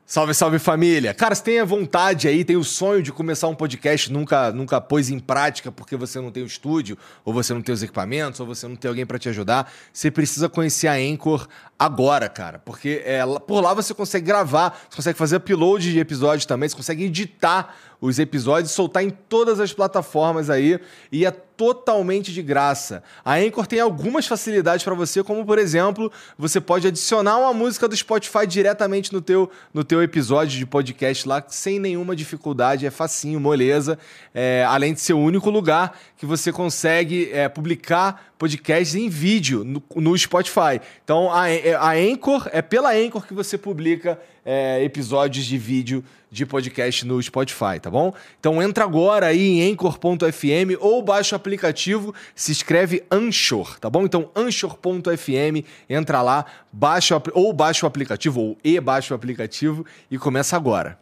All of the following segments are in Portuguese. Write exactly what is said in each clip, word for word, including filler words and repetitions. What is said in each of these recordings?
Salve, salve família! Cara, você tem a vontade aí, tem o sonho de começar um podcast, nunca, nunca pôs em prática porque você não tem o estúdio, ou você não tem os equipamentos, ou você não tem alguém pra te ajudar, você precisa conhecer a Anchor agora, cara. Porque é, por lá você consegue gravar, você consegue fazer upload de episódios também, você consegue editar os episódios e soltar em todas as plataformas aí, e é totalmente de graça. A Anchor tem algumas facilidades para você, como por exemplo, você pode adicionar uma música do Spotify diretamente no teu, no teu episódio de podcast lá, sem nenhuma dificuldade, é facinho, moleza, é, além de ser o único lugar que você consegue é, publicar podcasts em vídeo no, no Spotify. Então a, a Anchor, é pela Anchor que você publica é, episódios de vídeo de podcast no Spotify, tá bom? Então entra agora aí em anchor ponto f m ou baixa o aplicativo, se escreve Anchor, tá bom? Então anchor ponto f m, entra lá, baixa o, ou baixa o aplicativo, ou e baixa o aplicativo e começa agora.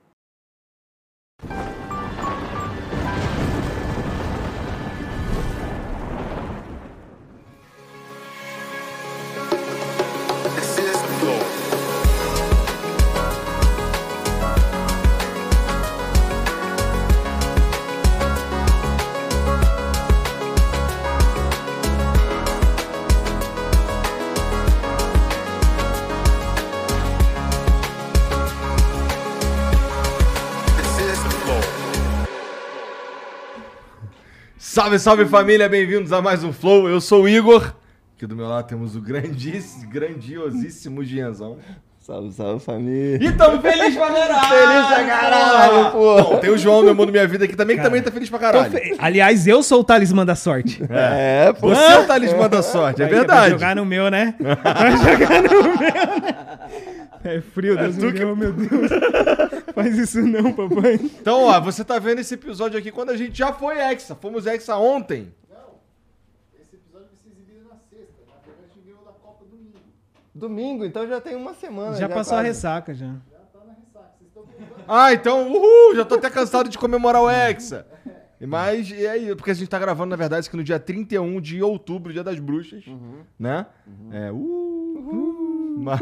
Salve, salve família, bem-vindos a mais um Flow, eu sou o Igor, aqui do meu lado temos o grandíssimo, grandiosíssimo Gianzão. Salve, salve família. E tamo feliz pra caralho! Feliz pra caralho, pô! Bom, tem o João, meu mundo, minha vida aqui também, que Cara, também tá feliz pra caralho. Fe... Aliás, eu sou o talismã da sorte. É, pô. Você é o talismã da sorte, é Aí, verdade. Vai jogar no meu, né? Vai jogar no meu, né? É frio, Deus me deu, meu Deus. Faz isso não, papai. Então, ó, você tá vendo esse episódio aqui quando a gente já foi Hexa. Fomos Hexa ontem. Não, esse episódio vai ser exibido na sexta. Na verdade, a gente ganhou da Copa domingo. Domingo, então já tem uma semana. Já, passou quase. a ressaca, já. Já tá na ressaca. Vocês estão contando? Ah, então, uhul, já tô até cansado de comemorar o Hexa. Mas, e aí, porque a gente tá gravando, na verdade, que no dia trinta e um de outubro, dia das bruxas, Uhum. né? Uhum. É, uh, uh, mas...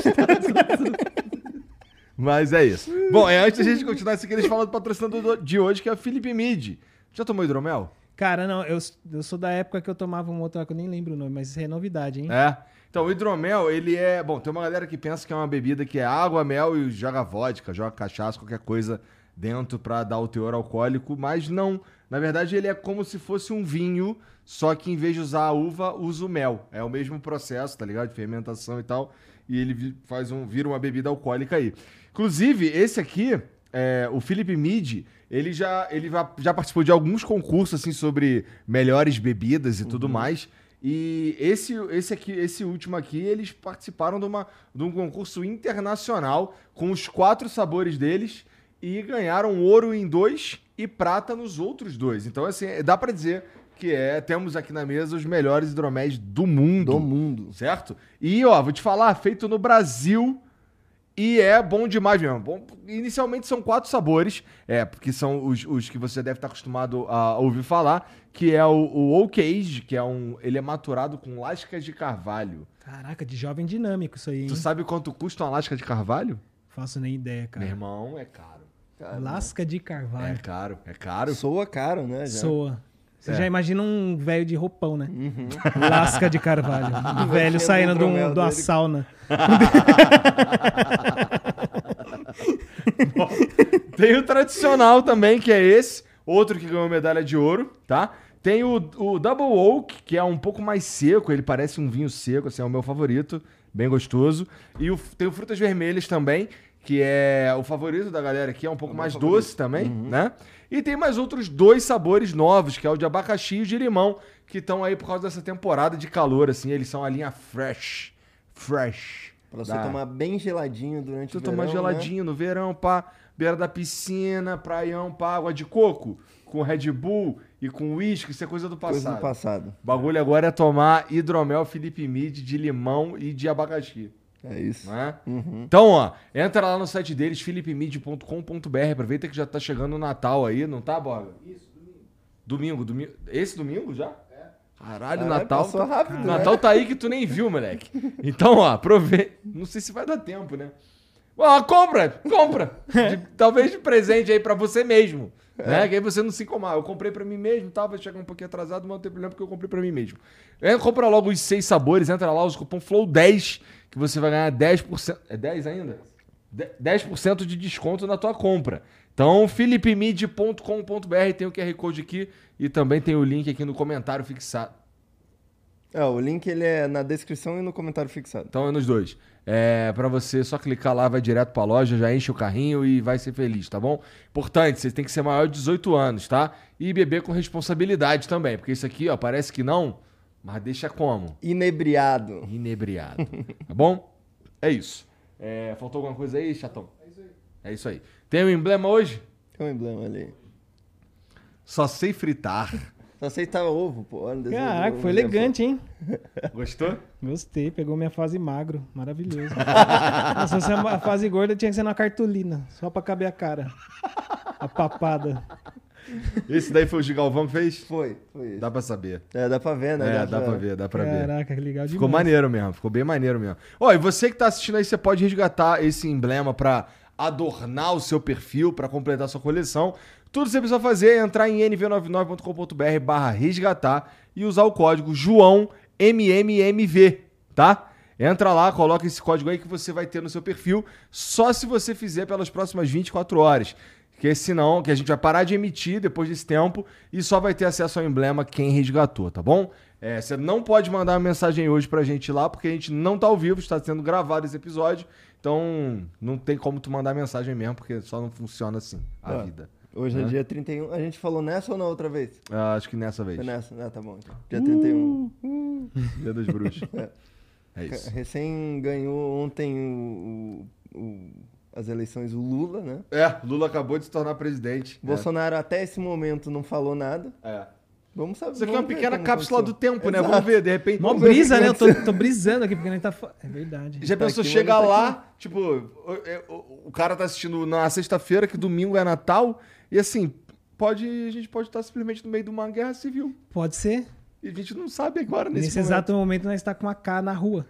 mas é isso. Bom, é, antes da gente continuar, isso aqui, eles falam do patrocinador de hoje, que é o Felipe Midi. Já tomou hidromel? Cara, não, eu, eu sou da época que eu tomava um outro, que eu nem lembro o nome, mas isso é novidade, hein? É. Então, o hidromel, ele é... Bom, tem uma galera que pensa que é uma bebida que é água, mel e joga vodka, joga cachaça, qualquer coisa dentro pra dar o teor alcoólico, mas não. Na verdade, ele é como se fosse um vinho, só que em vez de usar a uva, usa o mel. É o mesmo processo, tá ligado? De fermentação e tal. E ele vi- faz um, vira uma bebida alcoólica aí. Inclusive, esse aqui, é, o Felipe Midi, ele, já, ele va- já participou de alguns concursos, assim, sobre melhores bebidas e tudo mais. E esse, esse, aqui, esse último aqui, eles participaram de, uma, de um concurso internacional com os quatro sabores deles e ganharam ouro em dois e prata nos outros dois. Então, assim, dá pra dizer que é, temos aqui na mesa os melhores hidroméis do mundo. Do mundo. Certo? E, ó, vou te falar, feito no Brasil e é bom demais mesmo. Bom, inicialmente são quatro sabores, é, porque são os, os que você deve estar acostumado a ouvir falar, que é o, o Oak Age, que é um, ele é maturado com lascas de carvalho. Caraca, de jovem dinâmico isso aí, hein? Tu sabe quanto custa uma lasca de carvalho? Faço nem ideia, cara. Meu irmão, é caro. Cara, Lasca de É carvalho. caro, é caro. soa caro, né? Já. Soa. Você É. já imagina um velho de roupão, né? Uhum. Lasca de carvalho. Um velho Enchendo saindo o de, um, hidromel de uma dele. sauna. Tem o tradicional também, que é esse. Outro que ganhou medalha de ouro, tá? Tem o, o Double Oak, que é um pouco mais seco. Ele parece um vinho seco, assim, é o meu favorito. Bem gostoso. E o, tem o Frutas Vermelhas também, que é o favorito da galera aqui. É um pouco É o meu mais favorito. doce também, né? E tem mais outros dois sabores novos, que é o de abacaxi e o de limão, que estão aí por causa dessa temporada de calor, assim. Eles são a linha fresh. Fresh. Pra você Da- tomar bem geladinho durante Tu o verão, tomar geladinho no verão, pá, beira da piscina, praião, pá, água de coco, com Red Bull e com uísque, isso é coisa do né? Coisa passado. do passado. O bagulho agora é tomar hidromel Felipe Midi de limão e de abacaxi, É isso. não é? Uhum. Então, ó, entra lá no site deles, felipe midi ponto com ponto b r, aproveita que já tá chegando o Natal aí, não tá, Borga? Isso, domingo. Domingo, domingo. Esse domingo já? Caralho, Caralho, Natal. passou tá- rápido, né? Natal tá aí que tu nem viu, moleque. Então, ó, aproveita. Não sei se vai dar tempo, né? Ah, compra, compra. De- talvez de presente aí pra você mesmo. Né? Que aí você não se incomodar. Eu comprei pra mim mesmo, tá? Vai chegar um pouquinho atrasado, mas não tem problema porque eu comprei pra mim mesmo. É, compra logo os seis sabores, entra lá, usa o cupom Flow dez, que você vai ganhar dez por cento. É dez ainda? De- dez por cento de desconto na tua compra. Então, philip mid ponto com ponto b r, tem o Q R Code aqui e também tem o link aqui no comentário fixado. É, o link ele é na descrição e no comentário fixado. Então é nos dois. É, pra você só clicar lá, vai direto pra loja, já enche o carrinho e vai ser feliz, tá bom? Importante, você tem que ser maior de dezoito anos, tá? E beber com responsabilidade também, porque isso aqui, ó, parece que não, mas deixa como? Inebriado. Inebriado, tá bom? É isso. É, faltou alguma coisa aí, chatão? É isso aí. É isso aí. Tem um emblema hoje? Tem um emblema ali. Só sei fritar. Só sei que tá ovo, pô. Olha o desenho do Caraca, ovo foi ali, elegante, hein? Gostou? Gostei, pegou minha fase magro. Maravilhoso. Se fosse a fase gorda, tinha que ser na cartolina. Só pra caber a cara. A papada. Esse daí foi o Gigalvão que fez? Foi, foi isso. Dá pra saber. É, dá pra ver, né? É, dá pra ver, dá pra ver. Caraca, que legal demais. Ficou maneiro mesmo, ficou bem maneiro mesmo. Ó, e você que tá assistindo aí, você pode resgatar esse emblema pra adornar o seu perfil, pra completar sua coleção. Tudo que você precisa fazer é entrar em n v noventa e nove ponto com ponto b r barra resgatar e usar o código João M M M V, tá? Entra lá, coloca esse código aí que você vai ter no seu perfil, só se você fizer pelas próximas vinte e quatro horas. Porque senão, que a gente vai parar de emitir depois desse tempo e só vai ter acesso ao emblema quem resgatou, tá bom? É, você não pode mandar uma mensagem hoje pra gente lá, porque a gente não tá ao vivo, está sendo gravado esse episódio. Então, não tem como tu mandar mensagem mesmo, porque só não funciona assim a Ah. vida. Hoje é Né? dia trinta e um. A gente falou nessa ou na outra vez? Ah, acho que nessa vez. Foi nessa? Ah, tá bom. Então. Dia trinta e um. Dia dos bruxos. É. É isso. Recém ganhou ontem o, o- o- as eleições o Lula, né? É, Lula acabou de se tornar presidente. Bolsonaro até esse momento não falou nada. É. Vamos saber. Isso aqui é uma vamos ver pequena como cápsula do aconteceu. tempo, né? Exato. Vamos ver, de repente. Mó Vamos ver o brisa, que né? Eu aconteceu. tô, tô brisando aqui, porque a gente tá... fa- É verdade. Já Tá pensou, aqui, chega mas tá lá, tipo, o, o- o cara tá assistindo na sexta-feira, que domingo é Natal, e assim, pode, a gente pode estar simplesmente no meio de uma guerra civil. Pode ser. E a gente não sabe agora nesse, Nesse momento. exato momento, nós tá com uma K na rua.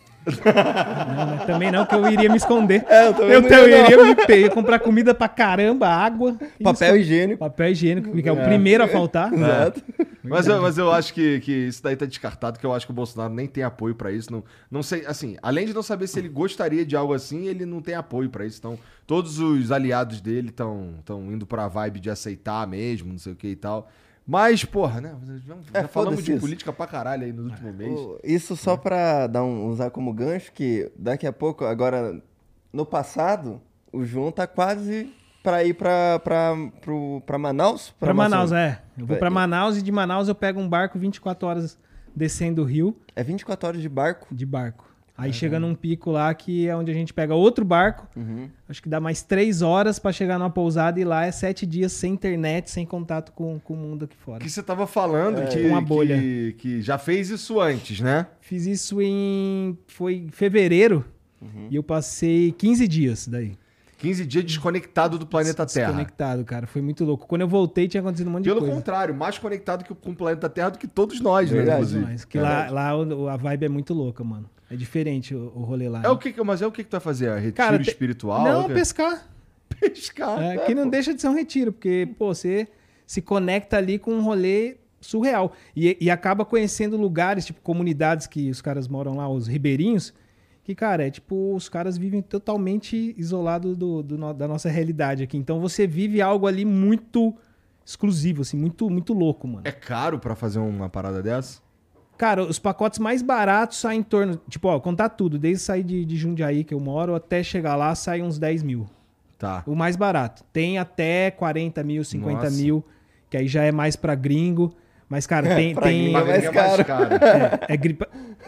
Não, né? Também não, que eu iria me esconder. É, eu também eu, não eu ia, não. iria me pe- comprar comida pra caramba, água. e Papel me higiênico. esconder. Papel higiênico, que é o primeiro a faltar. Exato. Mas eu, mas eu acho que, que isso daí tá descartado, que eu acho que o Bolsonaro nem tem apoio pra isso. Não, não sei, assim, além de não saber se ele gostaria de algo assim, ele não tem apoio pra isso. Então, todos os aliados dele estão indo pra vibe de aceitar mesmo, não sei o que e tal. Mas, porra, né? Já, É, já falamos foda-se de isso. política pra caralho aí no último mês. O- Isso só pra dar um, usar como gancho, que daqui a pouco, agora, no passado, o João tá quase pra ir pra, pra, pro, pra Manaus? Pra Manaus, Amazônia. é. Eu vou pra Manaus e de Manaus eu pego um barco vinte e quatro horas descendo o rio É vinte e quatro horas de barco. de barco. Aí chega num pico lá que é onde a gente pega outro barco. Uhum. Acho que dá mais três horas pra chegar numa pousada e lá é sete dias sem internet, sem contato com, com o mundo aqui fora. Que você tava falando que, Uma bolha. que, que já fez isso antes, né? Fiz isso em... foi em fevereiro e eu passei quinze dias daí. quinze dias desconectado do planeta Terra. Desconectado, cara. Foi muito louco. Quando eu voltei tinha acontecido um monte Pelo de coisa. contrário, mais conectado que com o planeta Terra do que todos nós, né? Verdade. Inclusive. Mas que lá, lá o- a vibe é muito louca, mano. É diferente o, o rolê lá. É o que, que- mas é o que que tu vai fazer? É retiro Cara, te- espiritual? Não, É o quê? pescar. pescar. É, que não deixa de ser um retiro, porque, pô, você se conecta ali com um rolê surreal. E, e acaba conhecendo lugares, tipo, comunidades que os caras moram lá, os ribeirinhos, que, cara, é tipo, os caras vivem totalmente isolados do, do no- da nossa realidade aqui. Então você vive algo ali muito exclusivo, assim, muito, muito louco, mano. É caro pra fazer uma parada dessa? Cara, os pacotes mais baratos saem em torno, tipo, ó, contar tudo, desde sair de, de Jundiaí, que eu moro, até chegar lá, sai uns dez mil. Tá. O mais barato. Tem até quarenta mil, cinquenta Nossa. mil, que aí já é mais pra gringo. Mas, cara, tem. Pra tem gringo é mais caro. é, gripa...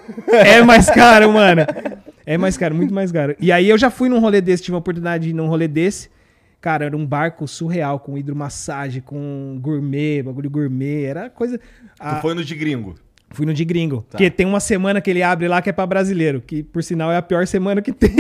é mais caro, mano. É mais caro, muito mais caro. E aí eu já fui num rolê desse, tive a oportunidade de ir num rolê desse. Cara, era um barco surreal, com hidromassagem, com gourmet, bagulho gourmet. Era coisa. Tu a- foi no de gringo. Fui no de gringo. Tá. Porque tem uma semana que ele abre lá que é pra brasileiro. Que, por sinal, é a pior semana que tem.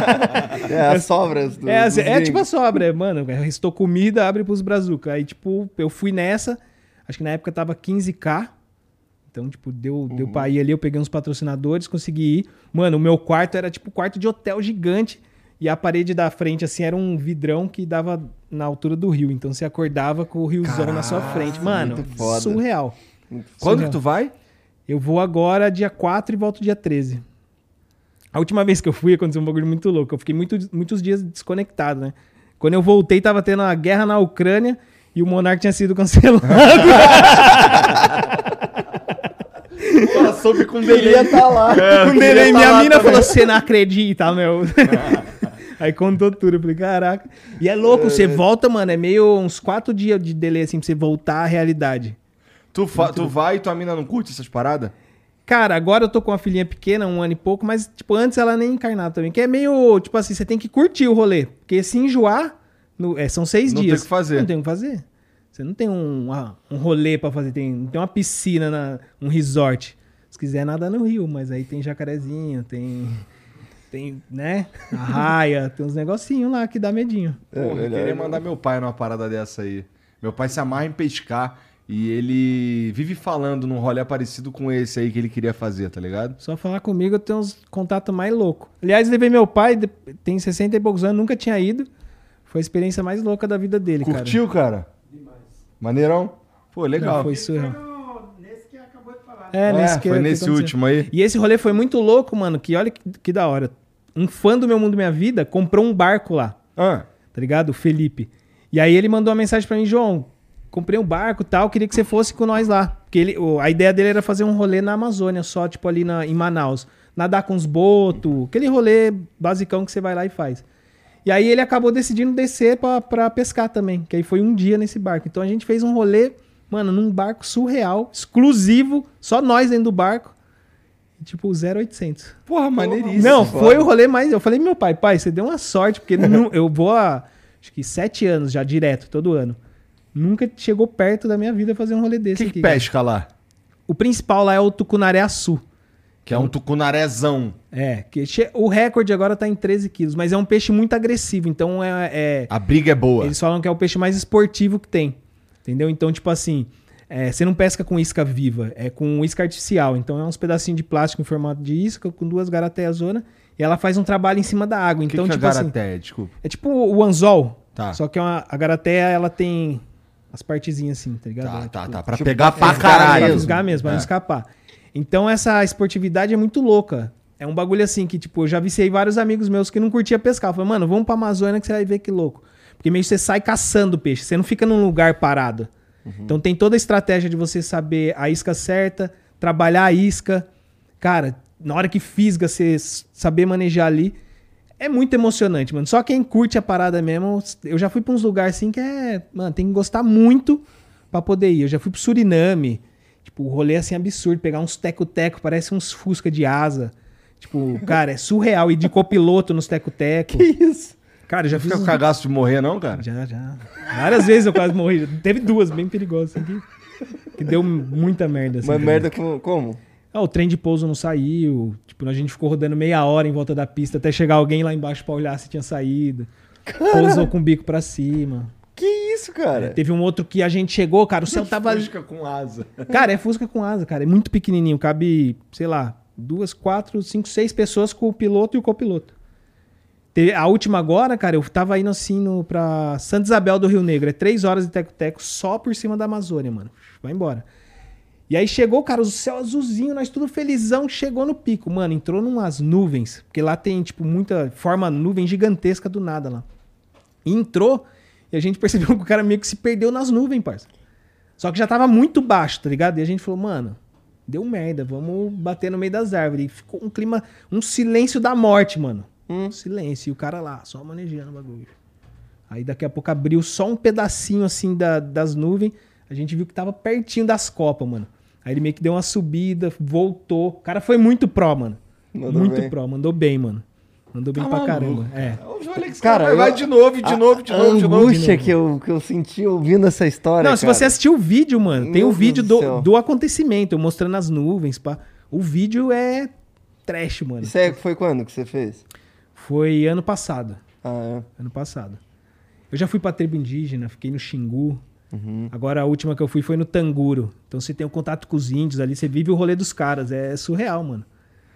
É, as sobras do, É, dos é tipo a gringos. sobra, é, mano, restou comida, abre pros brazuca. Aí, tipo, eu fui nessa, acho que na época tava quinze k, então, tipo, deu, deu pra ir ali, eu peguei uns patrocinadores, consegui ir. Mano, o meu quarto era tipo quarto de hotel gigante, e a parede da frente, assim, era um vidrão que dava na altura do rio. Então você acordava com o riozão Caraca, na sua frente. Mano, muito foda. surreal. Quando surreal. que tu vai? Eu vou agora dia quatro e volto dia treze. A última vez que eu fui aconteceu um bagulho muito louco. Eu fiquei muito, muitos dias desconectado, né? Quando eu voltei, tava tendo uma guerra na Ucrânia e o Monark tinha sido cancelado. Ela soube com Ele ia tá lá. É, Com delay, minha mina falou, você não acredita, meu. Aí contou tudo, eu falei, caraca. E é louco, você volta, mano, é meio uns quatro dias de delay, assim, pra você voltar à realidade. Tu, fa- tu vai e tua mina não curte essas paradas? Cara, agora eu tô com uma filhinha pequena, um ano e pouco, mas, tipo, antes ela nem encarnava também. Que é meio, tipo assim, você tem que curtir o rolê. Porque se enjoar, no- é, são seis Não dias. tem o que fazer. Não tem o que fazer. Você não tem um, uma- um rolê pra fazer, tem, não tem uma piscina, na, um resort. Se quiser nadar no rio, mas aí tem jacarezinho, tem, tem, né, a raia, tem uns negocinhos lá que dá medinho. Porra, eu melhor queria não. mandar meu pai numa parada dessa aí. Meu pai se amarra em pescar e ele vive falando num rolê parecido com esse aí que ele queria fazer, tá ligado? Só falar comigo eu tenho uns contatos mais loucos. Aliás, levei meu pai, de- tem sessenta e poucos anos, nunca tinha ido. Foi a experiência mais louca da vida dele, cara. Curtiu, cara? Maneirão? Pô, legal. Não, foi surreal. Nesse que acabou de falar. É, É, nesse que foi que nesse aconteceu. último aí. E esse rolê foi muito louco, mano, que olha que, que da hora. Um fã do Meu Mundo Minha Vida comprou um barco lá, Ah, tá ligado? O Felipe. E aí ele mandou uma mensagem pra mim, João, comprei um barco e tal, queria que você fosse com nós lá. Porque ele, o- a ideia dele era fazer um rolê na Amazônia, só tipo ali na, em Manaus. Nadar com os botos, aquele rolê basicão que você vai lá e faz. E aí ele acabou decidindo descer pra, pra pescar também, que aí foi um dia nesse barco. Então a gente fez um rolê, mano, num barco surreal, exclusivo, só nós dentro do barco. E, tipo, zero oitocentos. porra, maneiríssimo. Não, foi o rolê mais... Eu falei pro meu pai, pai, você deu uma sorte, porque nu- eu vou há, acho que sete anos já, direto, todo ano. Nunca chegou perto da minha vida fazer um rolê O desse que, aqui. que cara. pesca lá? O principal lá é o tucunaré-açu. Que é um tucunarézão. É, que che- o recorde agora tá em treze quilos, mas é um peixe muito agressivo, então é... é- A briga é boa. Eles falam que é o peixe mais esportivo que tem, entendeu? Então, tipo assim, é, você não pesca com isca viva, é com isca artificial. Então é uns pedacinhos de plástico em formato de isca, com duas garateias zona, e ela faz um trabalho em cima da água. O que, Então, que tipo é assim, garateia? Desculpa. é tipo o anzol, Tá. só que é uma, a garateia, ela tem as partezinhas assim, tá ligado? Tá, É, tá, tipo, tá. Pra tipo, pegar pra fisgar caralho. Pra mesmo. fisgar mesmo, pra É. não escapar. Então essa esportividade é muito louca. É um bagulho assim que, tipo, eu já viciei vários amigos meus que não curtia pescar. Eu falei, mano, vamos pra Amazônia que você vai ver que louco. Porque meio que você sai caçando peixe, você não fica num lugar parado. Então tem toda a estratégia de você saber a isca certa, trabalhar a isca. Cara, na hora que fisga, você s- saber manejar ali. É muito emocionante, mano. Só quem curte a parada mesmo, eu já fui pra uns lugares assim que é, mano, tem que gostar muito pra poder ir. Eu já fui pro Suriname. Tipo, o rolê é assim absurdo, pegar uns teco-teco, parece uns Fusca de asa. Tipo, cara, é surreal ir de copiloto nos teco-teco. Que isso? Cara, eu já fiz Fica com uns- cagaço de morrer, não, cara? já, já. Várias vezes eu quase morri. Teve duas bem perigosas aqui. Que deu muita merda. Assim, Mas também. merda com, como? Ah, o trem de pouso não saiu. Tipo, a gente ficou rodando meia hora em volta da pista até chegar alguém lá embaixo pra olhar se tinha saído. Pousou com o bico pra cima. Que isso, cara? Teve um outro que a gente chegou, cara, o céu tava ali. Fusca com asa. Cara, é Fusca com asa, cara. É muito pequenininho. Cabe, sei lá, duas, quatro, cinco, seis pessoas com o piloto e o copiloto. Te- A última agora, cara, eu tava indo assim no, pra Santa Isabel do Rio Negro. É três horas de teco-teco só por cima da Amazônia, mano. Vai embora. E aí chegou, cara, o céu azulzinho, nós tudo felizão, chegou no pico. Mano, entrou numas nuvens, porque lá tem, tipo, muita... Forma nuvem gigantesca do nada lá. E entrou, e a gente percebeu que o cara meio que se perdeu nas nuvens, parça. Só que já tava muito baixo, tá ligado? E a gente falou, mano, deu merda, vamos bater no meio das árvores. E ficou um clima, um silêncio da morte, mano. Um silêncio. E o cara lá, só manejando o bagulho. Aí daqui a pouco abriu só um pedacinho assim da- das nuvens. A gente viu que tava pertinho das copas, mano. Aí ele meio que deu uma subida, voltou. O cara foi muito pró, mano. Mandou muito bem. pró, mandou bem, mano. Mandou bem Tá pra maluco. caramba. É. Olha que Cara, cara, vai eu- de novo, de a- novo, de a novo, de novo. angústia que eu, que eu senti ouvindo essa história, Não, se cara. você assistiu o vídeo, mano, tem Meu o Deus vídeo do do, céu. do acontecimento, eu mostrando as nuvens, pá. O vídeo é trash, mano. Isso aí foi quando que você fez? Foi ano passado. Ah, Ano passado. Eu já fui pra tribo indígena, fiquei no Xingu. Uhum. Agora a última que eu fui foi no Tanguro. Então você tem o contato com os índios ali, você vive o rolê dos caras. É surreal, mano.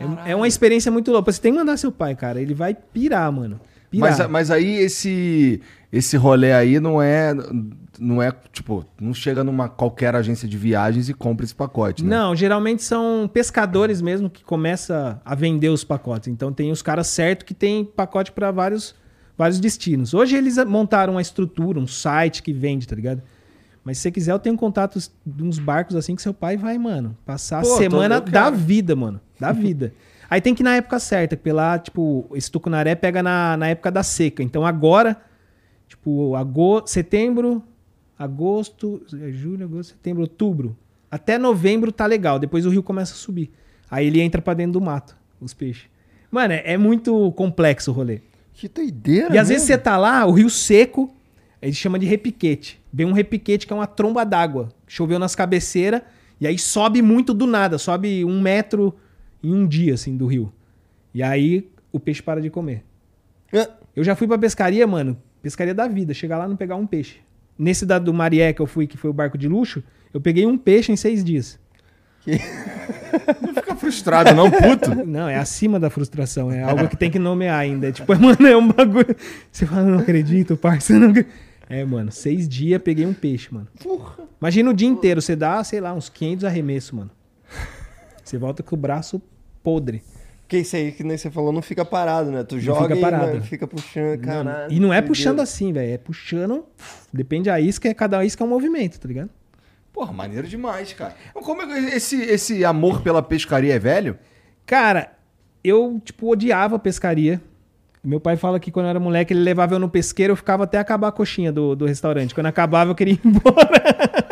É, é uma experiência muito louca. Você tem que mandar seu pai, cara. Ele vai pirar, mano. Pirar. Mas, mas aí esse, esse rolê aí não é, não é, tipo, não chega numa qualquer agência de viagens e compra esse pacote, né? Não, geralmente são pescadores mesmo que começam a vender os pacotes. Então tem os caras certos que tem pacote para vários, vários destinos. Hoje eles montaram uma estrutura, um site que vende, tá ligado? Mas se você quiser, eu tenho contatos de uns barcos assim que seu pai vai, mano, passar Pô, a semana tô- da cara. vida, mano. Da vida. Aí tem que ir na época certa, porque lá, tipo, esse tucunaré pega na, na época da seca. Então agora, tipo, agosto, setembro, agosto, julho, agosto, setembro, outubro. Até novembro tá legal. Depois o rio começa a subir. Aí ele entra pra dentro do mato, os peixes. Mano, é, é muito complexo o rolê. Que doideira, E às vezes mesmo. você tá lá, o rio seco, ele chama de repiquete. Vem um repiquete que é uma tromba d'água. Choveu nas cabeceiras e aí sobe muito do nada. Sobe um metro em um dia, assim, do rio. E aí o peixe para de comer. Ah, Eu já fui pra pescaria, mano. Pescaria da vida. Chegar lá e não pegar um peixe. Nesse da do Marié que eu fui, que foi o barco de luxo, eu peguei um peixe em seis dias. Não fica frustrado, não, puto. Não, é acima da frustração. É algo que tem que nomear ainda. É tipo, mano, é um bagulho. Você fala, não acredito, parça. Não... acredito. É, mano, seis dias peguei um peixe, mano. porra. Imagina o dia inteiro. Você dá, sei lá, uns quinhentos arremessos, mano. Você volta com o braço podre. Porque isso aí que nem você falou não fica parado, né? Tu joga fica e parado. né, fica puxando, caralho. E não é que puxando doideira. assim, velho. É puxando. Depende da isca, é cada isca é um movimento, tá ligado? Porra, maneiro demais, cara. Como é que esse, esse amor pela pescaria é velho? Cara, eu, tipo, odiava pescaria. Meu pai fala que quando eu era moleque, ele levava eu no pesqueiro, eu ficava até acabar a coxinha do, do restaurante. Quando acabava, eu queria ir embora.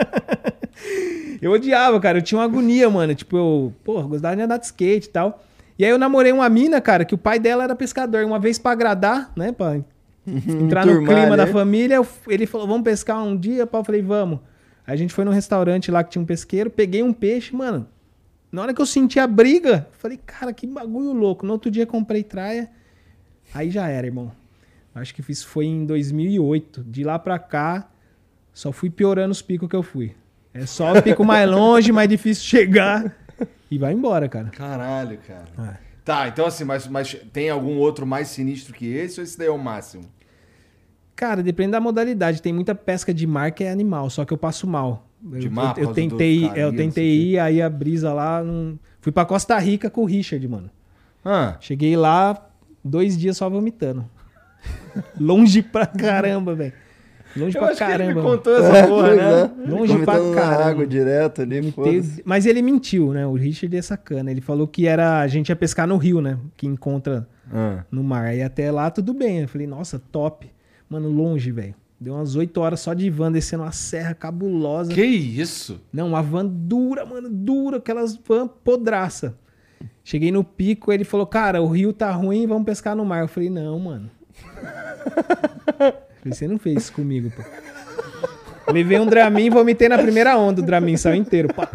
Eu odiava, cara. Eu tinha uma agonia, mano. Tipo, eu, porra, gostava de andar de skate e tal. E aí eu namorei uma mina, cara, que o pai dela era pescador. Uma vez pra agradar, né, pra entrar no Turmar, clima né? da família, eu- ele falou, vamos pescar um dia? Pá, eu falei, vamos. Aí a gente foi num restaurante lá que tinha um pesqueiro, peguei um peixe, mano. Na hora que eu senti a briga, eu falei, cara, que bagulho louco. No outro dia comprei traia. Aí já era, irmão. Acho que isso foi em dois mil e oito. De lá pra cá, só fui piorando os picos que eu fui. É só o pico mais longe, mais difícil chegar. E vai embora, cara. Caralho, cara. É. Tá, então assim, mas, mas tem algum outro mais sinistro que esse ou esse daí é o máximo? Cara, depende da modalidade. Tem muita pesca de mar que é animal, só que eu passo mal. De eu, mar, por eu, eu causa tentei, do eu carinho, tentei não sei o ir, aí a brisa lá. Não... Fui pra Costa Rica com o Richard, mano. Ah, Cheguei lá, dois dias só vomitando. Longe pra caramba, velho. Longe eu pra acho que ele me caramba. contou essa porra, Pois né? é. Longe Vomitando pra na caramba. água direto ali, foda-se. Teve- Mas ele mentiu, né? O Richard é sacana. Ele falou que era a gente ia pescar no rio, né? Que encontra Ah. no mar. Aí até lá tudo bem. Eu falei, nossa, top. Mano, longe, velho. Deu umas oito horas só de van descendo uma serra cabulosa. Que isso? Não, uma van dura, mano, dura, aquelas van podraça. Cheguei no pico, ele falou, cara, o rio tá ruim, vamos pescar no mar. Eu falei, não, mano. Eu falei, você não fez isso comigo, pô. Levei um Dramin e vomitei na primeira onda. O Dramin saiu inteiro. Pá.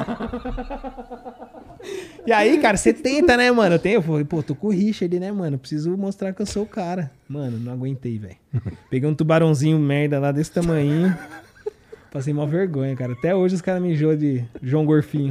E aí, cara, você tenta, né, mano? Eu, tenho, eu falei, pô, tô com o Richard, né, mano? Preciso mostrar que eu sou o cara. Mano, não aguentei, velho. Peguei um tubarãozinho merda lá desse tamanhinho. Passei mó vergonha, cara. Até hoje os caras me enjoam de João Gorfinho.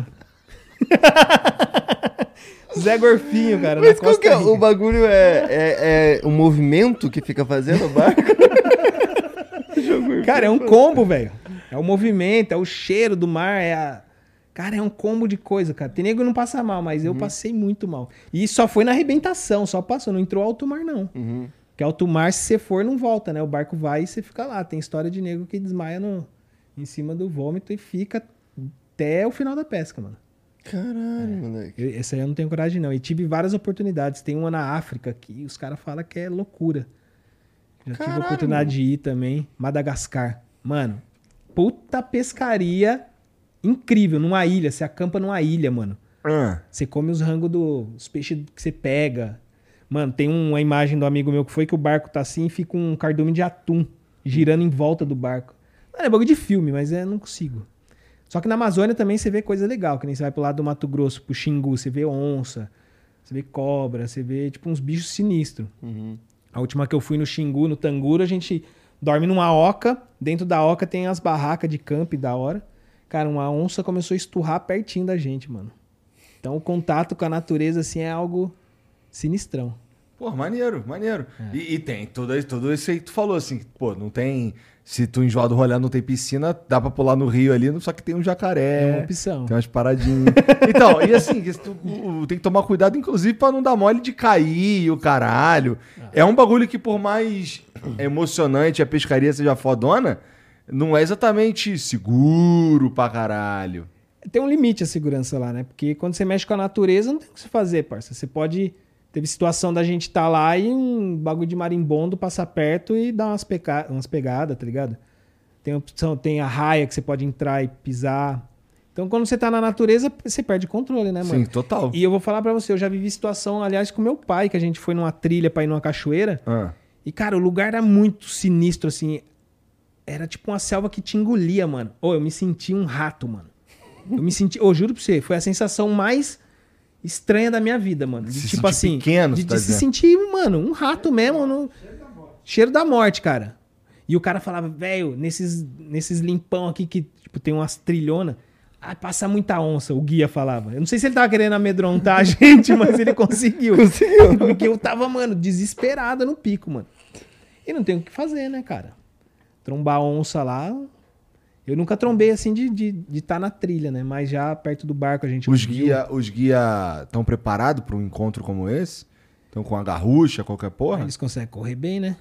Zé Gorfinho, cara. Mas na qual Costa que é? Rica. O bagulho é, é, é o movimento que fica fazendo o barco? Cara, é um combo, velho. É o movimento, é o cheiro do mar, é a... Cara, é um combo de coisa, cara. Tem nego que não passa mal, mas eu passei muito mal. E só foi na arrebentação, só passou. Não entrou alto mar, não. Uhum. Porque alto mar, se você for, não volta, né? O barco vai e você fica lá. Tem história de nego que desmaia no... em cima do vômito e fica até o final da pesca, mano. Caralho, moleque. Eu- esse aí eu não tenho coragem, não. E tive várias oportunidades. Tem uma na África que os caras falam que é loucura. Já tive Caralho, a oportunidade de ir também. Madagascar. Mano, puta pescaria incrível. Numa ilha. Você acampa numa ilha, mano. Ah. Você come os rangos dos peixes que você pega. Mano, tem uma imagem do amigo meu que foi que o barco tá assim e fica um cardume de atum girando em volta do barco. Mano, é bagulho de filme, mas é, não consigo. Só que na Amazônia também você vê coisa legal, que nem você vai pro lado do Mato Grosso, pro Xingu, você vê onça, você vê cobra, você vê tipo uns bichos sinistros. Uhum. A última que eu fui no Xingu, no Tanguro, a gente dorme numa oca, dentro da oca tem as barracas de camp da hora. Cara, uma onça começou a esturrar pertinho da gente, mano. Então o contato com a natureza, assim, é algo sinistrão. Pô, maneiro, maneiro. É. E, e tem tudo, tudo isso aí que tu falou, assim, pô, não tem... Se tu enjoar do rolê, não tem piscina, dá pra pular no rio ali, só que tem um jacaré. É uma opção. Tem umas paradinhas. Então, e assim, tu, tem que tomar cuidado, inclusive, pra não dar mole de cair o caralho. Ah. É um bagulho que, por mais emocionante a pescaria seja fodona, não é exatamente seguro pra caralho. Tem um limite a segurança lá, né? Porque quando você mexe com a natureza, não tem o que você fazer, parça. Você pode... Teve situação da gente estar tá lá e um bagulho de marimbondo passar perto e dar umas, peca... umas pegadas, tá ligado? Tem a opção, tem a raia que você pode entrar e pisar. Então, quando você tá na natureza, você perde o controle, né, mano? Sim, total. E eu vou falar pra você, eu já vivi situação, aliás, com meu pai, que a gente foi numa trilha pra ir numa cachoeira. Ah. E, cara, o lugar era muito sinistro, assim. Era tipo uma selva que te engolia, mano. Ô, eu me senti um rato, mano. Eu me senti... Ô, juro pra você, foi a sensação mais... estranha da minha vida, mano. De, se tipo assim, pequeno, de, tá de se sentir, mano, um rato mesmo. No... Cheiro da morte. Cheiro da morte, cara. E o cara falava, velho, nesses, nesses limpão aqui que tipo, tem umas trilhonas, ah, passa muita onça, o guia falava. Eu não sei se ele tava querendo amedrontar a gente, mas ele conseguiu. Conseguiu. Porque eu tava, mano, desesperado no pico, mano. E não tem o que fazer, né, cara? Trombar onça lá... Eu nunca trombei assim de estar de, de tá na trilha, né? Mas já perto do barco a gente... Os guia os guia estão preparados para um encontro como esse? Estão com a garrucha, qualquer porra? Eles conseguem correr bem, né?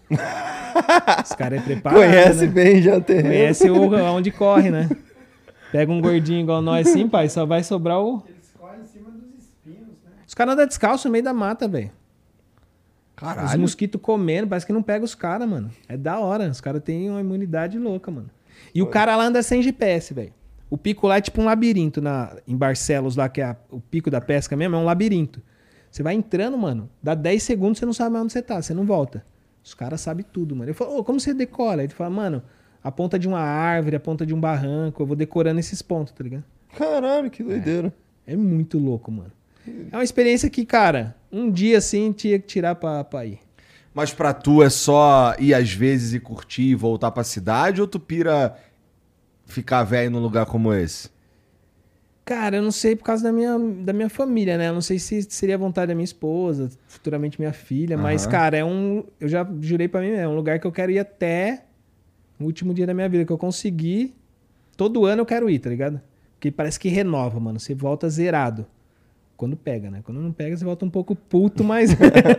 Os caras é preparado, Conhece né? bem já o terreno. Conhece o, onde corre, né? Pega um gordinho igual nós assim, pai, só vai sobrar o... Eles correm em cima dos espinhos, né? Os caras andam descalço no meio da mata, velho. Caralho. Os mosquitos comendo, parece que não pega os caras, mano. É da hora. Os caras têm uma imunidade louca, mano. E o cara lá anda sem G P S, velho. O pico lá é tipo um labirinto na, em Barcelos, lá que é a, o pico da pesca mesmo, é um labirinto. Você vai entrando, mano, dá dez segundos, você não sabe mais onde você tá, você não volta. Os caras sabem tudo, mano. Eu falo, ô, como você decora? Ele fala, mano, a ponta de uma árvore, a ponta de um barranco, eu vou decorando esses pontos, tá ligado? Caralho, que doideira. É, é muito louco, mano. É uma experiência que, cara, um dia assim tinha que tirar pra, pra ir. Mas pra tu é só ir às vezes e curtir e voltar pra cidade, ou tu pira ficar velho num lugar como esse? Cara, eu não sei por causa da minha, da minha família, né? Eu não sei se seria a vontade da minha esposa, futuramente minha filha, uhum. Mas, cara, é um... Eu já jurei pra mim, é um lugar que eu quero ir até o último dia da minha vida, que eu conseguir. Todo ano eu quero ir, tá ligado? Porque parece que renova, mano. Você volta zerado. Quando pega, né? Quando não pega, você volta um pouco puto, mas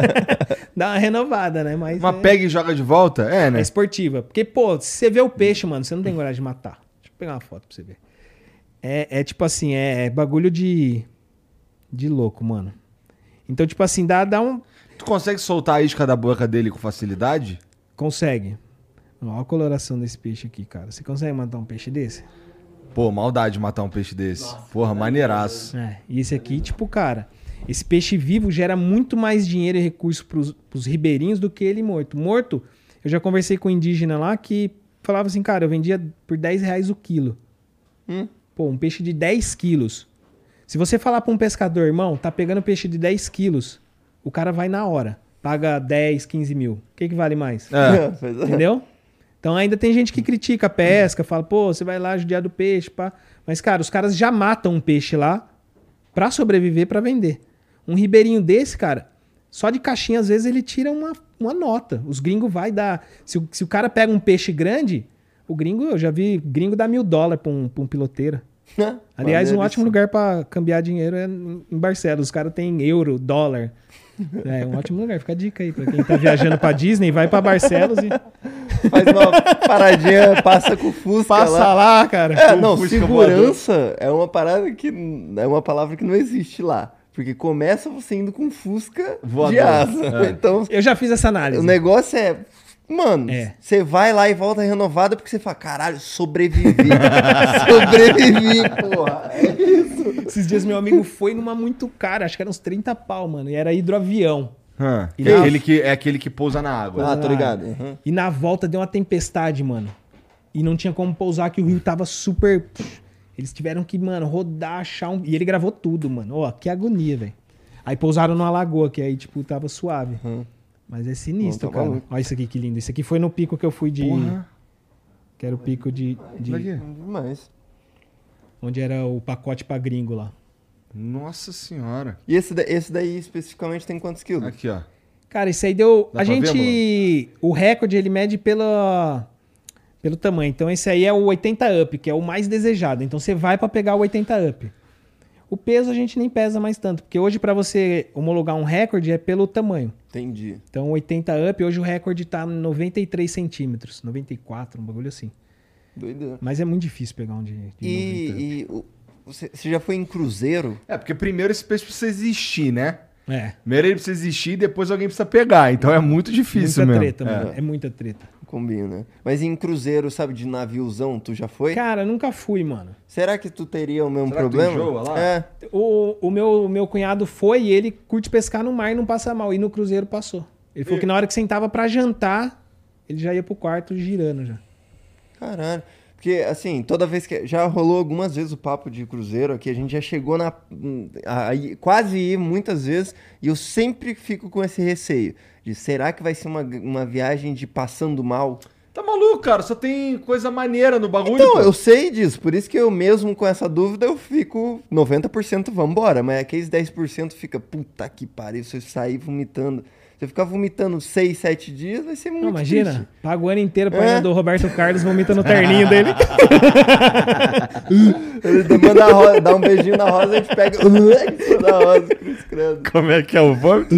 dá uma renovada, né? Mas uma é... pega e joga de volta? É, né? É esportiva. Porque, pô, se você vê o peixe, mano, você não tem coragem de matar. Deixa eu pegar uma foto pra você ver. É, é tipo assim, é, é bagulho de... de louco, mano. Então, tipo assim, dá, dá um... Tu consegue soltar a isca da boca dele com facilidade? Consegue. Olha a coloração desse peixe aqui, cara. Você consegue matar um peixe desse? Pô, maldade matar um peixe desse. Nossa, porra, maneiraço. É, e esse aqui, tipo, cara, esse peixe vivo gera muito mais dinheiro e recurso pros, pros ribeirinhos do que ele morto. Morto, eu já conversei com um indígena lá que falava assim, cara, eu vendia por dez reais o quilo. Hum? Pô, um peixe de dez quilos. Se você falar pra um pescador, irmão, tá pegando peixe de dez quilos, o cara vai na hora. Paga dez, quinze mil. O que que vale mais? É. Entendeu? Então ainda tem gente que critica a pesca, fala, pô, você vai lá judiar do peixe, pá. Mas, cara, os caras já matam um peixe lá pra sobreviver, pra vender. Um ribeirinho desse, cara, só de caixinha, às vezes, ele tira uma, uma nota. Os gringos vai dar... Se o, se o cara pega um peixe grande, o gringo, eu já vi gringo dar mil dólares pra um, pra um piloteiro. Aliás, um ótimo lugar pra cambiar dinheiro é em Barcelos. Os caras têm euro, dólar. É um ótimo lugar. Fica a dica aí pra quem tá viajando pra Disney, vai pra Barcelos e... Faz uma paradinha, passa com o Fusca Passa lá, lá cara. É, não, segurança é uma parada que... É uma palavra que não existe lá. Porque começa você indo com Fusca voador de asa. É. Então, eu já fiz essa análise. O negócio é... Mano, é. Você vai lá e volta renovada porque você fala, caralho, sobrevivi. Sobrevivi, porra. É isso. Esses dias meu amigo foi numa muito cara, acho que era uns trinta pau, mano. E era hidroavião. Hum. E é, aquele que, é aquele que pousa na água. Ah, tô ligado. Uhum. E na volta deu uma tempestade, mano. E não tinha como pousar, que o rio tava super... Eles tiveram que, mano, rodar, achar um... E ele gravou tudo, mano. Ó, que agonia, velho. Aí pousaram numa lagoa, que aí, tipo, tava suave. Uhum. Mas é sinistro, cara. Maluco. Olha isso aqui, que lindo. Isso aqui foi no pico que eu fui de... Porra. Que era o pico de... de... Demais. Onde era o pacote pra gringo lá. Nossa senhora. E esse, da- esse daí especificamente tem quantos quilos? Aqui, ó. Cara, isso aí deu... Dá a pra gente... o recorde, ele mede pela... pelo tamanho. Então, esse aí é o oitenta up, que é o mais desejado. Então, você vai pra pegar o oitenta up. O peso a gente nem pesa mais tanto, porque hoje pra você homologar um recorde é pelo tamanho. Entendi. Então, oitenta up, hoje o recorde tá noventa e três centímetros, noventa e quatro, um bagulho assim. Doideira. Mas é muito difícil pegar um de, de noventa. E, e o- você, você já foi em cruzeiro? É, porque primeiro esse peixe precisa existir, né? É, Primeiro ele precisa existir e depois alguém precisa pegar. Então é muito difícil muita mesmo. treta, É. mano. É muita treta. Combina. Mas em cruzeiro, sabe, de naviozão, tu já foi? Cara, nunca fui, mano. Será que tu teria o mesmo Será que tu problema? enjoa lá? É. O, o, meu, o meu cunhado foi e ele curte pescar no mar e não passa mal. E no cruzeiro passou. Ele falou que na hora que sentava pra jantar, ele já ia pro quarto girando já. Caralho. Porque, assim, toda vez que... Já rolou algumas vezes o papo de cruzeiro aqui, a gente já chegou na... A, a, quase ir muitas vezes, e eu sempre fico com esse receio. De será que vai ser uma, uma viagem de passando mal? Tá maluco, cara? Só tem coisa maneira no bagulho. Então, pô. eu sei disso, por isso que eu mesmo com essa dúvida eu fico noventa por cento vambora, mas aqueles dez por cento fica, puta que pariu, se eu sair vomitando. Se eu ficar vomitando seis, sete dias, vai ser muito Não, imagina, triste. paga o ano inteiro pra É. ir do Roberto Carlos vomita no terninho dele. Ele manda a rosa, dá um beijinho na rosa, a gente pega da rosa, cruz credo. Como é que é o vômito?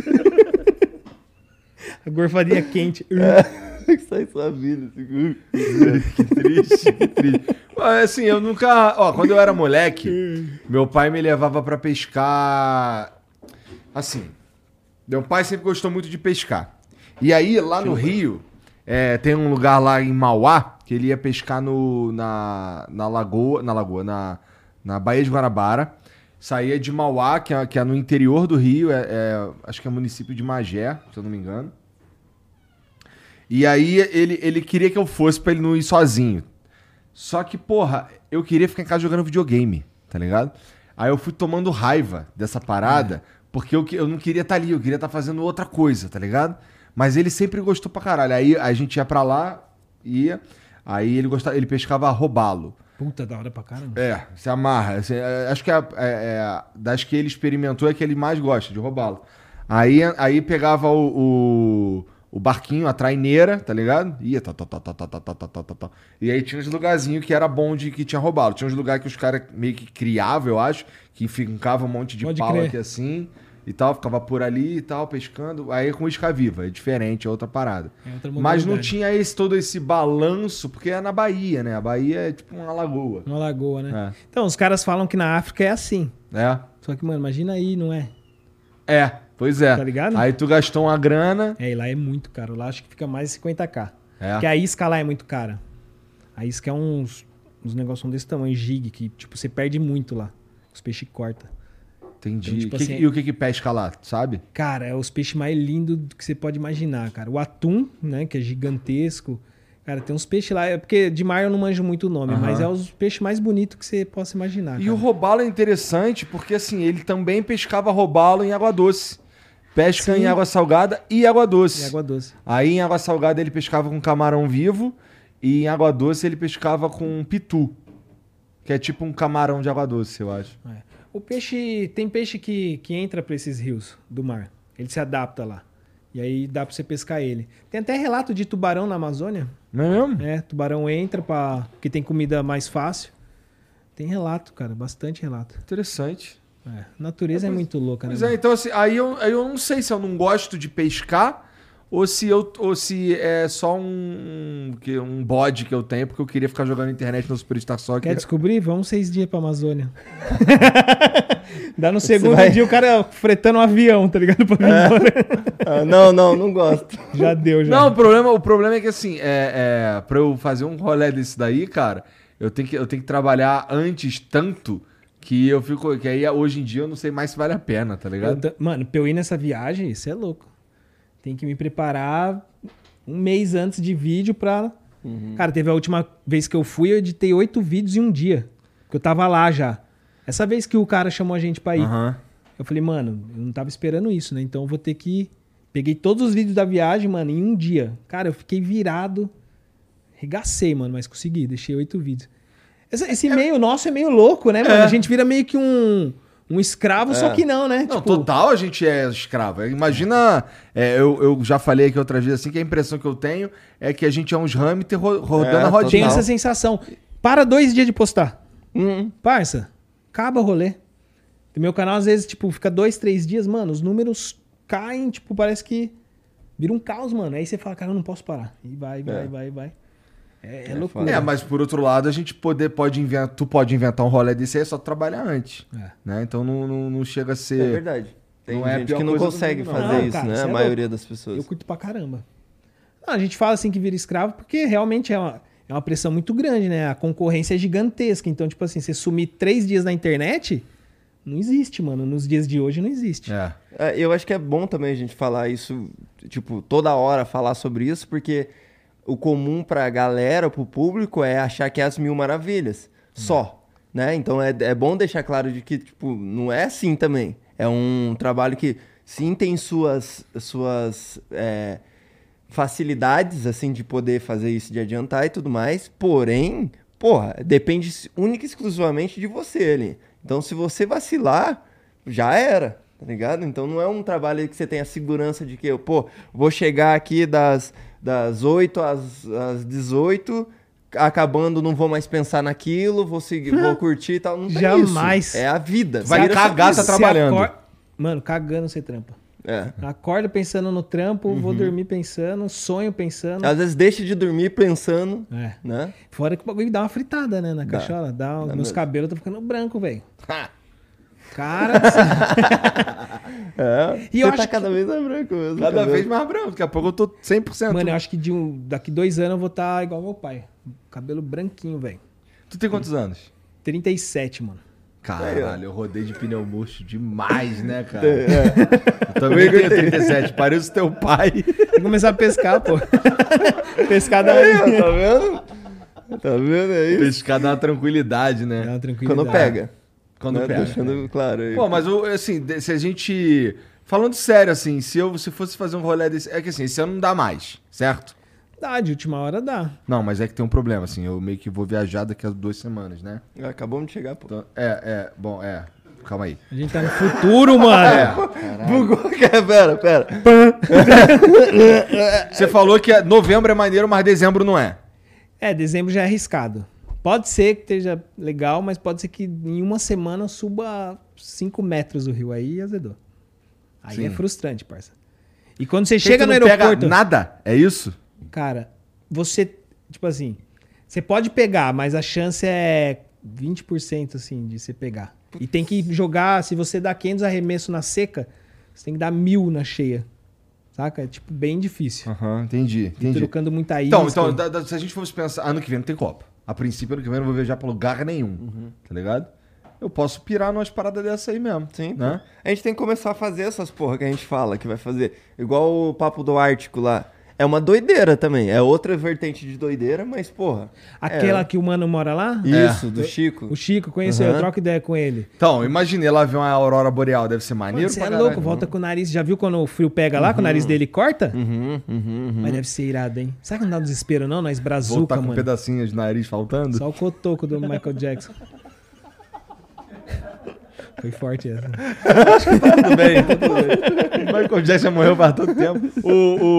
A gorfadinha quente. Que sai sua vida. Assim. Que triste, que triste. Mas, assim, eu nunca... Ó, quando eu era moleque, meu pai me levava pra pescar... Assim, meu pai sempre gostou muito de pescar. E aí, lá no Rio, é, tem um lugar lá em Mauá, que ele ia pescar no, na, na lagoa, na lagoa, na, na Baía de Guanabara. Saía de Mauá, que é, que é no interior do Rio, é, é, acho que é município de Magé, se eu não me engano. E aí ele, ele queria que eu fosse pra ele não ir sozinho. Só que, porra, eu queria ficar em casa jogando videogame, tá ligado? Aí eu fui tomando raiva dessa parada, porque eu, que- eu não queria estar ali, eu queria estar fazendo outra coisa, tá ligado? Mas ele sempre gostou pra caralho. Aí a gente ia pra lá, ia, aí ele gostava, ele pescava robalo. Puta, da hora pra caramba. É, se amarra. Assim, é, acho que é, é, é, das que ele experimentou é que ele mais gosta, de robalo. Aí, aí pegava o, o, o barquinho, a traineira, tá ligado? Ia, tá, tá, tá, tá, tá, tá, tá, tá, tá, tá. E aí tinha uns lugarzinhos que era bom de que tinha robalo. Tinha uns lugares que os caras meio que criavam, eu acho, que fincava um monte de Pode pau crer. aqui assim e tal, ficava por ali e tal, pescando. Aí com isca viva, é diferente, é outra parada. É outra Mas não modalidade. tinha esse, todo esse balanço, porque é na Bahia, né? A Bahia é tipo uma lagoa. Uma lagoa, né? É. Então, os caras falam que na África é assim. É. Só que, mano, imagina aí, não é? É, pois é. Tá ligado? Aí tu gastou uma grana. É, e lá é muito caro. Lá acho que fica mais de cinquenta k. É. Porque a isca lá é muito cara. A isca é uns, uns negócios desse tamanho, gig, que tipo, você perde muito lá. Os peixes cortam. Entendi. Então, tipo Que- assim, e o que que pesca lá, sabe? Cara, é os peixes mais lindos que você pode imaginar, cara. O atum, né, que é gigantesco. Cara, tem uns peixes lá, é porque de mar eu não manjo muito o nome, Aham. mas é os peixes mais bonitos que você possa imaginar. E cara. o robalo é interessante porque, assim, ele também pescava robalo em água doce. Pesca Sim. em água salgada e água doce. E água doce. Aí em água salgada ele pescava com camarão vivo e em água doce ele pescava com pitu. Que é tipo um camarão de água doce, eu acho. É. O peixe. Tem peixe que, que entra pra esses rios do mar. Ele se adapta lá. E aí dá pra você pescar ele. Tem até relato de tubarão na Amazônia. Não é mesmo? É, tubarão entra pra. Porque tem comida mais fácil. Tem relato, cara. Bastante relato. Interessante. É. Natureza é, muito louca, né? Pois é, mano? então assim, aí eu, aí eu não sei se eu não gosto de pescar ou se, eu, ou se é só um, que, um bode que eu tenho porque eu queria ficar jogando internet no Superstar Soccer. Quer descobrir? Vamos seis dias pra Amazônia. Dá no segundo vai- dia o cara fretando um avião, tá ligado? Pra vir embora. Ah, não, não, não gosto. Já deu, já. Não, o problema, o problema é que assim, é, é, pra eu fazer um rolê desse daí, cara, eu tenho que, eu tenho que trabalhar antes tanto que eu fico. Que aí hoje em dia eu não sei mais se vale a pena, tá Eu ligado? ta- Mano, pra eu ir nessa viagem, isso é louco. Tem que me preparar um mês antes de vídeo pra... Cara, teve a última vez que eu fui, eu editei oito vídeos em um dia. Porque eu tava lá já. Essa vez que o cara chamou a gente pra ir. Aham. Eu falei, mano, eu não tava esperando isso, né? Então eu vou ter que... Peguei todos os vídeos da viagem, mano, em um dia. Cara, eu fiquei virado. Regacei, mano, mas consegui. Deixei oito vídeos. Esse, esse meio nosso é meio louco, né, mano? A gente vira meio que um, um escravo, só que não, né? Não, Tipo, total a gente é escravo. Imagina, é, eu, eu já falei aqui outras vezes assim, que a impressão que eu tenho é que a gente é uns hamster ro- rodando É, a rodinha. tem essa sensação. Para dois dias de postar. Uhum. Parça, acaba o rolê. No meu canal, às vezes, tipo, fica dois, três dias, mano, os números caem, tipo, parece que vira um caos, mano. Aí você fala, cara, eu não posso parar. E vai, vai, É. vai, vai. É, é É loucura. É, mas por outro lado, a gente poder, pode inventar, tu pode inventar um rolê desse aí, é só tu trabalhar antes. É. Né? Então não, não, não chega a É ser... verdade. Tem Não é a gente pior que não coisa do consegue mundo, não. fazer Não, isso, cara, né? você A é maioria louco. das pessoas. Eu curto pra caramba. Não, a gente fala assim que vira escravo porque realmente é uma, é uma pressão muito grande, né? A concorrência é gigantesca. Então, tipo assim, você sumir três dias na internet, não existe, mano. Nos dias de hoje não existe. É. É, eu acho que é bom também a gente falar isso, tipo, toda hora falar sobre isso, porque o comum pra galera, pro público, é achar que é as mil maravilhas. Só, né? Então é, é bom deixar claro de que, tipo, não é assim também. É um trabalho que, sim, tem suas, suas é, facilidades, assim, de poder fazer isso, de adiantar e tudo mais, porém, porra, depende única e exclusivamente de você ali. Então, se você vacilar, já era. Tá ligado? Então não é um trabalho que você tem a segurança de que eu, pô, vou chegar aqui das, das oito às, às dezoito, acabando, não vou mais pensar naquilo, vou seguir, vou curtir e tal. Não tem Jamais. isso. É a vida. Vai Vira sua cagar, vida. tá trabalhando. Você acor- Mano, cagando você trampa. É. Acordo pensando no trampo, vou dormir pensando, sonho pensando. Às vezes deixa de dormir pensando, É. né? Fora que o bagulho dá uma fritada, né? Na Dá. cachola. Dá, Dá meus mesmo. cabelos estão ficando branco, velho. Cara, É. E eu Você tá acho cada vez mais branco mesmo. Cada cabelo. vez mais branco. Daqui a pouco eu tô cem por cento. mano, eu acho que de um, daqui dois anos eu vou estar igual meu pai. Cabelo branquinho, velho. Tu tem quantos anos? trinta e sete, mano. Caralho, eu rodei de pneu murcho demais, né, cara? É. Eu também tenho trinta e sete, pareço teu pai. Tem que começar a pescar, pô. Pescar dá Aí, ó, uma, tá vendo? Tá vendo aí? Pescar dá uma tranquilidade, dá né? uma tranquilidade. Quando pega. Quando né? pega. Deixando claro aí. Pô, mas eu, assim, de- se a gente... Falando sério, assim, se eu se fosse fazer um rolê desse... É que assim, esse ano não dá mais, certo? Dá, de última hora dá. Não, mas é que tem um problema, assim, eu meio que vou viajar daqui a duas semanas, né? Acabamos de chegar, pô. Então, é, é, bom, é... Calma aí. A gente tá no futuro, mano. Bugou, cara. Pera, pera. Você falou que é- novembro é maneiro, mas dezembro não é. É, dezembro já é arriscado. Pode ser que esteja legal, mas pode ser que em uma semana suba cinco metros o rio. Aí azedou. Aí Sim. é frustrante, parça. E quando você Porque chega tu no não aeroporto... pega nada, é isso? Cara, você... Tipo assim... Você pode pegar, mas a chance é vinte por cento, assim, de você pegar. E tem que jogar... Se você dá quinhentos arremessos na seca, você tem que dar mil na cheia. Saca? É, tipo, bem difícil. Aham, entendi, entendi. Trocando muita isca. Então, então da- da- se a gente fosse pensar, ano que vem não tem Copa. A princípio, ano que vem eu não vou viajar pra lugar nenhum, tá ligado? Eu posso pirar numas paradas dessa aí mesmo. Sim, né? A gente tem que começar a fazer essas porra que a gente fala que vai fazer. Igual o papo do Ártico lá. É uma doideira também. É outra vertente de doideira, mas, porra. Aquela é. que o mano mora lá? Isso, do Chico. O Chico, conheceu, Uhum. eu troco ideia com ele. Então, imaginei lá ver uma aurora boreal, deve ser Mano, maneiro você pra é caralho. louco, volta com o nariz. Já viu quando o frio pega lá, que o nariz dele corta? Uhum, uhum, uhum. Mas deve ser irado, hein? Sabe que não dá um desespero, não? Nós Voltar brazuca, com mano. pedacinhos de nariz faltando. Só o cotoco do Michael Jackson. Foi forte essa. Tudo bem, tudo bem. O Michael Jackson morreu faz tanto tempo. O,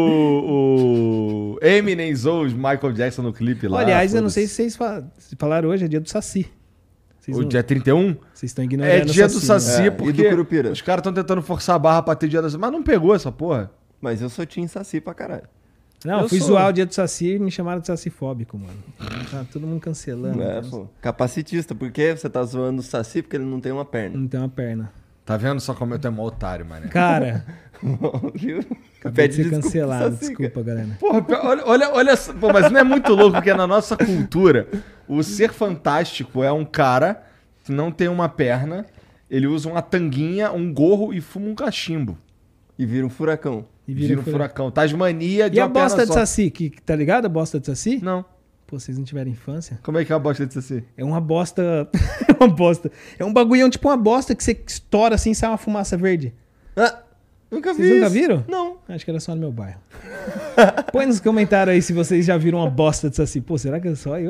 o, o Eminem zoou os Michael Jackson no clipe lá. Aliás, eu não sei foda-se. se vocês fa- se falaram hoje, é dia do Saci. Vocês, O não- dia trinta e um? vocês estão ignorando É o dia do Saci, né? É, e porque do Curupira? os caras estão tentando forçar a barra pra ter dia do Saci. Mas não pegou essa porra. Mas eu sou Team Saci pra caralho. Não, Eu fui sou- zoar o dia do Saci e me chamaram de sacifóbico, mano. Tá todo mundo cancelando. É, pô. Capacitista. Por que você tá zoando o Saci? Porque ele não tem uma perna. Não tem uma perna. Tá vendo só como eu tenho um otário, mané? Cara, Viu? acabei de ser desculpa, cancelado. Saci, Desculpa, galera. Porra, olha, olha, olha só- pô, mas não é muito louco, porque na nossa cultura, o ser fantástico é um cara que não tem uma perna, ele usa uma tanguinha, um gorro e fuma um cachimbo. E vira um furacão. E Vira, vira um fura- furacão. Tasmania de E a uma perna bosta de só. Saci? Que, que- tá ligado a bosta de Saci? Não. Pô, vocês não tiveram infância? Como é que é a bosta de Saci? É uma bosta. É uma bosta. É um bagulhão, tipo uma bosta que você estoura assim e sai uma fumaça verde. Ah, nunca vi Vocês nunca isso. viram? Não. Acho que era só no meu bairro. Põe nos comentários aí se vocês já viram uma bosta de Saci. Pô, será que é só eu?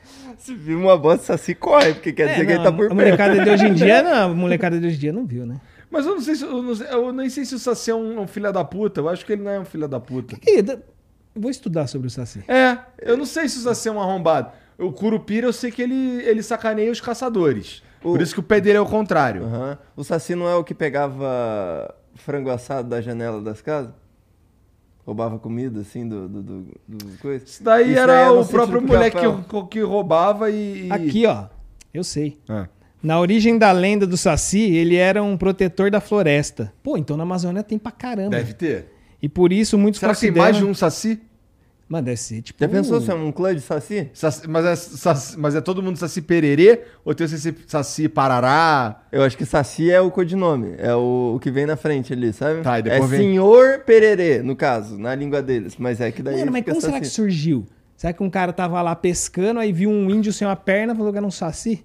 Se viu uma bosta, Saci corre, porque quer É, dizer que não, ele tá por a perto. molecada de hoje em dia, não, a molecada de hoje em dia não viu, né? Mas eu não sei se eu, não sei, eu nem sei se o Saci é um, um filho da puta. Eu acho que ele não é um filho da puta. E, da- eu vou estudar sobre o Saci. É, eu não sei se o Saci é um arrombado. O Curupira, eu sei que ele, ele sacaneia os caçadores. O- Por isso que o pé dele é o contrário. Aham. O Saci não é o que pegava frango assado da janela das casas? Roubava comida, assim, do, do, do, do coisa? Isso daí Isso era daí é no o próprio sentido do moleque pica-pau. que, que roubava e... e- Aqui, ó. Eu sei. Ah. Na origem da lenda do Saci, ele era um protetor da floresta. Pô, então na Amazônia tem pra caramba. Deve ter. E por isso muitos Será que tem consideram... mais de um Saci? Mano, deve ser tipo... Já pensou se é um clã de Saci? Saci- mas, é, saci- mas é todo mundo Saci Pererê? Ou tem o Saci, saci Parará? Eu acho que Saci é o codinome, é o, o que vem na frente ali, sabe? Tá, e depois é vem- Senhor Pererê, no caso, na língua deles. Mas é que daí Mano, mas fica como será que Saci. surgiu? Será que um cara tava lá pescando, aí viu um índio sem uma perna e falou que era um Saci?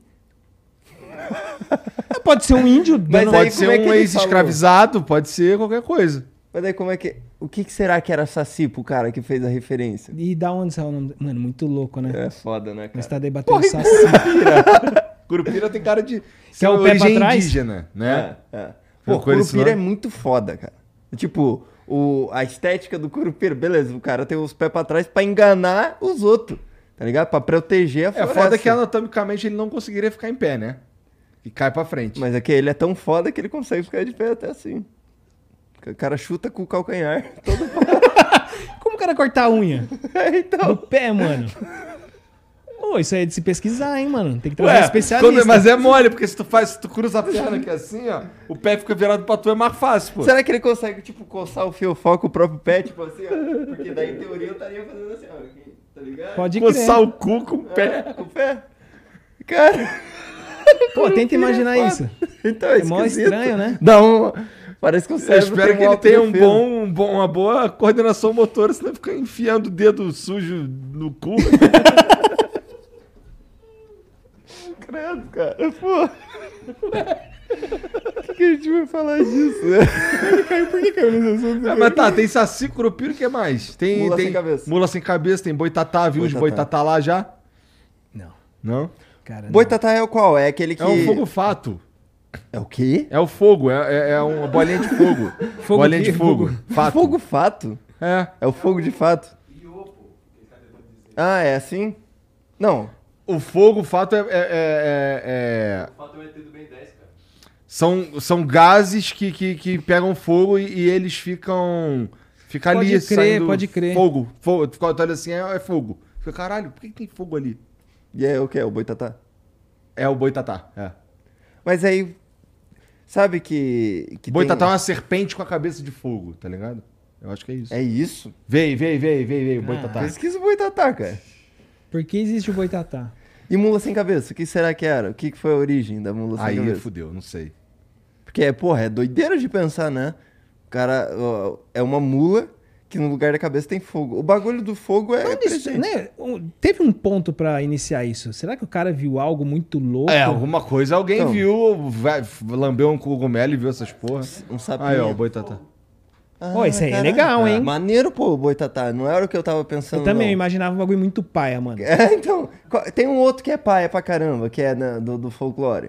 É, pode ser um índio, Mas dando- aí Pode ser como é que um ele ex-escravizado, pode ser qualquer coisa. Mas daí como é que... O que, que será que era Saci pro cara que fez a referência? E da onde saiu o nome? Mano, muito louco, né? É foda, né, Mas cara? tá debatendo Porra, Saci. Curupira tem cara de Quer o pé pra origem trás? indígena, né? É, é. Uma Pô, coisa Curupira assim, é muito foda, cara. Tipo, o, a estética do Curupira, beleza, o cara tem os pés pra trás pra enganar os outros, tá ligado? Pra proteger a É floresta. foda que anatomicamente ele não conseguiria ficar em pé, né? E cai pra frente. Mas é que ele é tão foda que ele consegue ficar de pé até assim. O cara chuta com o calcanhar. Todo... Como o cara cortar a unha? É, então. Do pé, mano. Pô, isso aí é de se pesquisar, hein, mano? Tem que trazer um Ué, especialista. quando- mas é mole, porque se tu faz, se tu cruza a perna aqui assim, ó, o pé fica virado pra tu, é mais fácil, pô. Será que ele consegue, tipo, coçar o fiofó com o próprio pé, tipo assim, ó? Porque daí, em teoria, eu estaria fazendo assim, ó. Aqui, tá ligado? Pode crer. Coçar o cu com o pé. É, com o pé. Cara... Pô, tenta imaginar é isso. Então, é É mó esquisito. estranho, né? Não, parece que o Eu cérebro espero tem que ele uma tenha um autodefesa. bom, um bom, uma boa coordenação motora, senão fica enfiando o dedo sujo no cu. Credo, cara. Pô. Por que, que a gente vai falar disso, né? Caiu, por que caiu nesse assunto? É, mas tá, tem Saci, Curupira, o que mais? Tem, Mula tem sem cabeça. Mula sem cabeça, tem Boitatá, viu os Boitatá. Boitatá lá já? Não, Não? cara. não. Boitatá é o qual? É aquele que... É um fogo fato. É o quê? É o fogo, é, é, é uma bolinha de fogo. Fogo bolinha que- de fogo. Fato. Fogo fato? É. É o fogo de fato. Ah, é assim? Não. O fogo fato é. é, é, é- São, são gases que, que, que pegam fogo e, e eles ficam. Fica Pode ali crer, saindo pode crer. Fogo. Fogo. Tu olha assim, é, é fogo. Fica, caralho, por que, que tem fogo ali? E é o que? É o boitatá? É o Boitatá. É. Mas aí... Sabe que... que Boitatá é tem... uma serpente com a cabeça de fogo, tá ligado? Eu acho que é isso. É isso? Vem, vem, vem, vem, vem, o Ah. Boitatá. Pesquisa o boitatá, cara. Por que existe o boitatá? E mula sem cabeça? O que será que era? O que que foi a origem da mula sem Aí cabeça? fudeu, não sei. Porque, porra, é doideira de pensar, né? O cara ó, é uma mula que no lugar da cabeça tem fogo. O bagulho do fogo é Onde isso, presente. né? Um- Teve um ponto pra iniciar isso. Será que o cara viu algo muito louco? É, alguma coisa alguém Então. viu, vai- lambeu um cogumelo e viu essas porra. Um sapinho. Aí, ó, o Boitatá. Ah, Ó, isso aí é caralho. legal, hein? Maneiro, pô, o boitatá. Não era o que eu tava Eu pensando, também não. imaginava um bagulho muito paia, mano. É, então, qual- tem um outro que é paia pra caramba, que é na- do, do folclore.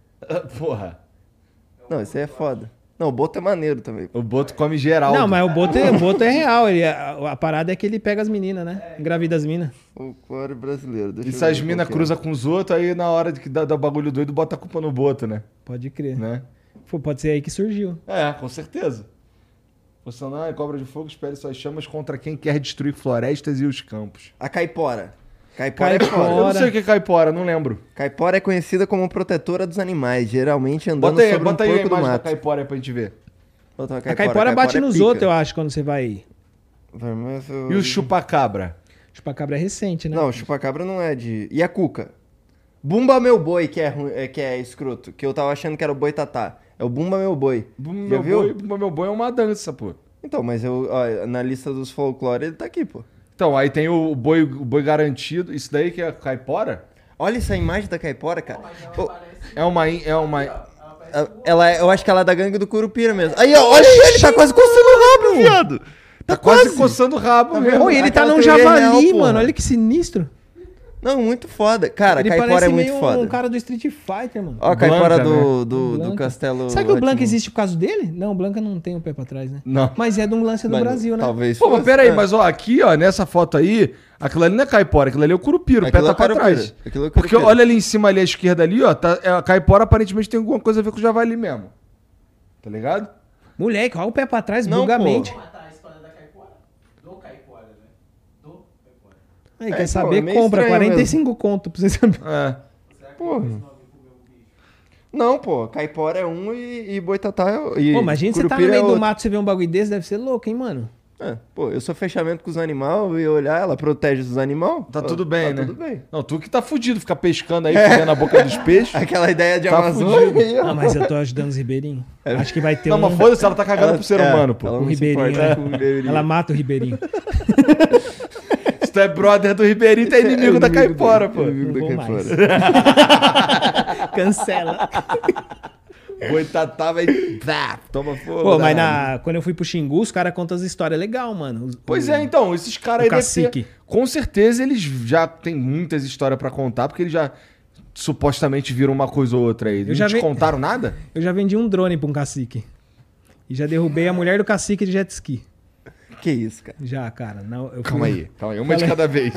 Porra. Não, esse aí é foda. Não, o boto é maneiro também. O Boto come geral. Não, mas o boto é, o boto é real. Ele, a, a parada é que ele pega as meninas, né? Engravida as minas. Folclore brasileiro. Deixa E eu se as ver minas qual que é. cruzam com os outros, aí na hora de que dá, dá bagulho doido, bota a culpa no Boto, né? Pode crer. né? Pô, pode ser aí que surgiu. É, com certeza. Funcionar cobra de fogo, espere suas chamas contra quem quer destruir florestas e os campos. A caipora. Caipora, é Caipora. foda. Eu não sei o que é caipora, não lembro. Caipora é conhecida como protetora dos animais, geralmente andando Bota aí, sobre bota um aí a porco do imagem da mato. caipora aí pra gente ver. Bota uma A caipora bate é nos pica. outros, eu acho, quando você vai. Vermelho- E o chupacabra? Chupacabra é recente, né? Não, chupacabra não é de... E a cuca? Bumba Meu Boi, que é, ru- é, que é escroto, que eu tava achando que era o boitatá. É o Bumba Meu Boi. Bumba Já meu, viu? boi, Bumba meu boi é uma dança, pô. Então, mas eu, ó, na lista dos folclore ele tá aqui, pô. Então, aí tem o boi, o boi garantido. Isso daí que é caipora? Olha essa imagem da caipora, cara. Ô, É uma... in- É uma... ela, é- eu acho que ela é da gangue do Curupira mesmo. Aí, ó, olha ele, tá quase coçando o rabo, viado. Tá quase coçando o rabo Tá mesmo. vendo? Ô, e ele tá Aquela num teoria é javali, real, porra. mano. Olha que sinistro. Não, muito foda. Cara, Ele Caipora parece é muito meio foda. um cara do Street Fighter, mano. Ó, a Caipora Blanca, do, né? do, do Blanca. Castelo... Será que o Blanca Rá-Tim-Bum. existe por causa dele? Não, o Blanca não tem o pé pra trás, né? Não. Mas é de um lance do Mas Brasil, né? Talvez Pô, mas fosse, pera aí, é. mas ó, aqui, ó, nessa foto aí, aquilo ali não é caipora, aquilo ali é o curupira, o pé Aquilo tá é pra curupira, trás. aquilo é Porque curupira. olha ali em cima, ali à esquerda ali, ó, tá, é, a caipora aparentemente tem alguma coisa a ver com o javali mesmo. Tá ligado? Moleque, olha o pé pra trás, Não, bugamente. pô. Matar a história da caipora? Do caipora, né? Do caipora. Aí, É, quer pô, saber? é meio Compra estranho quarenta e cinco conto pra você saber. É. Porra. Não, pô, Caipora é um e, e Boitatá é... E Pô, imagina você tá no Curupira meio é do outro. mato, você vê um bagulho desse, deve ser louco, hein, mano? É, pô, eu sou fechamento com os animais e olhar, ela protege os animais. Tá pô, tudo bem, tá né? tudo bem. Não, tu que tá fudido, ficar pescando aí, fazendo a boca dos peixes. Aquela ideia de Tá Amazônia fudido. aí, ó. Ah, mas eu tô ajudando os ribeirinhos. Acho que vai ter Não, um... mas foda-se, ela tá cagando pro ser é, humano, pô. Ela Um não se ribeirinho, importa né? com o ribeirinho. Ela mata o ribeirinho. Se tu é brother do ribeirinho, tá inimigo, É da inimigo caipora, do- pô. inimigo Não da vou Caipora. mais. Cancela. Boitatá vai... Vá, toma fogo. Pô, mas danado. na... quando eu fui pro Xingu, os caras contam as histórias legais, mano. Os- Pois o- é, então, esses caras aí o devem ter- cacique. com certeza eles já têm muitas histórias pra contar, porque eles já supostamente viram uma coisa ou outra aí. Não já te vi- contaram nada? Eu já vendi um drone pra um cacique. E já derrubei a mulher do cacique de jet ski. Que isso, cara. Já, cara. Não, eu fui- Calma aí, calma aí, uma de Fala cada vez.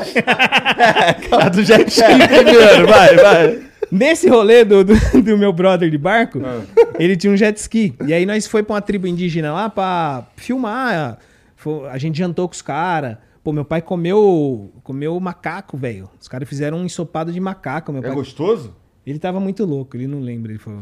A do jet ski primeiro, vai, vai. Nesse rolê do, do, do meu brother de barco, ele tinha um jet ski. E aí nós foi pra uma tribo indígena lá pra filmar. Fo- A gente jantou com os caras. Pô, meu pai comeu, comeu macaco, velho. Os caras fizeram um ensopado de macaco. Meu É pai... gostoso? Ele tava muito louco, ele não lembra, ele falou.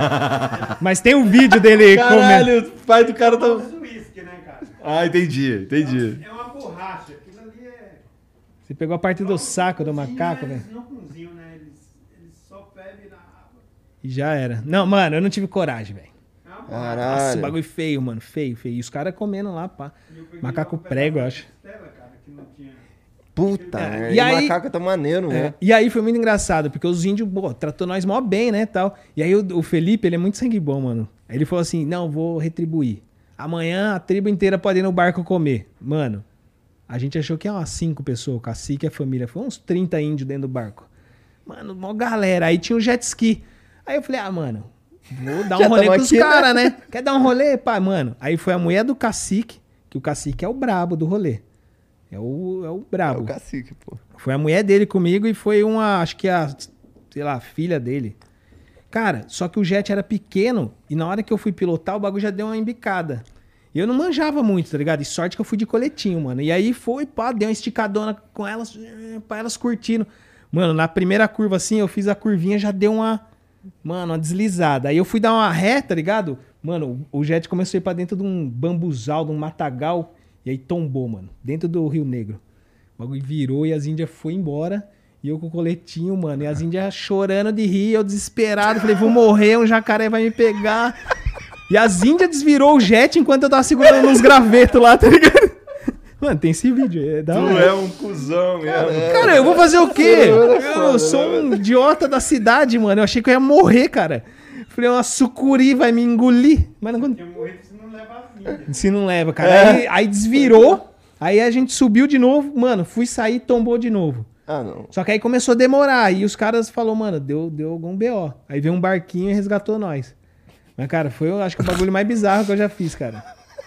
Mas tem um vídeo dele comendo. Caralho, o pai do cara tá... Uísque, né, cara? Ah, entendi, entendi. É uma borracha. Aquilo ali é. Você pegou a parte do saco do macaco, velho. Eles não cozinham, né? Eles, eles só bebem na água. E já era. Não, mano, eu não tive coragem, velho. É uma borracha. Nossa, Caralho. bagulho feio, mano. Feio, feio. E os caras comendo lá, pá. E eu peguei Macaco um pedaço prego, eu de acho. costela, cara, que não tinha. Puta, É, merda. e E aí- macaco tá maneiro, né? E aí foi muito engraçado, porque os índios, pô, tratou nós mó bem, né, tal. E aí o, o Felipe, ele é muito sangue bom, mano. Aí ele falou assim, não, vou retribuir. Amanhã a tribo inteira pode ir no barco comer. Mano, a gente achou que ia umas cinco pessoas, o cacique e a família. Foi uns trinta índios dentro do barco. Mano, mó galera. Aí tinha um jet ski. Aí eu falei, ah, mano, vou dar um Já rolê tamo com os aqui, né? caras, né? Quer dar um rolê, pai? Mano, aí foi a mulher do cacique, que o cacique é o brabo do rolê. É o, é o É brabo. o cacique, pô. Foi a mulher dele comigo e foi uma, acho que a, sei lá, filha dele. Cara, só que o jet era pequeno e na hora que eu fui pilotar, o bagulho já deu uma embicada. E eu não manjava muito, tá ligado? E sorte que eu fui de coletinho, mano. E aí foi, pá, deu uma esticadona com elas, eh, pra elas curtindo. Mano, na primeira curva assim, eu fiz a curvinha, já deu uma, mano, uma deslizada. Aí eu fui dar uma ré, tá ligado? Mano, o jet começou a ir pra dentro de um bambuzal, de um matagal. E aí tombou, mano, dentro do Rio Negro. O bagulho virou e as índias foi embora. E eu com o coletinho, mano. E as índias chorando de rir, eu desesperado. Falei, vou morrer, um jacaré vai me pegar. E as índias desvirou o jet enquanto eu tava segurando uns gravetos lá, tá ligado? Mano, tem esse vídeo. É da Tu hora. é um cuzão mesmo. Cara, eu vou fazer o quê? Foda, Eu foda, sou né, um idiota da cidade, mano. Eu achei que eu ia morrer, cara. Falei, uma sucuri vai me engolir. Mas não Eu morri se não leva as índias. se não leva, cara. Aí, aí desvirou. Aí a gente subiu de novo. Mano, fui sair, tombou de novo. Ah, não. Só que aí começou a demorar. E os caras falaram, mano, deu, deu algum B O. Aí veio um barquinho e resgatou nós. Mas, cara, foi, eu acho que o bagulho mais bizarro que eu já fiz, cara.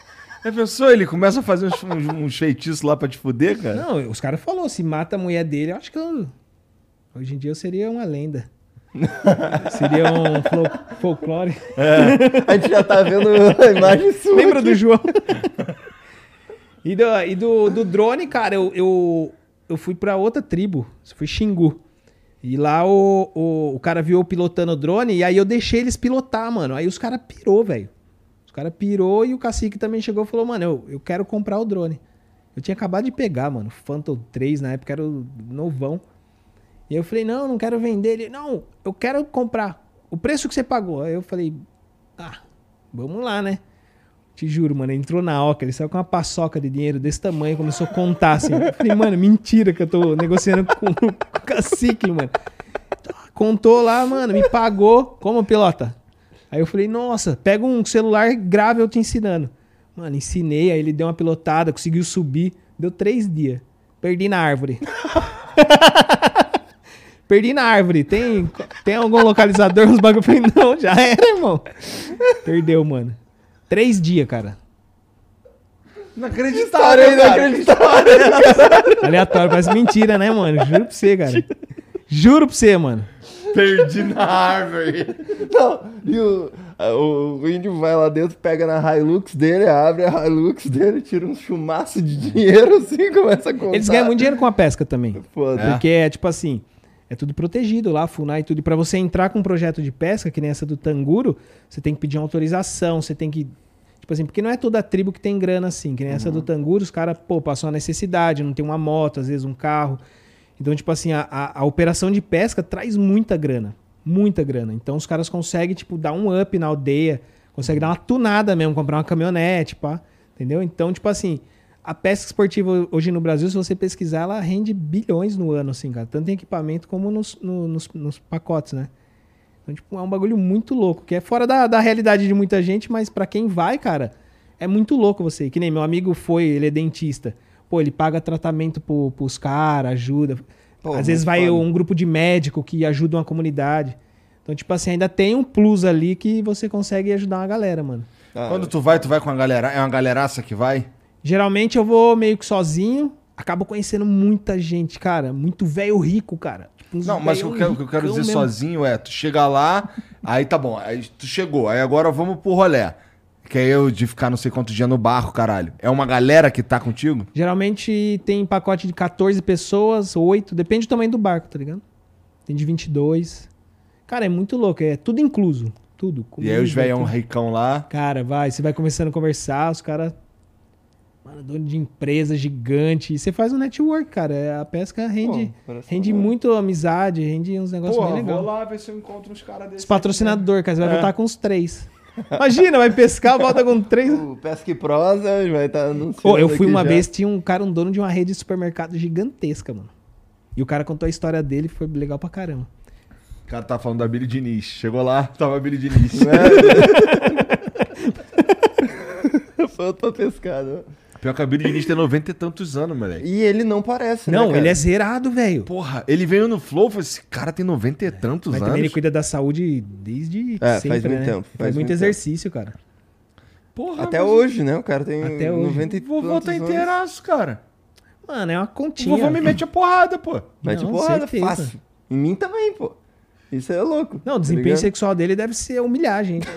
Já pensou? Ele começa a fazer uns, uns, uns feitiços lá pra te fuder, cara? Não, os caras falaram, se mata a mulher dele, eu acho que eu... Hoje em dia eu seria uma lenda. Seria um flo- folclore. A gente já tá vendo a imagem sua. Lembra do João? E, do, e do, do drone, cara, eu, eu, eu fui pra outra tribo. Fui Xingu. E lá o, o, o cara viu eu pilotando o drone e aí eu deixei eles pilotar, mano. Aí os caras pirou, velho. Os caras pirou e o cacique também chegou e falou, mano, eu, eu quero comprar o drone. Eu tinha acabado de pegar, mano. Phantom três, na época era o novão. E eu falei, não, não quero vender. Ele, não, eu quero comprar. O preço que você pagou. Aí eu falei, ah, vamos lá, né? Te juro, mano, ele entrou na oca, ele saiu com uma paçoca de dinheiro desse tamanho, começou a contar assim. Eu falei, mano, mentira que eu tô negociando com, com o cacique, mano. Contou lá, mano, me pagou. Como pilota? Aí eu falei, nossa, pega um celular, grave eu te ensinando. Mano, ensinei, aí ele deu uma pilotada, conseguiu subir. Deu três dias. Perdi na árvore. perdi na árvore. Tem, tem algum localizador, uns bagulho? Eu falei, não, já era, irmão. Perdeu, mano. Três dias, cara. Inacreditável, História cara. inacreditável. Aleatório, parece mentira, né, mano? Juro pra você, cara. Juro pra você, mano. Perdi na árvore. Não, e o, o, o índio vai lá dentro, pega na Hilux dele, abre a Hilux dele, tira um chumaço de dinheiro assim e começa a contar. Eles ganham muito dinheiro com a pesca também. Foda. Porque é tipo assim, é tudo protegido lá, FUNAI e tudo. E pra você entrar com um projeto de pesca, que nem essa do Tanguro, você tem que pedir uma autorização, você tem que... Tipo assim, porque não é toda a tribo que tem grana assim. Que nem essa do Tanguro, os caras, pô, passam uma necessidade, não tem uma moto, às vezes um carro. Então, tipo assim, a, a, a operação de pesca traz muita grana. Muita grana. Então, os caras conseguem, tipo, dar um up na aldeia, conseguem dar uma tunada mesmo, comprar uma caminhonete, pá. Entendeu? Então, tipo assim, a pesca esportiva hoje no Brasil, se você pesquisar, ela rende bilhões no ano, assim, cara. Tanto em equipamento como nos, no, nos, nos pacotes, né? Então, tipo, é um bagulho muito louco, que é fora da, da realidade de muita gente, mas pra quem vai, cara, é muito louco você. Que nem meu amigo foi, ele é dentista. Pô, ele paga tratamento pro, pros caras, ajuda. Pô, Às vezes muito vai foda. um grupo de médico que ajuda uma comunidade. Então, tipo assim, ainda tem um plus ali que você consegue ajudar uma galera, mano. Ah, Quando tu vai, tu vai com a galera. É uma galeraça que vai? Geralmente eu vou meio que sozinho, acabo conhecendo muita gente, cara. Muito velho rico, cara. Tipo, uns Não, mas o que eu velho quero, o que eu quero ricão dizer mesmo. sozinho é, tu chega lá, aí tá bom, aí tu chegou, aí agora vamos pro rolê. Que é eu de ficar não sei quanto dia no barco, caralho. É uma galera que tá contigo? Geralmente tem pacote de catorze pessoas, oito, depende do tamanho do barco, tá ligado? Tem de vinte e dois. Cara, é muito louco, é tudo incluso. Tudo. E aí os Comida, velhão tudo. ricão lá. Cara, vai, você vai começando a conversar, os caras. Mano, dono de empresa gigante. E você faz um network, cara. é- A pesca rende, Pô, parece rende legal. muito amizade, rende uns negócios bem legais. lá ver se eu encontro uns caras desses. Os patrocinadores, cara, você vai É. voltar com uns três. Imagina, vai pescar, volta com três. O Pesca e Prosa vai estar anunciando Pô, eu fui aqui uma já. vez, tinha um cara, um dono de uma rede de supermercado gigantesca, mano. E o cara contou a história dele, foi legal pra caramba. O cara tá falando da Billy Diniz. Chegou lá, tava a Billy Diniz. Foi pra pescar, né? Pior que a Billy Diniz tem noventa e tantos anos, moleque. E ele não parece, né, Não, cara? ele é zerado, velho. Porra, ele veio no Flow, falou, esse cara tem noventa e tantos Mas anos. também ele cuida da saúde desde É, sempre, faz muito né? tempo, Faz, faz muito muito exercício, cara. Porra, Até mas hoje, né? O cara tem Até hoje. noventa e O vovô tantos tá anos. inteiraço, cara. Mano, é uma O continha. vovô me mete a porrada, pô. Mete Não, porrada, certeza. fácil. Em mim também, pô. Isso é louco. Não, o tá desempenho ligado? sexual dele deve ser humilhar a gente.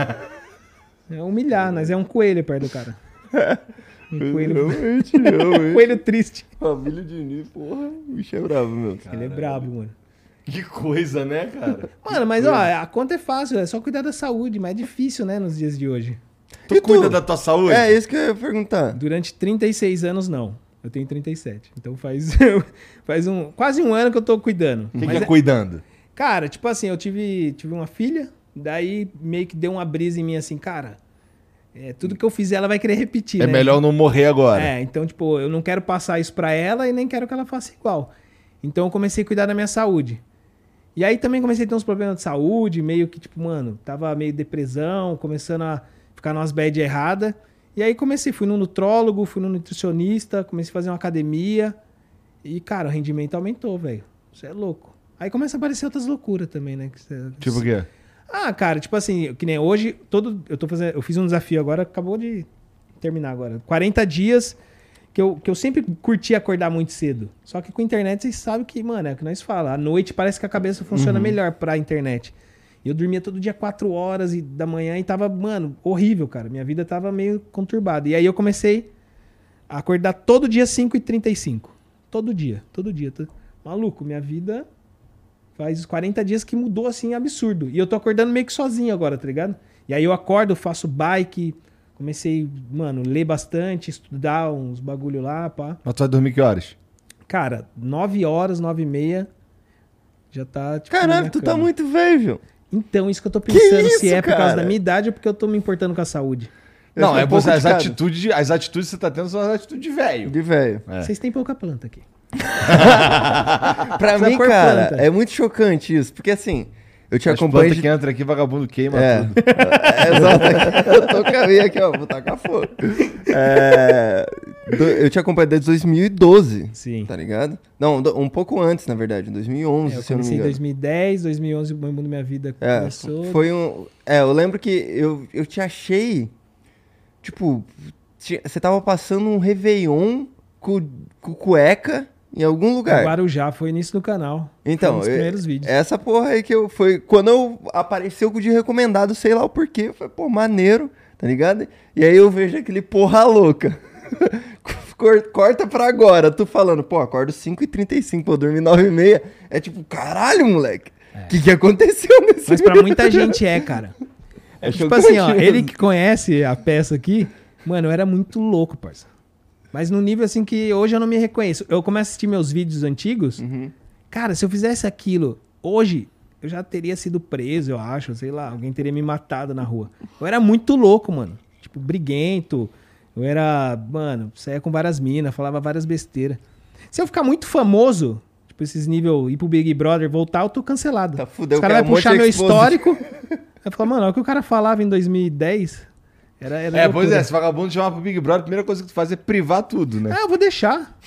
É humilhar, mas é um coelho perto do cara. Um coelho, Realmente, um realmente. coelho triste. Família de Diniz, porra, o bicho é bravo, meu. Ele é brabo, mano. Que coisa, né, cara? Mano, mas ó, a conta é fácil, é só cuidar da saúde, mas é difícil, né, nos dias de hoje. Tu E tu? cuida da tua saúde? É, isso que eu ia perguntar. Durante trinta e seis anos, não. Eu tenho trinta e sete. Então faz, faz um, quase um ano que eu tô cuidando. O que, Mas que é cuidando? Cara, tipo assim, eu tive, tive uma filha, daí meio que deu uma brisa em mim assim, cara, é, tudo que eu fizer ela vai querer repetir, É né? melhor não morrer agora. É, então, tipo, eu não quero passar isso pra ela e nem quero que ela faça igual. Então eu comecei a cuidar da minha saúde. E aí também comecei a ter uns problemas de saúde, meio que, tipo, mano, tava meio depressão, começando a ficar numas bad erradas. E aí comecei, fui no nutrólogo, fui no nutricionista, comecei a fazer uma academia. E, cara, o rendimento aumentou, velho. Isso é louco. Aí começa a aparecer outras loucuras também, né? Que cê- Tipo o quê? Ah, cara, tipo assim, que nem hoje, todo, eu tô fazendo, eu fiz um desafio agora, acabou de terminar agora. quarenta dias que eu, que eu sempre curti acordar muito cedo. Só que com a internet vocês sabem que, mano, é o que nós falamos. À noite parece que a cabeça funciona melhor pra internet. E eu dormia todo dia quatro horas e, da manhã e tava, mano, horrível, cara. Minha vida tava meio conturbada. E aí eu comecei a acordar todo dia cinco e trinta e cinco. Todo dia, todo dia. Tô... Maluco, minha vida faz quarenta dias que mudou assim, absurdo. E eu tô acordando meio que sozinho agora, tá ligado? E aí eu acordo, faço bike, comecei, mano, ler bastante, estudar uns bagulho lá, pá. Mas tu vai dormir que horas? Cara, nove horas, nove e meia, já tá, tipo, na Caralho, minha tu tá cama. muito velho, viu? Então, isso que eu tô pensando, isso, se é por causa cara? da minha idade ou porque eu tô me importando com a saúde. Eu Não, sou é um pouco você, as, de cada. atitudes, de- as atitudes que você tá tendo são as atitudes de velho. De velho. É. Vocês têm pouca planta aqui. Pra Precisa mim, pôr cara, planta. é muito chocante isso. Porque assim, eu te As acompanho. plantas De... que entra aqui, vagabundo queima É, tudo. é, exato. Eu tô com a minha aqui, ó. Vou tacar fogo. É, do- eu te acompanho desde dois mil e doze, Sim. tá ligado? Não, do- um pouco antes, na verdade, dois mil e onze, É, eu se eu não me comecei em engano. dois mil e dez, dois mil e onze, o Mundo Minha Vida É, começou. foi um... É, eu lembro que eu, eu te achei, tipo, ti- você tava passando um Réveillon com, com cueca em algum lugar. Guarujá, foi início do canal. Então, foi um dos eu- primeiros vídeos. essa porra aí que eu... Foi quando eu apareceu com o de recomendado, sei lá o porquê, eu falei, pô, maneiro, tá ligado? E aí eu vejo aquele porra louca. Cor- Corta pra agora, tu falando, pô, acordo cinco e trinta e cinco, vou dormir nove e meia. É tipo, caralho, moleque. O que que aconteceu nesse Mas pra muita gente é, cara. É tipo assim, ó, chocante ele mesmo. que conhece a peça aqui, mano, eu era muito louco, parça. Mas num nível assim que hoje eu não me reconheço. Eu começo a assistir meus vídeos antigos, Uhum. cara, se eu fizesse aquilo hoje, eu já teria sido preso, eu acho, sei lá, alguém teria me matado na rua. Eu era muito louco, mano. Tipo, briguento. Eu era, mano, saía com várias minas, falava várias besteiras. Se eu ficar muito famoso, tipo, esses nível, ir pro Big Brother, voltar, eu tô cancelado. Tá fudeu, Os caras cara, vão um monte puxar de meu exposed. histórico. Eu falo, mano, olha o que o cara falava em dois mil e dez. Era, era É, pois loucura. é, se vagabundo chamar pro Big Brother, a primeira coisa que tu faz é privar tudo, né? Ah, eu vou deixar.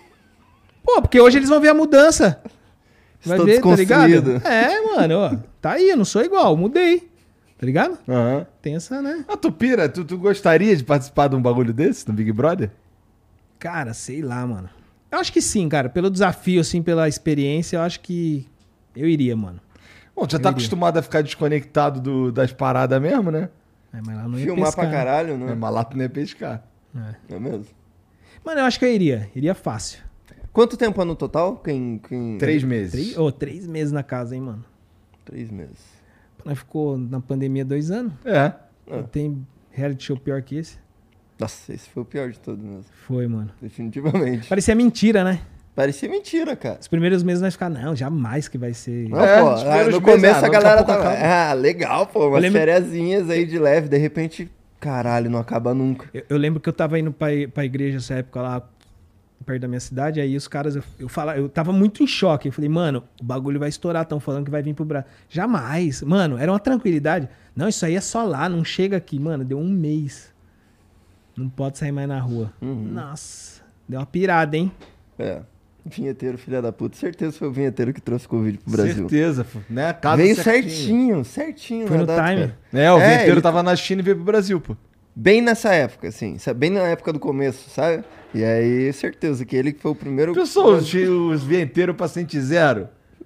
Pô, porque hoje eles vão ver a mudança. Vai Estou ver, tá ligado? desconstruído. É, mano, ó. Tá aí, eu não sou igual, mudei. Tá ligado? Aham. Tem essa, né? Ah, tu pira, tu, tu gostaria de participar de um bagulho desse, no Big Brother? Cara, sei lá, mano. Eu acho que sim, cara. Pelo desafio, assim, pela experiência, eu acho que eu iria, mano. Bom, tu já Eu tá iria. acostumado a ficar desconectado do- das paradas mesmo, né? É, mas lá não ia Filmar pescar. pra caralho, É, né? mas lá tu não ia pescar. É. Não é mesmo? Mano, eu acho que eu iria. Iria fácil. Quanto tempo é no total? Quem, quem... Três meses. Três, oh, três meses na casa, hein, mano. Três meses. Nós ficou na pandemia dois anos. É. Ah. Tem reality show pior que esse? Nossa, esse foi o pior de todos mesmo. Foi, mano. Definitivamente. Parecia mentira, né? Parecia mentira, cara. Os primeiros meses nós ficamos, não, jamais que vai ser. Não, É, pô, os ah, primeiros no meses, começo ah, a daqui galera a pouco tava. acaba. Ah, legal, pô. Umas lembro- fériasinhas aí de leve, de repente. Caralho, não acaba nunca. Eu, eu lembro que eu tava indo pra, i- pra igreja essa época lá, perto da minha cidade, aí os caras, eu, eu, fala, eu tava muito em choque. Eu falei, mano, o bagulho vai estourar, estão falando que vai vir pro Brasil. Jamais. Mano, era uma tranquilidade. Não, isso aí é só lá, não chega aqui. Mano, deu um mês. Não pode sair mais na rua. Uhum. Nossa, deu uma pirada, hein? É. Vinheteiro, filha da puta. Certeza foi o vinheteiro que trouxe Covid pro Brasil. Certeza, pô, né? Casa Veio certinho. certinho, certinho. Foi na no data, time. cara. É, o É, vinheteiro ele- tava na China e veio pro Brasil, pô. Bem nessa época, assim. sabe? Bem na época do começo, sabe? E aí, certeza que ele que foi o primeiro. Pessoal, os, os vinheteiros paciente zero.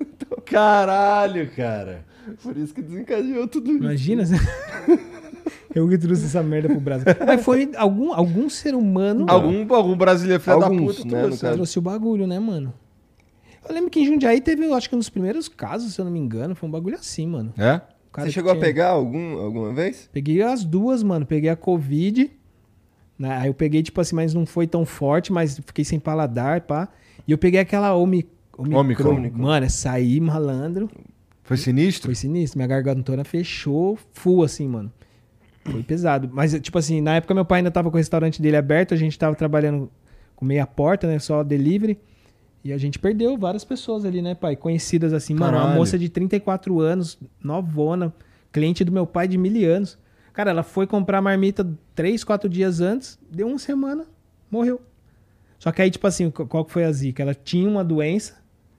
Caralho, cara. Por isso que desencadeou tudo isso. Imagina. Eu que trouxe essa merda pro Brasil. Mas foi algum, algum ser humano Algum, algum brasileiro filho da Alguns, puta né, trouxe, no caso. trouxe o bagulho, né, mano? Eu lembro que em Jundiaí teve, eu acho que um dos primeiros casos, se eu não me engano, foi um bagulho assim, mano. É? O cara Você que chegou a tinha- pegar algum, alguma vez? Peguei as duas, mano. Peguei a Covid. Né? Aí eu peguei, tipo assim, mas não foi tão forte, mas fiquei sem paladar, pá. E eu peguei aquela Omi... Omicron. Omicron. Mano, saí malandro. Foi sinistro? Foi sinistro. Minha gargantona fechou full, assim, mano. Foi pesado. Mas, tipo assim, na época meu pai ainda tava com o restaurante dele aberto, a gente tava trabalhando com meia porta, né? Só delivery. E a gente perdeu várias pessoas ali, né, pai? Conhecidas assim, mano. Uma Caralho. moça de trinta e quatro anos, novona, cliente do meu pai de mil anos. Cara, ela foi comprar marmita três, quatro dias antes, deu uma semana, morreu. Só que aí, tipo assim, qual que foi a zica? Ela tinha uma doença,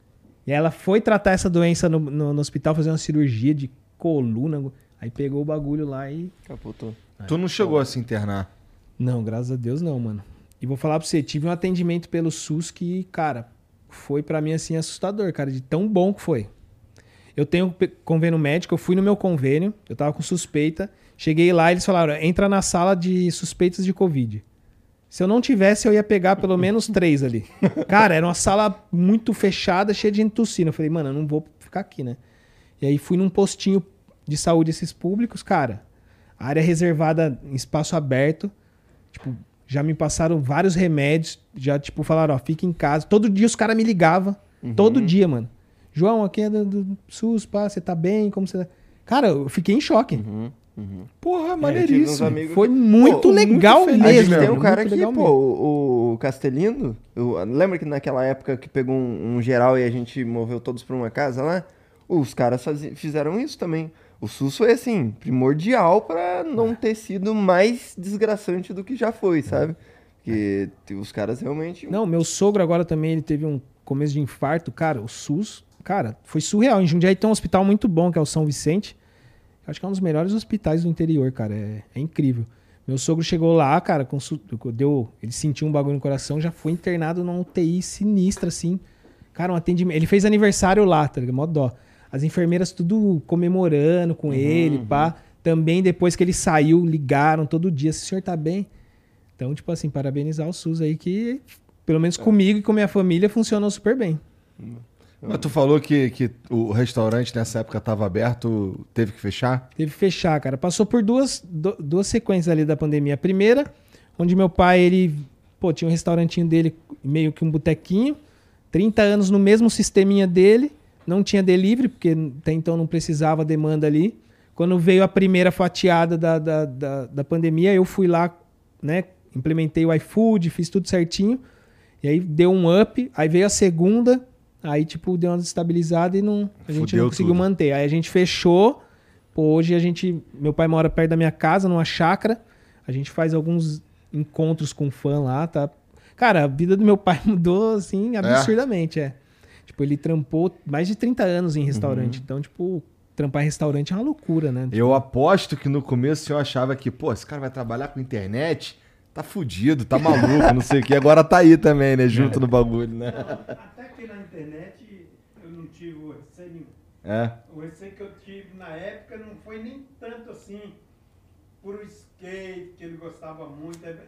e ela foi tratar essa doença no, no, no hospital, fazer uma cirurgia de coluna. Aí pegou o bagulho lá e... Capotou. Tu não chegou a se internar. Não, graças a Deus não, mano. E vou falar pra você, tive um atendimento pelo SUS que, cara, foi pra mim, assim, assustador, cara, de tão bom que foi. Eu tenho pe- convênio médico, eu fui no meu convênio, eu tava com suspeita, cheguei lá e eles falaram, entra na sala de suspeitas de Covid. Se eu não tivesse, eu ia pegar pelo menos três ali. Cara, era uma sala muito fechada, cheia de gente tossindo. Eu falei, mano, eu não vou ficar aqui, né? E aí fui num postinho de saúde esses públicos, cara, área reservada em espaço aberto, tipo, já me passaram vários remédios, já, tipo, falaram, ó, fica em casa. Todo dia os caras me ligavam, todo dia, mano. João, aqui é do, do SUS, pá, você tá bem, como você... Cara, eu fiquei em choque. Uhum, uhum. Porra, É, tive uns maneiríssimo. amigos Foi que- muito Pô, legal muito feliz mesmo. mesmo. Tem um muito cara aqui, legal pô, mesmo. o, o Castelino. eu- lembra que naquela época que pegou um, um geral e a gente moveu todos pra uma casa lá? Os caras fazi- fizeram isso também. O SUS foi, assim, primordial pra não ter sido mais desgraçante do que já foi, sabe? Porque os caras realmente... Não, meu sogro agora também, ele teve um começo de infarto. Cara, o SUS, cara, foi surreal. Em Jundiaí tem um hospital muito bom, que é o São Vicente. Acho que é um dos melhores hospitais do interior, cara. É, é incrível. Meu sogro chegou lá, cara, consul... deu... ele sentiu um bagulho no coração, já foi internado numa U T I sinistra, assim. Cara, um atendimento... Ele fez aniversário lá, tá ligado? Mó dó. As enfermeiras tudo comemorando com uhum, ele, pá. Também depois que ele saiu, ligaram todo dia. Se o senhor tá bem? Então, tipo assim, parabenizar o SUS aí que, pelo menos comigo e com minha família, funcionou super bem. Mas tu falou que, que o restaurante nessa época estava aberto, teve que fechar? Teve que fechar, cara. Passou por duas, du- duas sequências ali da pandemia. A primeira, onde meu pai, ele, pô, tinha um restaurantinho dele, meio que um botequinho, trinta anos no mesmo sisteminha dele, não tinha delivery, porque até então não precisava demanda ali. Quando veio a primeira fatiada da, da, da, da pandemia, eu fui lá, né, implementei o iFood, fiz tudo certinho, e aí deu um up, aí veio a segunda, aí tipo deu uma desestabilizada e não, a gente Fudeu não conseguiu tudo. manter. Aí a gente fechou, pô, hoje a gente, meu pai mora perto da minha casa, numa chácara, a gente faz alguns encontros com fã lá, tá? Cara, a vida do meu pai mudou, assim, absurdamente, é. é. Tipo, ele trampou mais de trinta anos em restaurante, uhum. Então, tipo, trampar em restaurante é uma loucura, né? Eu aposto que no começo eu achava que, pô, esse cara vai trabalhar com internet, tá fudido, tá maluco, não sei o quê. Agora tá aí também, né? Junto no bagulho, né? Até que na internet eu não tive o receio nenhum. É. O receio que eu tive na época não foi nem tanto assim por o skate, que ele gostava muito. É,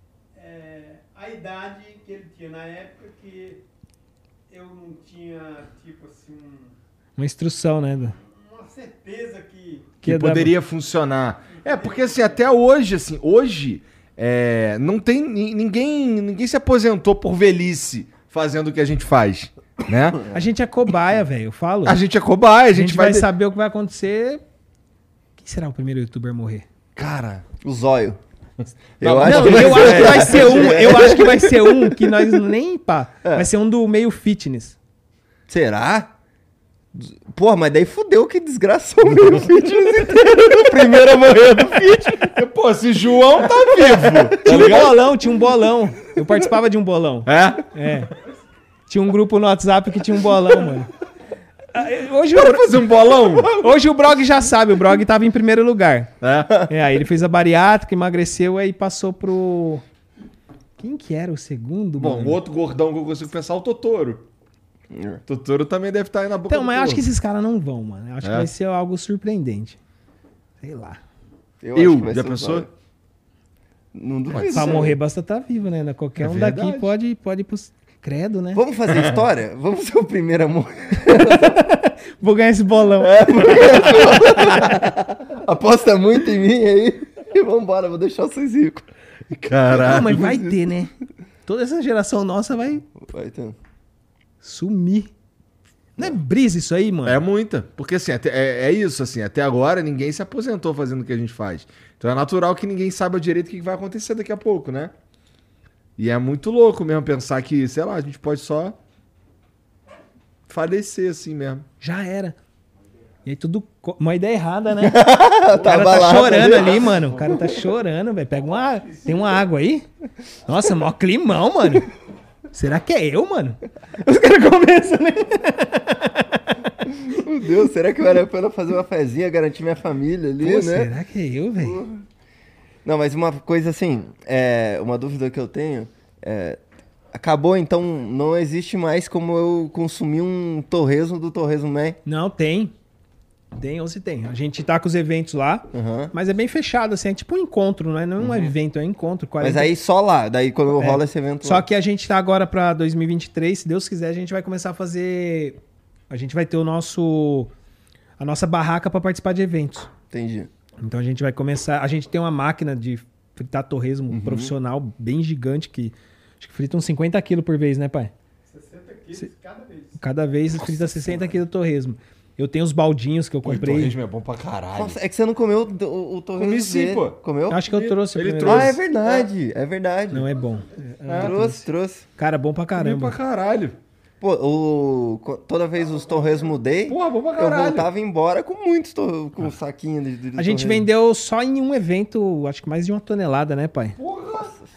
é, a idade que ele tinha na época que eu não tinha, tipo assim, um, Uma instrução, né? uma certeza que... Que, Que poderia funcionar. É, porque assim, até hoje, assim, hoje, é, não tem... ni- Ninguém, ninguém se aposentou por velhice fazendo o que a gente faz, né? A gente é cobaia, velho, eu falo. A gente é cobaia, a A gente, gente vai de- saber o que vai acontecer. Quem será o primeiro youtuber a morrer? Cara, O zóio. Não, Eu não, acho Não, que eu vai acho ser- que vai ser um, eu acho que vai ser um que nós nem, pá, vai ser um do meio fitness. Será? Porra, mas daí fudeu que desgraçou o meu fitness inteiro. O primeiro a morrer do fitness. pô, esse João tá vivo. Tinha um bolão, tinha um bolão. Eu participava de um bolão. É? É. Tinha um grupo no WhatsApp que tinha um bolão, mano. Ah, Hoje Bora o, fazer um bolão? hoje o Brog já sabe, o Brog tava em primeiro lugar. É. É, aí ele fez a bariátrica, emagreceu, aí passou pro... Quem que era o segundo, Bom, mano? o outro gordão que eu consigo pensar é o Totoro. O Totoro também deve estar aí na boca Então, do mas eu acho que povo. esses caras não vão, mano. Eu acho É? que vai ser algo surpreendente. Sei lá. Eu, Eu, acho que vai já ser o pensou? zóio. Não duvido. Pra né? morrer basta estar vivo, né? Qualquer É um verdade. daqui pode, pode ir pros... Credo, né? Vamos fazer história? Vamos ser o primeiro a morrer. Vou ganhar esse bolão. Aposta muito em mim aí. E vambora, vou deixar vocês ricos. Caralho. Não, mas vai ter, né? Toda essa geração nossa vai Vai ter. sumir. Não é brisa isso aí, mano? É muita. Porque assim, até- é, é isso, assim, até agora ninguém se aposentou fazendo o que a gente faz. Então é natural que ninguém saiba direito o que vai acontecer daqui a pouco, né? E é muito louco mesmo pensar que, sei lá, a gente pode só falecer assim mesmo. Já era. E aí tudo... co- Uma ideia errada, né? O cara tá abalado chorando ali. ali, mano. O cara tá chorando, velho. Pega uma... Tem uma água aí? Nossa, mó climão, mano. Será que é eu, mano? Os caras começam, né? Meu Deus, será que vale a pena fazer uma fezinha, garantir minha família ali, Pô, né? será que é eu, velho? Não, mas uma coisa assim, é, uma dúvida que eu tenho, é, acabou então, não existe mais como eu consumir um torresmo do Torresmo Man. Não, tem. Tem ou se tem. A gente tá com os eventos lá, Uhum. mas é bem fechado, assim. É tipo um encontro, não é, não é um evento, é um encontro. Mas quarenta aí só lá, daí quando É. rola esse evento Só lá. que a gente tá agora pra dois mil e vinte e três, se Deus quiser, a gente vai começar a fazer... A gente vai ter o nosso... A nossa barraca pra participar de eventos. Entendi. Então a gente vai começar... A gente tem uma máquina de fritar torresmo profissional bem gigante que... Acho que frita uns cinquenta quilos por vez, né, pai? sessenta quilos cada vez. Cada vez frita sessenta quilos de torresmo. Eu tenho os baldinhos que eu Pô, o comprei. torresmo é bom pra caralho. Nossa, é que você não comeu o, o, o torresmo Comi sim, dele. pô. Comeu? Acho que eu trouxe. a Ele primeira Ah, vez. é verdade, é verdade. Não, é bom. Trouxe, trouxe. Cara, bom pra Comi caramba. pra caralho. Pô, o, co- toda vez os torresmo dei, Porra, bom pra eu caralho. voltava embora com muitos tor- com um saquinho de, de A gente torresmo. vendeu só em um evento, acho que mais de uma tonelada, né, pai? Porra.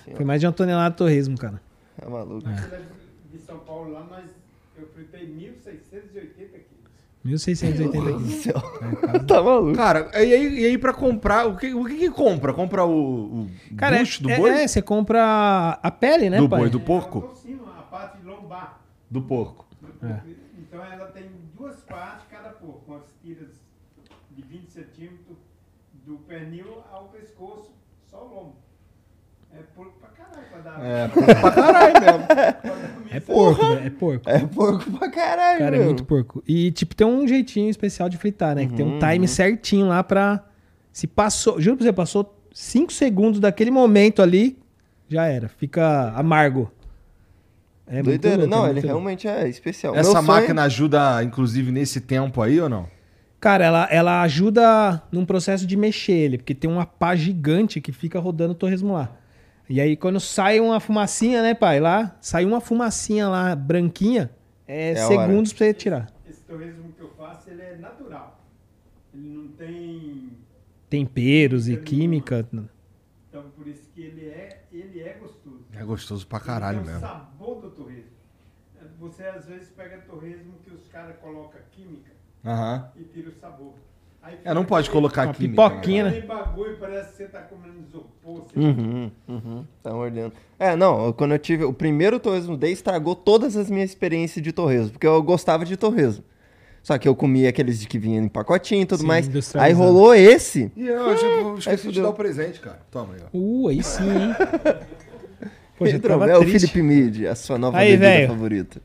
assim, Foi mais de uma tonelada de torresmo, cara. ó. É maluco. De São Paulo lá, nós, eu fritei mil seiscentos e oitenta quilos. mil seiscentos e oitenta Meu Deus do quilos. céu. Tá maluco. Cara, e aí, e aí pra comprar, o que, o que que compra? Compra o, o Cara, bucho do é, boi? é, você compra a pele, né, do pai? boi, do É, porco? o tocinho, a parte lombar. Do porco. do porco. Então ela tem duas partes cada porco, com as tiras de vinte centímetros do pernil ao pescoço, só o lombo. É porco pra caralho pra dar. É, porco pra caralho mesmo. É porco, velho, é porco. É porco pra caralho, Cara, é meu. muito porco. E, tipo, tem um jeitinho especial de fritar, né? Que tem um Uhum, time uhum. certinho lá pra... Se passou... Juro pra você, passou cinco segundos daquele momento ali, já era. Fica amargo. É muito Doideira. louco, Não, é ele muito louco. realmente é especial. Essa Meu sonho- máquina ajuda, inclusive, nesse tempo aí ou não? Cara, ela, ela ajuda num processo de mexer ele, porque tem uma pá gigante que fica rodando o torresmo lá. E aí, quando sai uma fumacinha, né, pai? Lá, sai uma fumacinha lá, branquinha, é, É a segundos pra você tirar. Esse torresmo que eu faço, ele é natural. Ele não tem... Temperos e Ele não- química. Então por isso que ele é, ele é gostoso. É gostoso pra caralho Ele tem mesmo. o sabor do torresmo. Você às vezes pega torresmo que os caras colocam química Aham. e tira o sabor. Aí É, não fica pode aquele- colocar Uma química. pipoquinha, né? Aquele bagulho, parece que você tá comendo isopor. Você Uhum, uhum. Tá mordendo. É, não, quando eu tive... O primeiro torresmo day estragou todas as minhas experiências de torresmo, porque eu gostava de torresmo. Só que eu comia aqueles de que vinham em pacotinho e tudo Sim, mais. Aí industrializado. rolou esse. E eu, eu esqueci de te fudeu. dar o presente, cara. Toma aí, ó. Uh, aí sim, hein? Pô, já Pedro, tava é o triste. Felipe Mid, a sua nova Aí, bebida velho. favorita.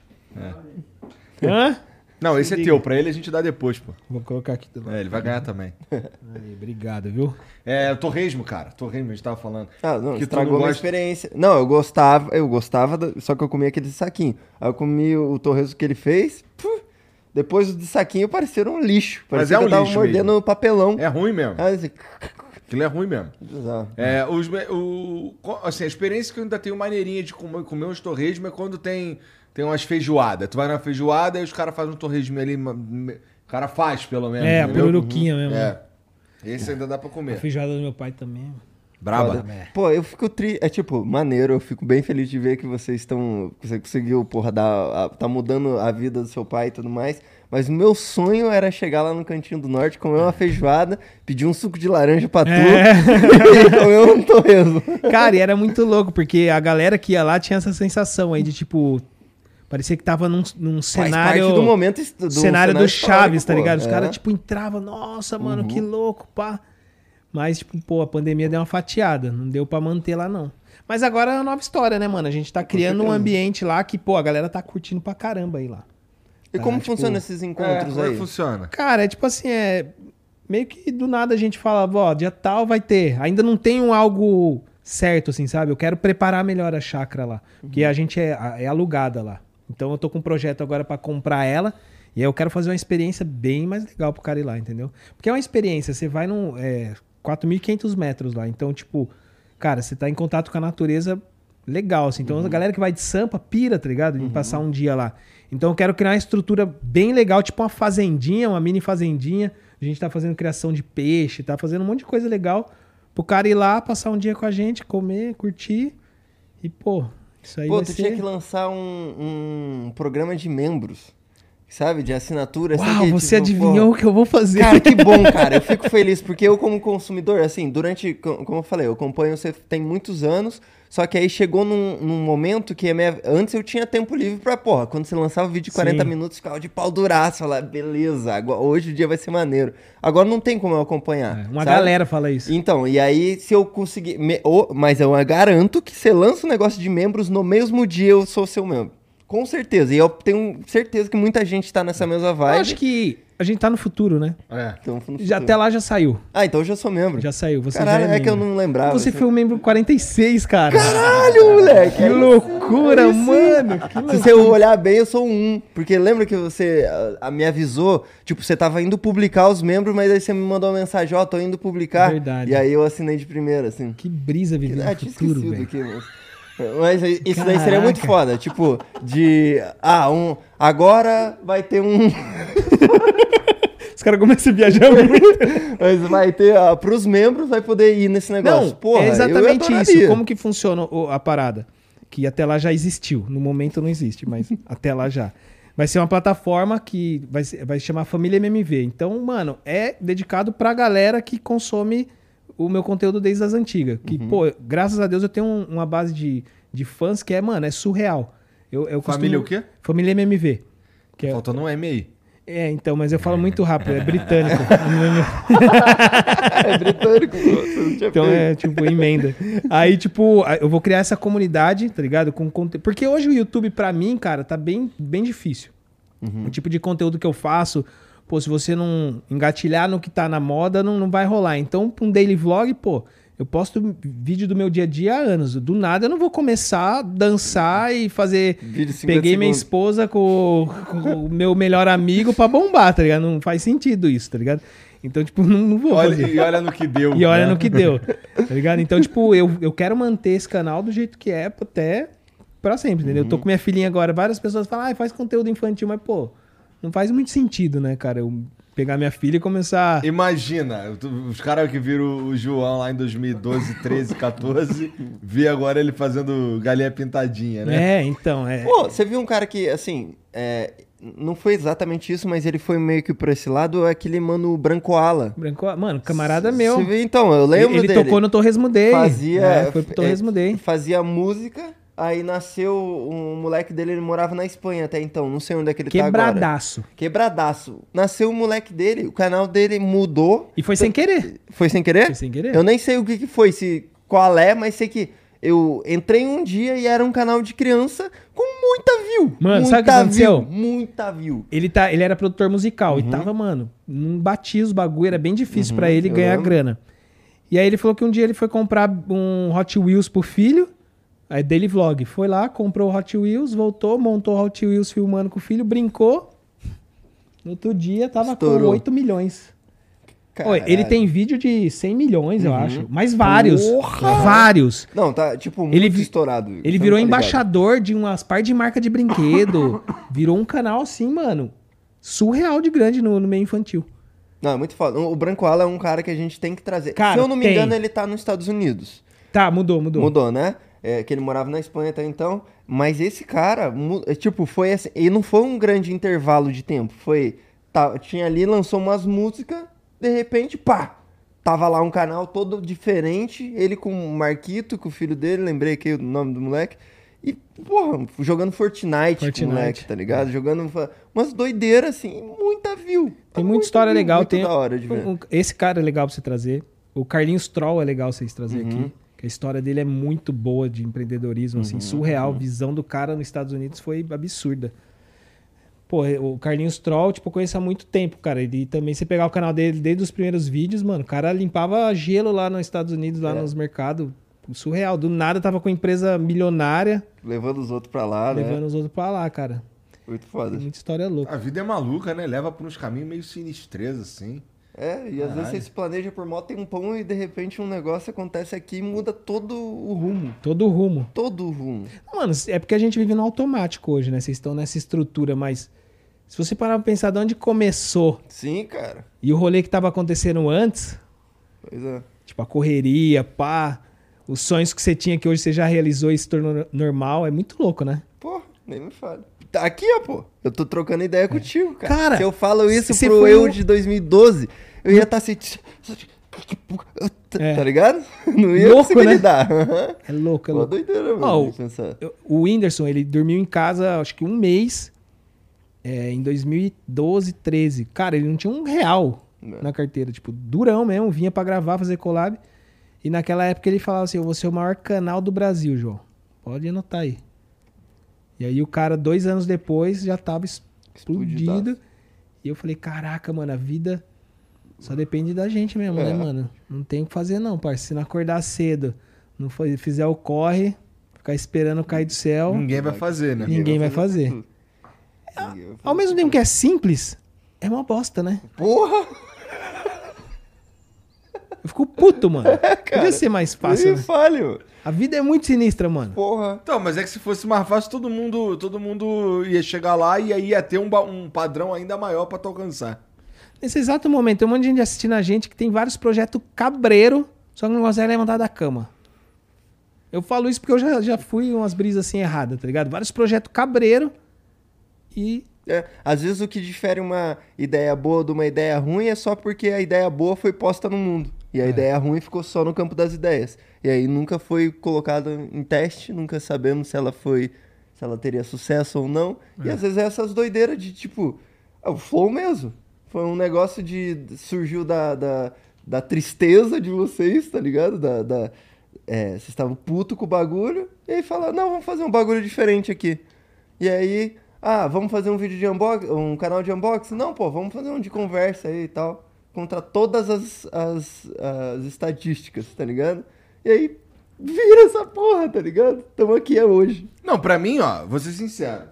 Hã? Não, esse é teu. Pra ele a gente dá depois, pô. Vou colocar aqui do lado. É, ele vai ganhar também. Aí, obrigado, viu? É, torresmo, cara. Torresmo, a gente tava falando. Ah, não, Que tu estragou não minha gosta- experiência. Não, eu gostava, eu gostava, da- só que eu comia aquele de saquinho. Aí eu comi o torresmo que ele fez, puf, depois o de saquinho pareceram um lixo. Parecia é que um eu tava lixo mordendo mesmo. um papelão. É ruim mesmo. Aí, assim, Aquilo é ruim mesmo. bizarro. É, os, me- o, co- assim, a experiência que eu ainda tenho maneirinha de comer, comer uns torresmo é quando tem, tem umas feijoadas. Tu vai na feijoada e os caras fazem um torresmo ali. ma- me- O cara faz, pelo menos. É, a entendeu? pururuquinha mesmo. É. Esse ainda dá pra A comer. feijoada do meu pai também. Braba. Foda. Pô, eu fico triste. É tipo, maneiro, eu fico bem feliz de ver que vocês estão. Você conseguiu, porra, dar, a- tá mudando a vida do seu pai e tudo mais. Mas o meu sonho era chegar lá no Cantinho do Norte, comer uma feijoada, pedir um suco de laranja pra tu É. e comer um torresmo. Cara, e era muito louco, porque a galera que ia lá tinha essa sensação aí de tipo. Parecia que tava num, num Faz cenário. parte do momento hist- do cenário do Chaves, histórico, tá pô. ligado? Os É. caras, tipo, entravam, nossa, mano, Uhum. que louco, pá. Mas, tipo, pô, a pandemia deu uma fatiada. Não deu pra manter lá, não. Mas agora é uma nova história, né, mano? A gente tá criando um certeza. ambiente lá que, pô, a galera tá curtindo pra caramba aí lá. E como Ah, tipo, funcionam esses É, encontros como é aí? que funciona? Cara, é tipo assim, é. Meio que do nada a gente fala, ó, dia tal vai ter. Ainda não tem um algo certo, assim, sabe? Eu quero preparar melhor a chácara lá. Porque a gente é, é alugada lá. Então eu tô com um projeto agora pra comprar ela. E aí eu quero fazer uma experiência bem mais legal pro cara ir lá, entendeu? Porque é uma experiência, você vai num. É, quatro mil e quinhentos metros lá. Então, tipo, cara, você tá em contato com a natureza legal, assim. Então a galera que vai de Sampa pira, tá ligado? Em passar um dia lá. Então eu quero criar uma estrutura bem legal, tipo uma fazendinha, uma mini fazendinha. A gente tá fazendo criação de peixe, tá fazendo um monte de coisa legal pro cara ir lá, passar um dia com a gente, comer, curtir. E, pô, isso aí Pô, vai tu ser... tinha que lançar um, um programa de membros, sabe? De assinatura. assim, Uau, que, você tipo, adivinhou o que eu vou fazer. Cara, que bom, cara. Eu fico feliz, porque eu, como consumidor, assim, durante. co- Como eu falei, eu acompanho você tem muitos anos, só que aí chegou num, num momento que a minha, antes eu tinha tempo livre pra, porra, quando você lançava vídeo de quarenta Sim. minutos, ficava de pau duraço, falar, beleza, agora, hoje o dia vai ser maneiro. Agora não tem como eu acompanhar. É, uma sabe? galera fala isso. Então, e aí, se eu conseguir. me- ô, mas eu garanto que você lança um negócio de membros no mesmo dia eu sou seu membro. Com certeza. E eu tenho certeza que muita gente tá nessa mesma Eu vibe. acho que a gente tá no futuro, né? É. Então, no Já, futuro. até lá já saiu. Ah, então eu já sou membro. Já saiu. Você Caralho, já é, é que eu membro. não lembrava. Você assim. foi o membro quarenta e seis, cara. Caralho, moleque! Que loucura, mano. Que Se loucura. você olhar bem, eu sou um. Porque lembra que você ah, me avisou? Tipo, você tava indo publicar os membros, mas aí você me mandou uma mensagem, ó, tô indo publicar. Verdade. E aí eu assinei de primeira, assim. Que brisa viver Ah, no tinha futuro, esquecido velho. aqui, mas... Mas isso daí seria muito Caraca. foda. Tipo, de... Ah, um... Agora vai ter um... Os caras começam a viajar muito. Mas vai ter, ah, pros membros vai poder ir nesse negócio. Não, Porra, é exatamente eu isso. adoraria. Como que funciona o- a parada? Que até lá já existiu. No momento não existe, mas até lá já. Vai ser uma plataforma que vai, ser- vai se chamar Família M M V. Então, mano, é dedicado pra galera que consome o meu conteúdo desde as antigas. Que, Uhum. pô, graças a Deus eu tenho um- uma base de, de fãs que é, mano, é surreal. Eu, eu Família costumo- o quê? Família M M V. Que é, Faltando um M aí. é, então, mas eu falo muito rápido, é britânico. É britânico, pô, você não tinha Então pego. é tipo emenda. Aí, tipo, eu vou criar essa comunidade, tá ligado? Com conte... Porque hoje o YouTube, pra mim, cara, tá bem, bem difícil. O tipo de conteúdo que eu faço, pô, se você não engatilhar no que tá na moda, não, não vai rolar. Então, pra um daily vlog, pô, eu posto vídeo do meu dia a dia há anos. Do nada eu não vou começar a dançar e fazer. Vídeo de cinquenta Peguei minha segundos. esposa com, com o meu melhor amigo pra bombar, tá ligado? Não faz sentido isso, tá ligado? Então, tipo, não, não vou fazer. Olha, e olha no que deu. E olha né? no que deu, tá ligado? Então, tipo, eu, eu quero manter esse canal do jeito que é até pra sempre, entendeu? Eu tô com minha filhinha agora, várias pessoas falam, ah, faz conteúdo infantil, mas, pô, não faz muito sentido, né, cara? Eu pegar minha filha e começar... Imagina, tu- os caras que viram o João lá em dois mil e doze, treze, quatorze, vi agora ele fazendo galinha pintadinha, né? É, então, é... Pô, você viu um cara que, assim, é, não foi exatamente isso, mas ele foi meio que por esse lado, é aquele mano Brancoala. Branco... Mano, camarada meu. Você viu? Então, eu lembro ele dele. tocou no Torresmo Day. Fazia, É, foi pro é, Torresmo Day. fazia música, aí nasceu um moleque dele, ele morava na Espanha até então, não sei onde é que ele tá agora. Quebradaço. Quebradaço. Nasceu o moleque dele, o canal dele mudou. E foi sem querer. Foi sem querer? Foi sem querer. Eu nem sei o que, que foi, se qual é, mas sei que eu entrei um dia e era um canal de criança com muita view. Mano, muita sabe o que aconteceu? View, muita view. Ele, tá, ele era produtor musical Uhum. e tava, mano, não batia os bagulho, era bem difícil pra ele eu ganhar lembro. grana. E aí ele falou que um dia ele foi comprar um Hot Wheels pro filho, aí daily vlog. Foi lá, comprou o Hot Wheels, voltou, montou o Hot Wheels filmando com o filho, brincou. No outro dia tava Estourou. com oito milhões. Oi, ele Caralho. tem vídeo de cem milhões, eu Uhum. acho. Mas vários. Porra! Vários. Não, tá, tipo, muito Ele vi- estourado. Ele Você não virou tá ligado. embaixador de umas par de marca de brinquedo. Virou um canal assim, mano, surreal de grande no, no meio infantil. Não, é muito foda. O Branco Ala é um cara que a gente tem que trazer. Cara, Se eu não me tem. engano, ele tá nos Estados Unidos. Tá, mudou, mudou. Mudou, né? É, que ele morava na Espanha até então. Mas esse cara, mu- é, tipo, foi assim. E não foi um grande intervalo de tempo. Foi. Tá, tinha ali, lançou umas músicas, de repente, pá! Tava lá um canal todo diferente. Ele com o Marquito, com o filho dele, lembrei aqui o nome do moleque. E, porra, jogando Fortnite, com Fortnite. o moleque, tá ligado? Jogando fa- umas doideiras, assim, muita view. Tem muita história view, legal. muito Tem da hora de ver. um- um- esse cara é legal pra você trazer. O Carlinhos Troll é legal vocês trazer Uhum. aqui. Que a história dele é muito boa de empreendedorismo, Uhum, assim, surreal. A visão do cara nos Estados Unidos foi absurda. Pô, o Carlinhos Troll, tipo, eu conheço há muito tempo, cara. E também, você pegar o canal dele desde os primeiros vídeos, mano, o cara limpava gelo lá nos Estados Unidos, lá É. nos mercados. Surreal. Do nada tava com empresa milionária, Levando os outros pra lá, né? levando os outros pra lá, cara. Muito foda. Tem muita história louca. A vida é maluca, né? Leva por uns caminhos meio sinistreza, assim. É, e às vezes você se planeja por mó tempão e de repente um negócio acontece aqui e muda todo o rumo. Todo o rumo. Todo o rumo. Mano, é porque a gente vive no automático hoje, né? Vocês estão nessa estrutura, mas se você parar pra pensar de onde começou Sim, cara. e o rolê que tava acontecendo antes, Pois é. tipo a correria, pá, os sonhos que você tinha que hoje você já realizou e se tornou normal, é muito louco, né? Pô, nem me fale. Tá aqui, ó, pô. Eu tô trocando ideia contigo, cara. Cara, se eu falo isso você pro foi eu um- de dois mil e doze, eu ia estar assim... É. Tá ligado? Não ia Louco, conseguir né? lidar. É louco, é Pô, louco. doideira, mano. Ó, de pensar. Eu- O Whindersson, ele dormiu em casa, acho que um mês, é, em dois mil e doze, treze. Cara, ele não tinha um real É. na carteira, tipo, durão mesmo, vinha pra gravar, fazer collab. E naquela época ele falava assim, eu vou ser o maior canal do Brasil, João. Pode anotar aí. E aí o cara, dois anos depois, já tava es- explodido. Explodidaço. E eu falei, caraca, mano, a vida só depende da gente mesmo, É. né, mano? Não tem o que fazer não, parceiro. Se não acordar cedo, não foi- fizer o corre, ficar esperando cair do céu, Ninguém vai fazer, né? Ninguém vai fazer. tudo. Ninguém vai ao fazer mesmo tempo que é simples, é uma bosta, né? Porra! Eu fico puto, mano. Podia ser mais fácil, Nem né? me fale, mano. A vida é muito sinistra, mano. Porra. Então, mas é que se fosse mais fácil, todo mundo, todo mundo ia chegar lá e aí ia ter um, ba- um padrão ainda maior pra tu alcançar. Nesse exato momento, tem um monte de gente assistindo a gente que tem vários projetos cabreiro, só que não consegue levantar da cama. Eu falo isso porque eu já, já fui umas brisas assim erradas, tá ligado? Vários projetos cabreiro e... É, às vezes o que difere uma ideia boa de uma ideia ruim é só porque a ideia boa foi posta no mundo. E a É. ideia ruim ficou só no campo das ideias. E aí nunca foi colocada em teste, nunca sabemos se ela foi... se ela teria sucesso ou não. E às vezes é essas doideiras de tipo... É o flow mesmo. Foi um negócio de... surgiu da, da, da tristeza de vocês, tá ligado? Da, da, é, vocês estavam putos com o bagulho. E aí falaram, não, vamos fazer um bagulho diferente aqui. E aí... Ah, vamos fazer um vídeo de unboxing, um canal de unboxing? Não, pô, vamos fazer um de conversa aí e tal. Contra todas as, as, as estatísticas, tá ligado? E aí, vira essa porra, tá ligado? Tamo aqui é hoje. Não, pra mim, ó, vou ser sincero.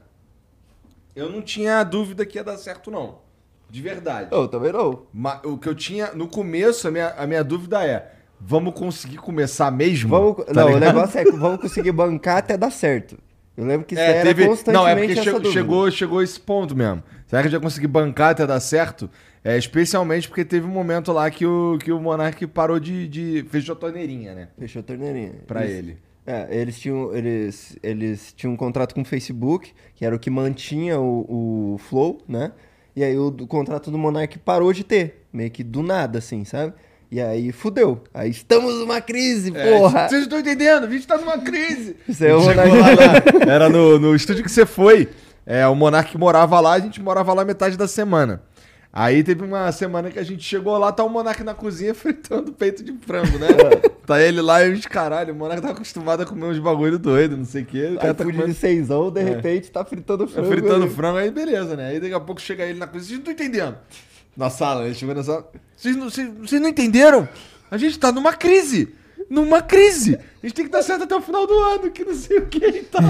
Eu não tinha dúvida que ia dar certo, não. De verdade. Eu também não. Mas o que eu tinha, no começo, a minha, a minha dúvida é, vamos conseguir começar mesmo? Vamos, Tá não, ligado? o negócio é que vamos conseguir bancar até dar certo. Eu lembro que isso É, era teve... constantemente Não, é porque essa chegou, dúvida. chegou, chegou esse ponto mesmo. Será que a gente vai conseguir bancar até dar certo? É, especialmente porque teve um momento lá que o, que o Monark parou de, de... fechou a torneirinha, né? Fechou a torneirinha. Pra Eles- ele. É, eles tinham, eles, eles tinham um contrato com o Facebook, que era o que mantinha o, o Flow, né? E aí o, o contrato do Monark parou de ter, meio que do nada, assim, sabe? E aí fudeu. Aí estamos numa crise, porra! É, vocês estão entendendo? A gente tá numa crise. Isso aí é o Chegou Monark. lá na- Era no, no estúdio que você foi. É, o Monark morava lá, a gente morava lá metade da semana. Aí teve uma semana que a gente chegou lá, tá o Monark na cozinha fritando peito de frango, né? Tá ele lá e a gente, caralho, o Monark tá acostumado a comer uns bagulho doido, não sei o quê. O cara Aí tá fude comendo... de seisão, de repente tá fritando Tá frango. fritando aí. frango, aí beleza, né? Aí daqui a pouco chega ele na cozinha, vocês não estão entendendo. Na sala, ele chegou na sala, vocês não, vocês, vocês não entenderam? A gente tá numa crise. Numa crise. A gente tem que dar certo até o final do ano, que não sei o que e tal.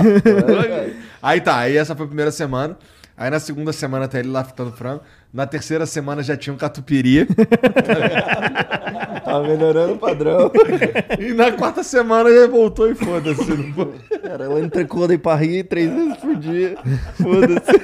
Aí tá, aí essa foi a primeira semana. Aí na segunda semana tá ele lá fritando frango. Na terceira semana já tinha um catupiry. Tá melhorando o padrão. E na quarta semana já voltou e foda-se. não foi? Cara, ela entrecou de Paris três vezes por dia. Foda-se.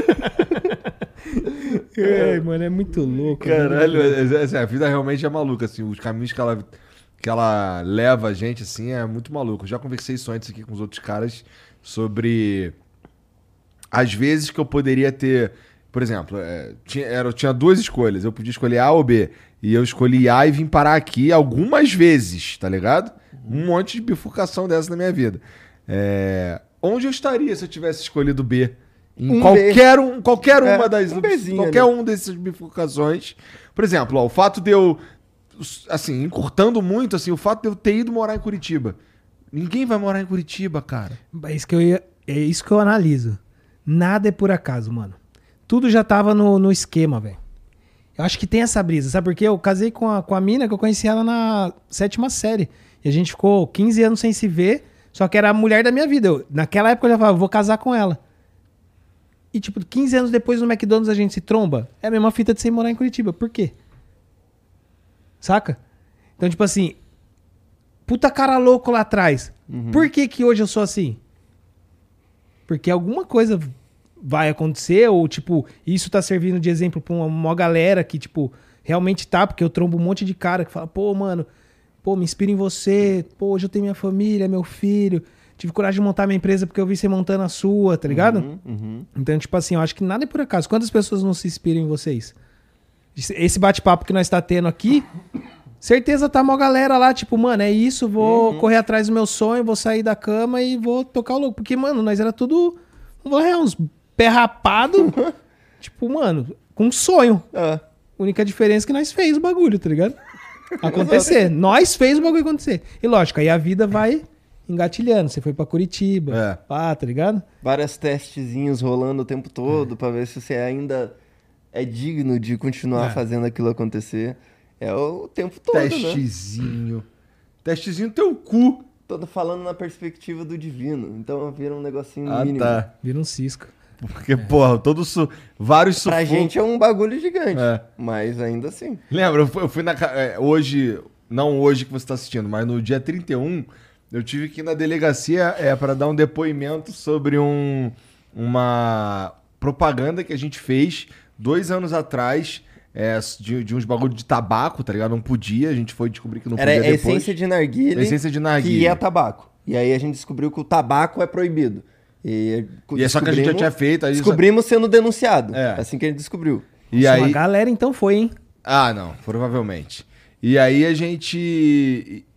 É, mano, é muito louco. né? Caralho, é- é- assim, a vida realmente é maluca, assim. Os caminhos que ela, que ela leva a gente, assim, é muito maluco. Eu já conversei isso antes aqui com os outros caras sobre as vezes que eu poderia ter... Por exemplo, é, tinha, era, eu tinha duas escolhas. Eu podia escolher A ou B. E eu escolhi A e vim parar aqui algumas vezes, tá ligado? Um monte de bifurcação dessa na minha vida. É, onde eu estaria se eu tivesse escolhido B? Em Um qualquer, um, qualquer É, uma das... um Bzinho qualquer ali. um dessas bifurcações. Por exemplo, ó, o fato de eu... Assim, encurtando muito, assim, o fato de eu ter ido morar em Curitiba. Ninguém vai morar em Curitiba, cara. É isso que eu, ia, é isso que eu analiso. Nada é por acaso, mano. Tudo já tava no, no esquema, velho. Eu acho que tem essa brisa, sabe por quê? Eu casei com a, com a mina que eu conheci ela na sétima série. E a gente ficou quinze anos sem se ver, só que era a mulher da minha vida. Eu, naquela época eu já falava, vou casar com ela. E tipo, quinze anos depois no McDonald's a gente se tromba. É a mesma fita de você morar em Curitiba. Por quê? Saca? Então, tipo assim, puta cara louco lá atrás. Por que que hoje eu sou assim? Porque alguma coisa vai acontecer, ou tipo, isso tá servindo de exemplo pra uma, uma galera que, tipo, realmente tá, porque eu trombo um monte de cara que fala, pô, mano, pô, me inspira em você, pô, hoje eu tenho minha família, meu filho, tive coragem de montar minha empresa porque eu vi você montando a sua, tá ligado? Uhum, uhum. Então, tipo assim, eu acho que nada é por acaso. Quantas pessoas não se inspiram em vocês? Esse bate-papo que nós tá tendo aqui, certeza tá uma galera lá, tipo, mano, é isso, vou Uhum. correr atrás do meu sonho, vou sair da cama e vou tocar o louco. Porque, mano, nós era tudo, vou real, uns pé rapado, tipo, mano, com um sonho. É. A única diferença é que nós fez o bagulho, tá ligado? Acontecer. Nós fez o bagulho acontecer. E lógico, aí a vida vai engatilhando. Você foi pra Curitiba, É. pá, tá ligado? Vários testezinhos rolando o tempo todo pra ver se você ainda é digno de continuar É. fazendo aquilo acontecer. É o tempo todo, né? Testezinho. Testezinho teu cu. Tô falando na perspectiva do divino. Então vira um negocinho Ah, mínimo. tá. Vira um cisco. Porque, porra, todo su... vários Pra sufocos. gente é um bagulho gigante. É. Mas ainda assim. Lembra, eu fui, eu fui na. ca- é, hoje, não hoje que você tá assistindo, mas no dia trinta e um, eu tive que ir na delegacia é, para dar um depoimento sobre um, uma propaganda que a gente fez dois anos atrás é, de, de uns bagulho de tabaco, tá ligado? Não podia, a gente foi descobrir que não Era podia a depois. essência de narguilé, Essência de narguilé. que é tabaco. E aí a gente descobriu que o tabaco é proibido. E, E é só que a gente já tinha feito. Aí Descobrimos sendo denunciado. É. Assim que a gente descobriu. E Nossa, aí... uma galera então foi, hein? Ah, não, provavelmente. E aí a gente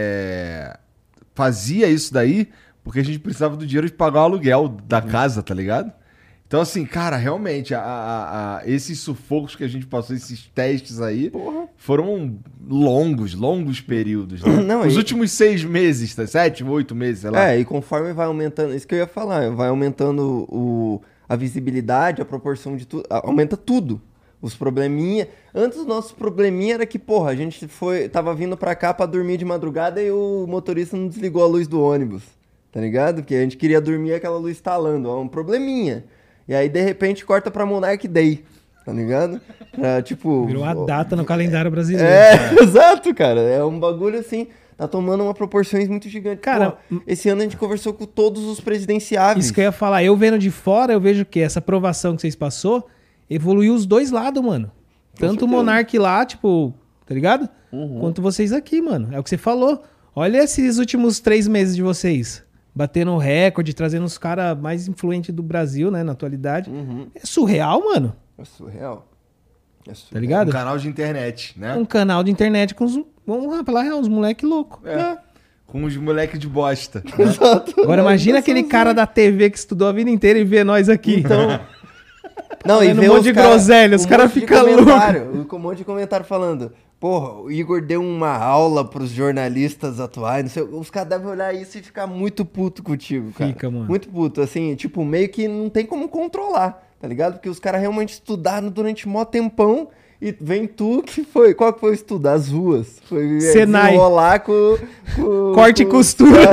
é, fazia isso daí porque a gente precisava do dinheiro de pagar o aluguel da casa, tá ligado? Então, assim, cara, realmente, a, a- a- esses sufocos que a gente passou, esses testes aí, Porra. foram longos, longos períodos, né? Não, Os e- últimos seis meses, tá? Sete, oito meses, sei lá. É, e conforme vai aumentando, isso que eu ia falar, vai aumentando o, a visibilidade, a proporção de tudo, aumenta tudo. Os probleminha. Antes o nosso probleminha era que, porra, a gente foi, tava vindo pra cá pra dormir de madrugada e o motorista não desligou a luz do ônibus, tá ligado? Porque a gente queria dormir aquela luz estalando, é um probleminha. E aí, de repente, corta pra Monarch Day, tá ligado? Pra, tipo... Virou a data no calendário brasileiro. É, exato, cara. É um bagulho assim, tá tomando uma proporções muito gigantes. Cara, Pô, esse ano a gente conversou com todos os presidenciáveis. Isso que eu ia falar. Eu vendo de fora, eu vejo que essa aprovação que vocês passou evoluiu os dois lados, mano. Tanto o certeza. Monark lá, tipo, tá ligado? Uhum. Quanto vocês aqui, mano. É o que você falou. Olha esses últimos três meses de vocês. Batendo recorde, trazendo os caras mais influentes do Brasil, né, na atualidade. Uhum. É surreal, mano. É surreal. É surreal. Tá ligado? Um canal de internet, né? Um canal de internet com os... Vamos falar real, uns moleque louco. É. Com os moleque de bosta. né? Agora imagina aquele cara da T V que estudou a vida inteira e vê nós aqui. Então... Não, e Falando vê um monte os de cara- groselha, os um cara monte de fica comentário, Com um monte de comentário falando, porra, o Igor deu uma aula pros jornalistas atuais, não sei, os caras devem olhar isso e ficar muito puto contigo, cara. Fica, mano. Muito puto, assim, tipo, meio que não tem como controlar, tá ligado? Porque os caras realmente estudaram durante mó tempão e vem tu que foi, qual que foi o estudo? As ruas. Foi é, Senai. desenrolar com... com Corte e com- costura.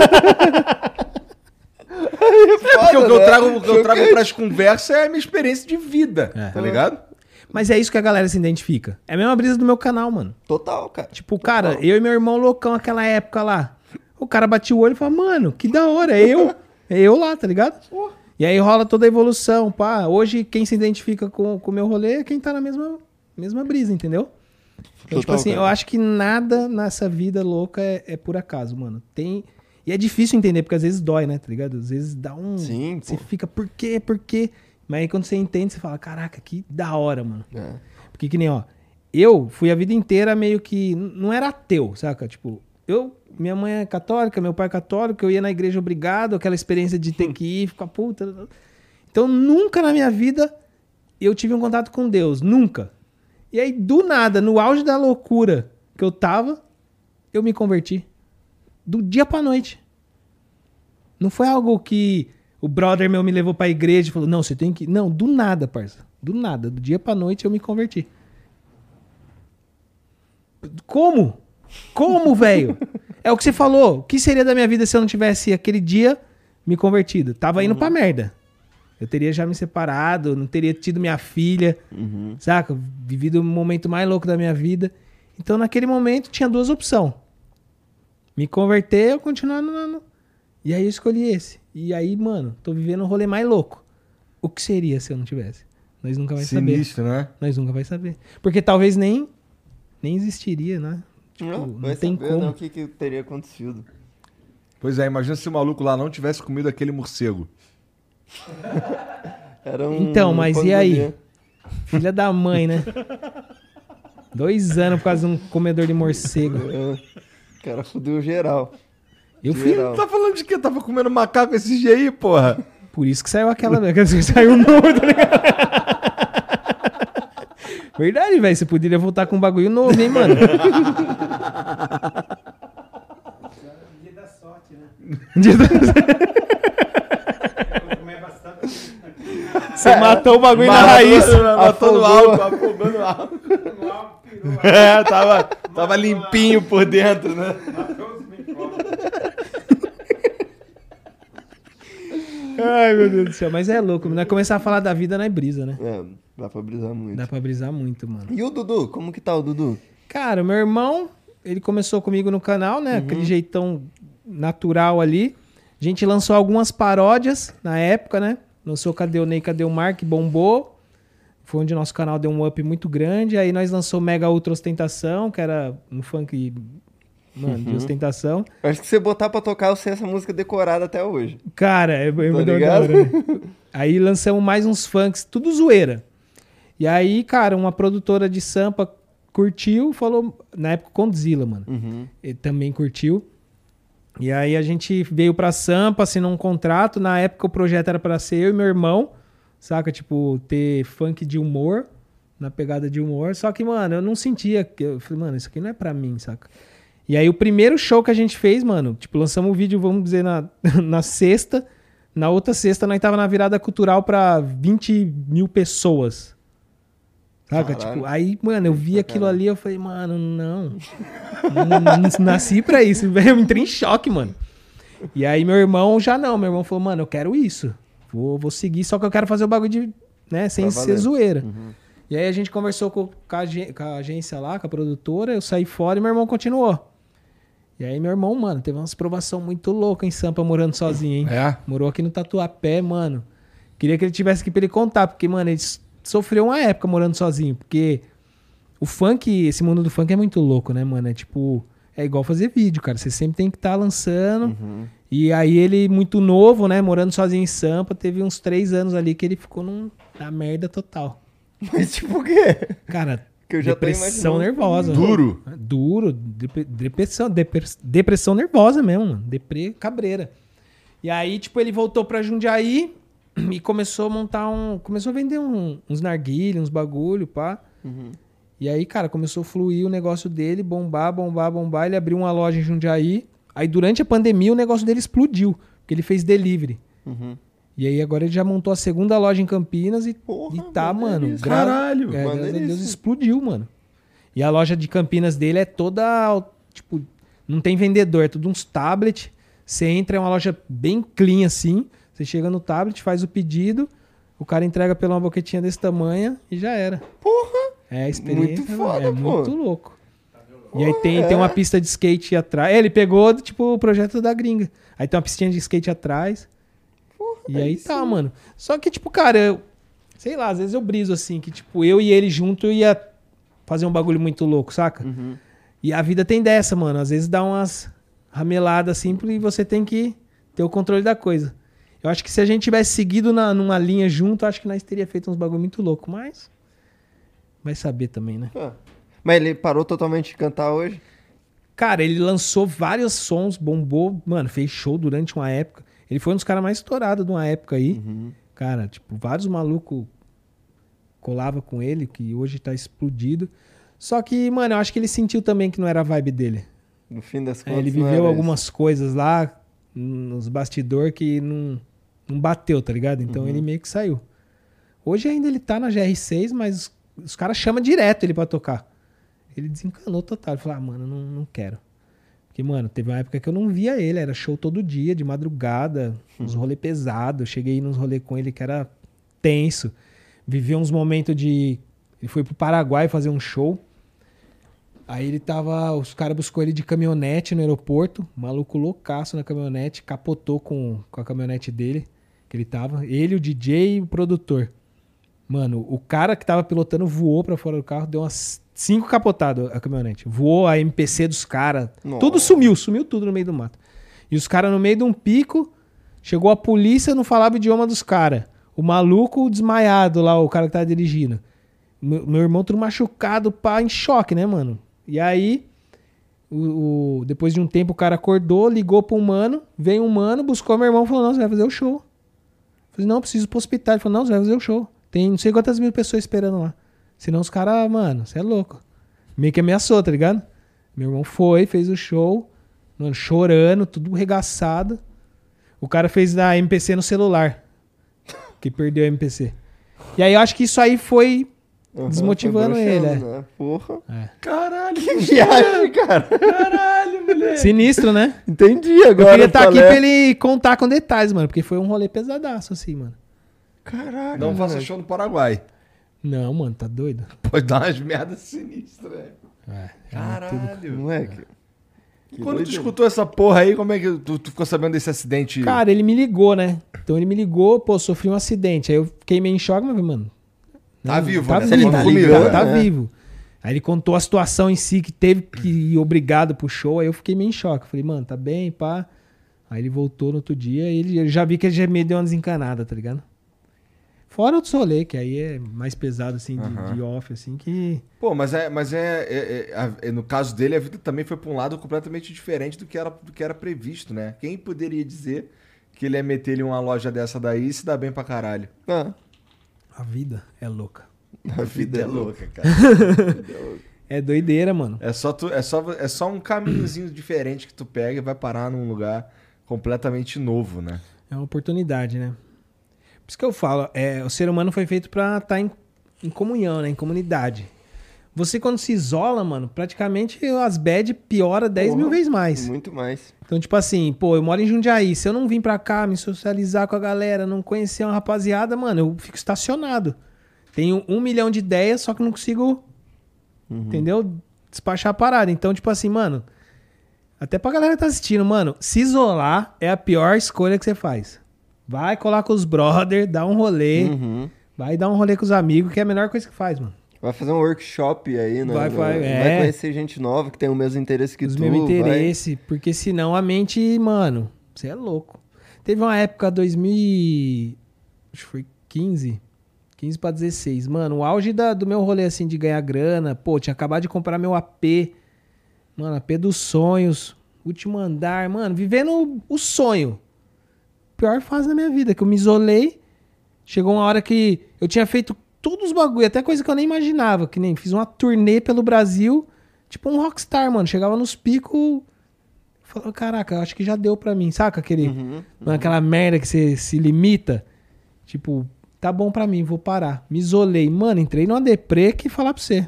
É porque o que eu né? trago, o que eu trago pras conversas é a minha experiência de vida, É. tá ligado? Mas é isso que a galera se identifica. É a mesma brisa do meu canal, mano. Total, cara. Tipo, cara, eu e meu irmão loucão naquela época lá. O cara batia o olho e falava, mano, que da hora, é eu. É eu lá, tá ligado? E aí rola toda a evolução, pá. Hoje quem se identifica com o meu rolê é quem tá na mesma, mesma brisa, entendeu? Então, tipo Total, assim, cara. eu acho que nada nessa vida louca é, é por acaso, mano. Tem... E é difícil entender, porque às vezes dói, né, tá ligado? Às vezes dá um... Sim, Você pô. fica, por quê, por quê? Mas aí quando você entende, você fala, caraca, que da hora, mano. É. Porque que nem, ó, eu fui a vida inteira meio que... n- Não era ateu, saca? Tipo, eu... Minha mãe é católica, meu pai é católico, eu ia na igreja obrigado, aquela experiência de ter que ir, ficar puta... Então nunca na minha vida eu tive um contato com Deus, nunca. E aí, do nada, no auge da loucura que eu tava, eu me converti. Do dia pra noite. Não foi algo que o brother meu me levou pra igreja e falou, não, você tem que... Não, do nada, parça. Do nada. Do dia pra noite eu me converti. Como? Como, velho? É o que você falou. O que seria da minha vida se eu não tivesse aquele dia me convertido? Tava indo pra merda. Eu teria já me separado, não teria tido minha filha, saca? Vivido o momento mais louco da minha vida. Então, naquele momento, tinha duas opções. Me converter ou continuar no, no... E aí eu escolhi esse. E aí, mano, tô vivendo um rolê mais louco. O que seria se eu não tivesse? Nós nunca vai saber. Sinistro, né? Nós nunca vai saber. Porque talvez nem, nem existiria, né? Tipo, Não, não vai tem saber, como. né, o que, que teria acontecido. Pois é, imagina se o maluco lá não tivesse comido aquele morcego. Era um Então, mas e aí? pangolin. Filha da mãe, né? Dois anos por causa de um comedor de morcego. É, o cara fudeu geral. Eu fui. Geral. Tá falando de quê? Tava comendo macaco esse dia aí, porra? Por isso que saiu aquela. Quer dizer, saiu o novo, tá ligado? Verdade, velho. Você poderia voltar com um bagulho novo, hein, mano? Dia da sorte, né? Eu comer bastante Você matou o bagulho na raiz. Matou no Afogou. álcool, afogou no álcool. no álcool, pirou, É, tava, tava limpinho por dentro, né? matou os micróbios. Ai, meu Deus do céu. Mas é louco. Nós começar a falar da vida na brisa, né? É, dá pra brisar muito. Dá pra brisar muito, mano. E o Dudu? Como que tá o Dudu? Cara, o meu irmão, ele começou comigo no canal, né? Aquele jeitão natural ali. A gente lançou algumas paródias na época, né? Lançou Cadê o Ney, Cadê o Mark? Bombou. Foi onde nosso canal deu um up muito grande. Aí nós lançou Mega Ultra Ostentação, que era um funk, mano, de ostentação. Acho que se você botar pra tocar, eu sei essa música decorada até hoje. Cara, é, é Tá muito da ligado? hora, né? Aí lançamos mais uns funks, tudo zoeira. E aí, cara, uma produtora de Sampa curtiu, falou, na época, Condzilla, mano. Uhum. Ele também curtiu. E aí a gente veio pra Sampa, assinou um contrato. Na época o projeto era pra ser eu e meu irmão, saca? Tipo, ter funk de humor, na pegada de humor. Só que, mano, eu não sentia... que Eu falei, mano, isso aqui não é pra mim, saca? E aí o primeiro show que a gente fez, mano, tipo, lançamos um vídeo, vamos dizer, na, na sexta. Na outra sexta nós tava na virada cultural pra vinte mil pessoas. Saca? Caralho. Tipo, aí, mano, eu vi Pra aquilo caralho. ali, eu falei, mano, não. não, não nasci pra isso. Eu entrei em choque, mano. E aí meu irmão já não. Meu irmão falou, mano, eu quero isso. Vou, vou seguir, só que eu quero fazer o bagulho de, né, sem Pra ser valer. zoeira. Uhum. E aí a gente conversou com, com, a, agen- com a agência lá, com a produtora, eu saí fora e meu irmão continuou. E aí meu irmão, mano, teve umas provação muito louca em Sampa, morando sozinho, hein? É? Morou aqui no Tatuapé, mano. Queria que ele tivesse aqui pra ele contar, porque, mano, ele s- sofreu uma época morando sozinho, porque o funk, esse mundo do funk é muito louco, né, mano? É tipo, é igual fazer vídeo, cara. Você sempre tem que estar lançando. Uhum. E aí ele, muito novo, né, morando sozinho em Sampa, teve uns três anos ali que ele ficou num, na merda total. Mas tipo o quê? Cara, Que eu já tô depressão imaginando. nervosa. Duro. Mano. Duro. dep- Depressão, depre- depressão nervosa mesmo, mano. Deprê cabreira. E aí, tipo, ele voltou pra Jundiaí e começou a montar um... Começou a vender um- uns narguilhos, uns bagulho, pá. Uhum. E aí, cara, começou a fluir o negócio dele, bombar, bombar, bombar. Ele abriu uma loja em Jundiaí. Aí, durante a pandemia, o negócio dele explodiu. Porque ele fez delivery. Uhum. E aí, agora ele já montou a segunda loja em Campinas e, Porra, e tá, mano... maneiríssimo. gra- Caralho. É, graças a Deus Maneiríssimo. explodiu, mano. E a loja de Campinas dele é toda, tipo, não tem vendedor, é tudo uns tablet. Você entra, é uma loja bem clean assim. Você chega no tablet, faz o pedido, o cara entrega pela uma boquetinha desse tamanho e já era. Porra! É a experiência, Muito mano, foda, é pô. muito louco. E aí tem, tem uma pista de skate atrás. É, ele pegou, tipo, o projeto da gringa. Aí tem uma pistinha de skate atrás. E aí tá, mano. Só que, tipo, cara, eu, sei lá, às vezes eu briso assim, que, tipo, eu e ele junto ia fazer um bagulho muito louco, saca? Uhum. E a vida tem dessa, mano. Às vezes dá umas rameladas assim e você tem que ter o controle da coisa. Eu acho que se a gente tivesse seguido na, numa linha junto, eu acho que nós teria feito uns bagulho muito louco, mas vai saber também, né? Ah. Mas ele parou totalmente de cantar hoje? Cara, ele lançou vários sons, bombou, mano, fez show durante uma época. Ele foi um dos caras mais estourados de uma época aí. Uhum. Cara, tipo, vários malucos colava com ele, que hoje tá explodido. Só que, mano, eu acho que ele sentiu também que não era a vibe dele. No fim das É, contas. ele não viveu era algumas coisas lá nos bastidores que não, não bateu, tá ligado? Então Uhum. ele meio que saiu. Hoje ainda ele tá na G R seis, mas os, os caras chamam direto ele pra tocar. Ele desencanou total. Ele falou, ah, mano, não, não quero. Porque, mano, teve uma época que eu não via ele. Era show todo dia, de madrugada, uns rolê pesados. Eu cheguei nos rolê com ele que era tenso. Vivia uns momentos de... Ele foi pro Paraguai fazer um show. Aí ele tava... Os caras buscou ele de caminhonete no aeroporto. Maluco loucaço na caminhonete. Capotou com, com a caminhonete dele. Que ele tava. Ele, o D J e o produtor. Mano, o cara que tava pilotando voou pra fora do carro. Deu umas cinco capotadas a caminhonete. Voou a M P C dos caras. Nossa. Tudo sumiu. Sumiu tudo no meio do mato. E os caras no meio de um pico. Chegou a polícia, não falava o idioma dos caras. O maluco desmaiado lá, o cara que tava dirigindo. Meu, meu irmão tudo machucado, pá, em choque, né, mano? E aí, o, o- depois de um tempo, o cara acordou, ligou pro mano, veio um mano, buscou meu irmão e falou, não, você vai fazer o show. Eu falei, não, eu preciso ir pro hospital. Ele falou, não, você vai fazer o show. Tem não sei quantas mil pessoas esperando lá. Senão os caras, mano, você é louco. Meio que ameaçou, tá ligado? Meu irmão foi, fez o show, mano, chorando, tudo regaçado. O cara fez da M P C no celular. Que perdeu a M P C. E aí eu acho que isso aí foi Uhum, desmotivando foi ele, broxando, é. né? Porra. É. Caralho. Que viagem, cara. Caralho, moleque. Sinistro, né? Entendi Eu agora. queria estar aqui qual é. pra ele contar com detalhes, mano. Porque foi um rolê pesadaço, assim, mano. Caraca. Não faça moleque. show no Paraguai. Não, mano, tá doido? Pode dar umas merdas sinistras, velho. É. Caralho. Moleque. Que Quando tu doideira. escutou essa porra aí, como é que tu, tu ficou sabendo desse acidente? Cara, ele me ligou, né? Então ele me ligou, pô, sofri um acidente. Aí eu fiquei meio em choque, mas, mano, Tá vivo, tá né? vivo, Tá tá, ligado, ligado, tá né? vivo. Aí ele contou a situação em si, que teve que ir obrigado pro show, aí eu fiquei meio em choque. Falei, mano, tá bem, pá. Aí ele voltou no outro dia e ele, eu já vi que ele já me deu uma desencanada, tá ligado? Fora outros rolê, que aí é mais pesado, assim, de, Aham. de off, assim, que... Pô, mas é, mas é, é- é- a- é- no caso dele, a vida também foi pra um lado completamente diferente do que era, do que era previsto, né? Quem poderia dizer que ele ia meter ele em uma loja dessa daí e se dar bem pra caralho? Ah, A vida é louca. A vida é louca, cara. É doideira, mano. É só, tu, é, só, é só um caminhozinho diferente que tu pega e vai parar num lugar completamente novo, né? É uma oportunidade, né? Por isso que eu falo, é, o ser humano foi feito pra estar em, em comunhão, né? Em comunidade. Você, quando se isola, mano, praticamente as bad piora dez porra, mil vezes mais. Muito mais. Então, tipo assim, pô, eu moro em Jundiaí. Se eu não vim pra cá me socializar com a galera, não conhecer uma rapaziada, mano, eu fico estacionado. Tenho um milhão de ideias, só que não consigo, entendeu? Despachar a parada. Então, tipo assim, mano, até pra galera que tá assistindo, mano, se isolar é a pior escolha que você faz. Vai colar com os brother, dá um rolê, Uhum. vai dar um rolê com os amigos, que é a melhor coisa que faz, mano. Vai fazer um workshop aí, né? Vai, No- vai, vai é. conhecer gente nova que tem o mesmo interesse que Os tu. mesmos vai- interesses, porque senão a mente, mano, você é louco. Teve uma época, dois mil e... acho que foi quinze, quinze pra dezesseis, mano, o auge da- do meu rolê, assim, de ganhar grana, pô, tinha acabado de comprar meu A P, mano, A P dos sonhos, último andar, mano, vivendo o sonho. Pior fase da minha vida, que eu me isolei, chegou uma hora que eu tinha feito todos os bagulho, até coisa que eu nem imaginava, que nem fiz uma turnê pelo Brasil, tipo um rockstar, mano. Chegava nos picos, falava, caraca, acho que já deu pra mim, saca? Aquele, Uhum. mano, aquela merda que você se limita. Tipo, tá bom pra mim, vou parar. Me isolei. Mano, entrei numa deprê que falar pra você.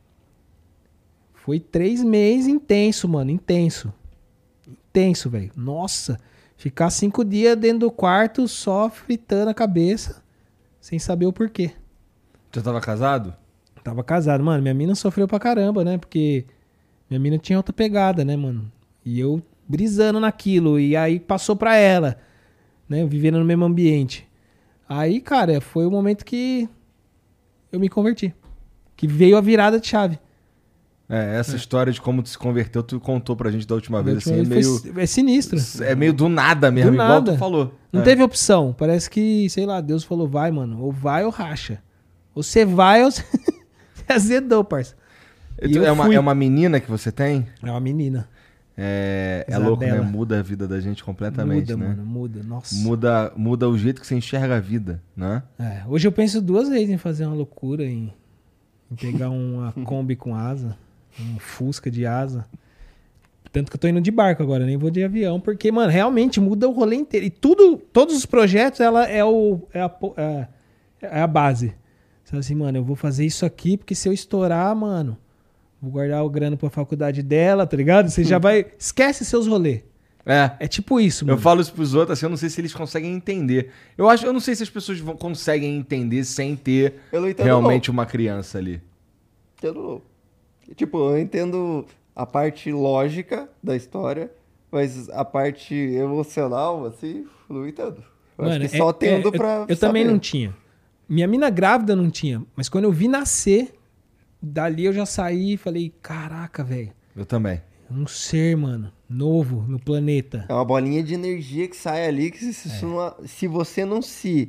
Foi três meses intenso, mano, intenso. Intenso, velho. Nossa, ficar cinco dias dentro do quarto só fritando a cabeça, sem saber o porquê. Tu tava casado? Tava casado, mano. Minha mina sofreu pra caramba, né? Porque minha mina tinha outra pegada, né, mano? E eu brisando naquilo. E aí passou pra ela, né? Vivendo no mesmo ambiente. Aí, cara, foi o momento que eu me converti. Que veio a virada de chave. É, essa história de como tu se converteu, tu contou pra gente da última Da vez, última assim, é vez meio... foi- é sinistro. É meio do nada mesmo, Do igual nada. tu falou. Não É. teve opção. Parece que, sei lá, Deus falou, vai, mano. Ou vai ou racha. Ou você vai ou você você azedou, parça. E E tu- eu é, uma, fui. é uma menina que você tem? É uma menina. É, é Isabela. louco, né? Muda a vida da gente completamente, Muda, né? mano. Muda. Nossa. Muda, muda o jeito que você enxerga a vida, né? É, hoje eu penso duas vezes em fazer uma loucura, em, em pegar uma Kombi com asa, um Fusca de asa. Tanto que eu tô indo de barco agora, nem vou de avião, porque, mano, realmente muda o rolê inteiro. E tudo, todos os projetos, ela é, o, é, a, po- é, é a base. Você fala assim, mano, eu vou fazer isso aqui, porque se eu estourar, mano, vou guardar o grana pra faculdade dela, tá ligado? Você já vai... Esquece seus rolês. É. É tipo isso, mano. Eu falo isso pros outros, assim, eu não sei se eles conseguem entender. Eu acho, eu não sei se as pessoas vão, conseguem entender sem ter Eu não entendo, realmente uma criança ali. Entendo. Tipo, eu entendo a parte lógica da história, mas a parte emocional, assim, não entendo. Eu acho que só é- tendo é, pra. Eu, eu também saber. não tinha. Minha mina grávida não tinha. Mas quando eu vi nascer, dali eu já saí e falei, caraca, velho. Eu também. Um ser, mano, novo no planeta. É uma bolinha de energia que sai ali que se, É. se não- se você não se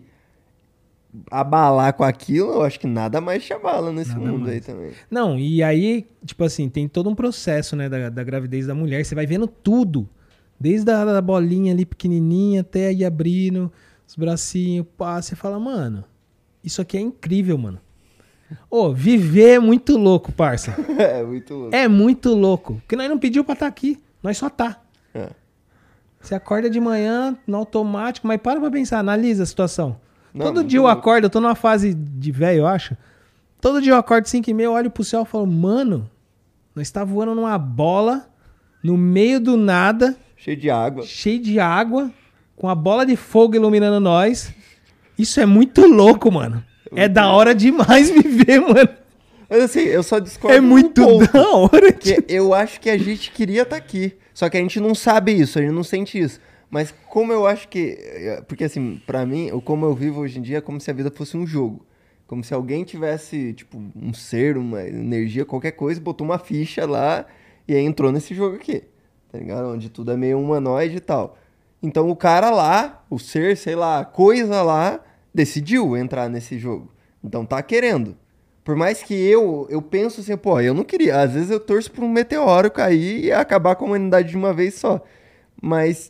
abalar com aquilo, eu acho que nada mais te abala nesse Nada mundo aí mais. também. Não, e aí, tipo assim, tem todo um processo, né, da, da gravidez da mulher. Você vai vendo tudo. Desde a da bolinha ali pequenininha até aí abrindo os bracinhos, pá. Você fala, mano, isso aqui é incrível, mano. Ô, viver é muito louco, parça. É muito louco. É muito louco. Porque nós não pediu pra estar aqui. Nós só tá. É. Você acorda de manhã, no automático, mas para pra pensar, analisa a situação. Não, Todo muito dia eu louco. acordo, eu tô numa fase de velho, eu acho. Todo dia eu acordo cinco e meia, eu olho pro céu e falo, mano, nós tá voando numa bola, no meio do nada, Cheio de água. cheio de água, com a bola de fogo iluminando nós. Isso é muito louco, mano. É da hora demais viver, mano. Mas assim, eu só discordo É um muito pouco, da hora. porque eu acho que a gente queria estar aqui. Só que a gente não sabe isso, a gente não sente isso. Mas como eu acho que... Porque assim, pra mim, o como eu vivo hoje em dia é como se a vida fosse um jogo. Como se alguém tivesse, tipo, um ser, uma energia, qualquer coisa, botou uma ficha lá e aí entrou nesse jogo aqui, tá ligado? Onde tudo é meio humanoide e tal. Então o cara lá, o ser, sei lá, a coisa lá, decidiu entrar nesse jogo. Então tá querendo. Por mais que eu, eu penso assim, pô, eu não queria. Às vezes eu torço pra um meteoro cair e acabar com a humanidade de uma vez só. Mas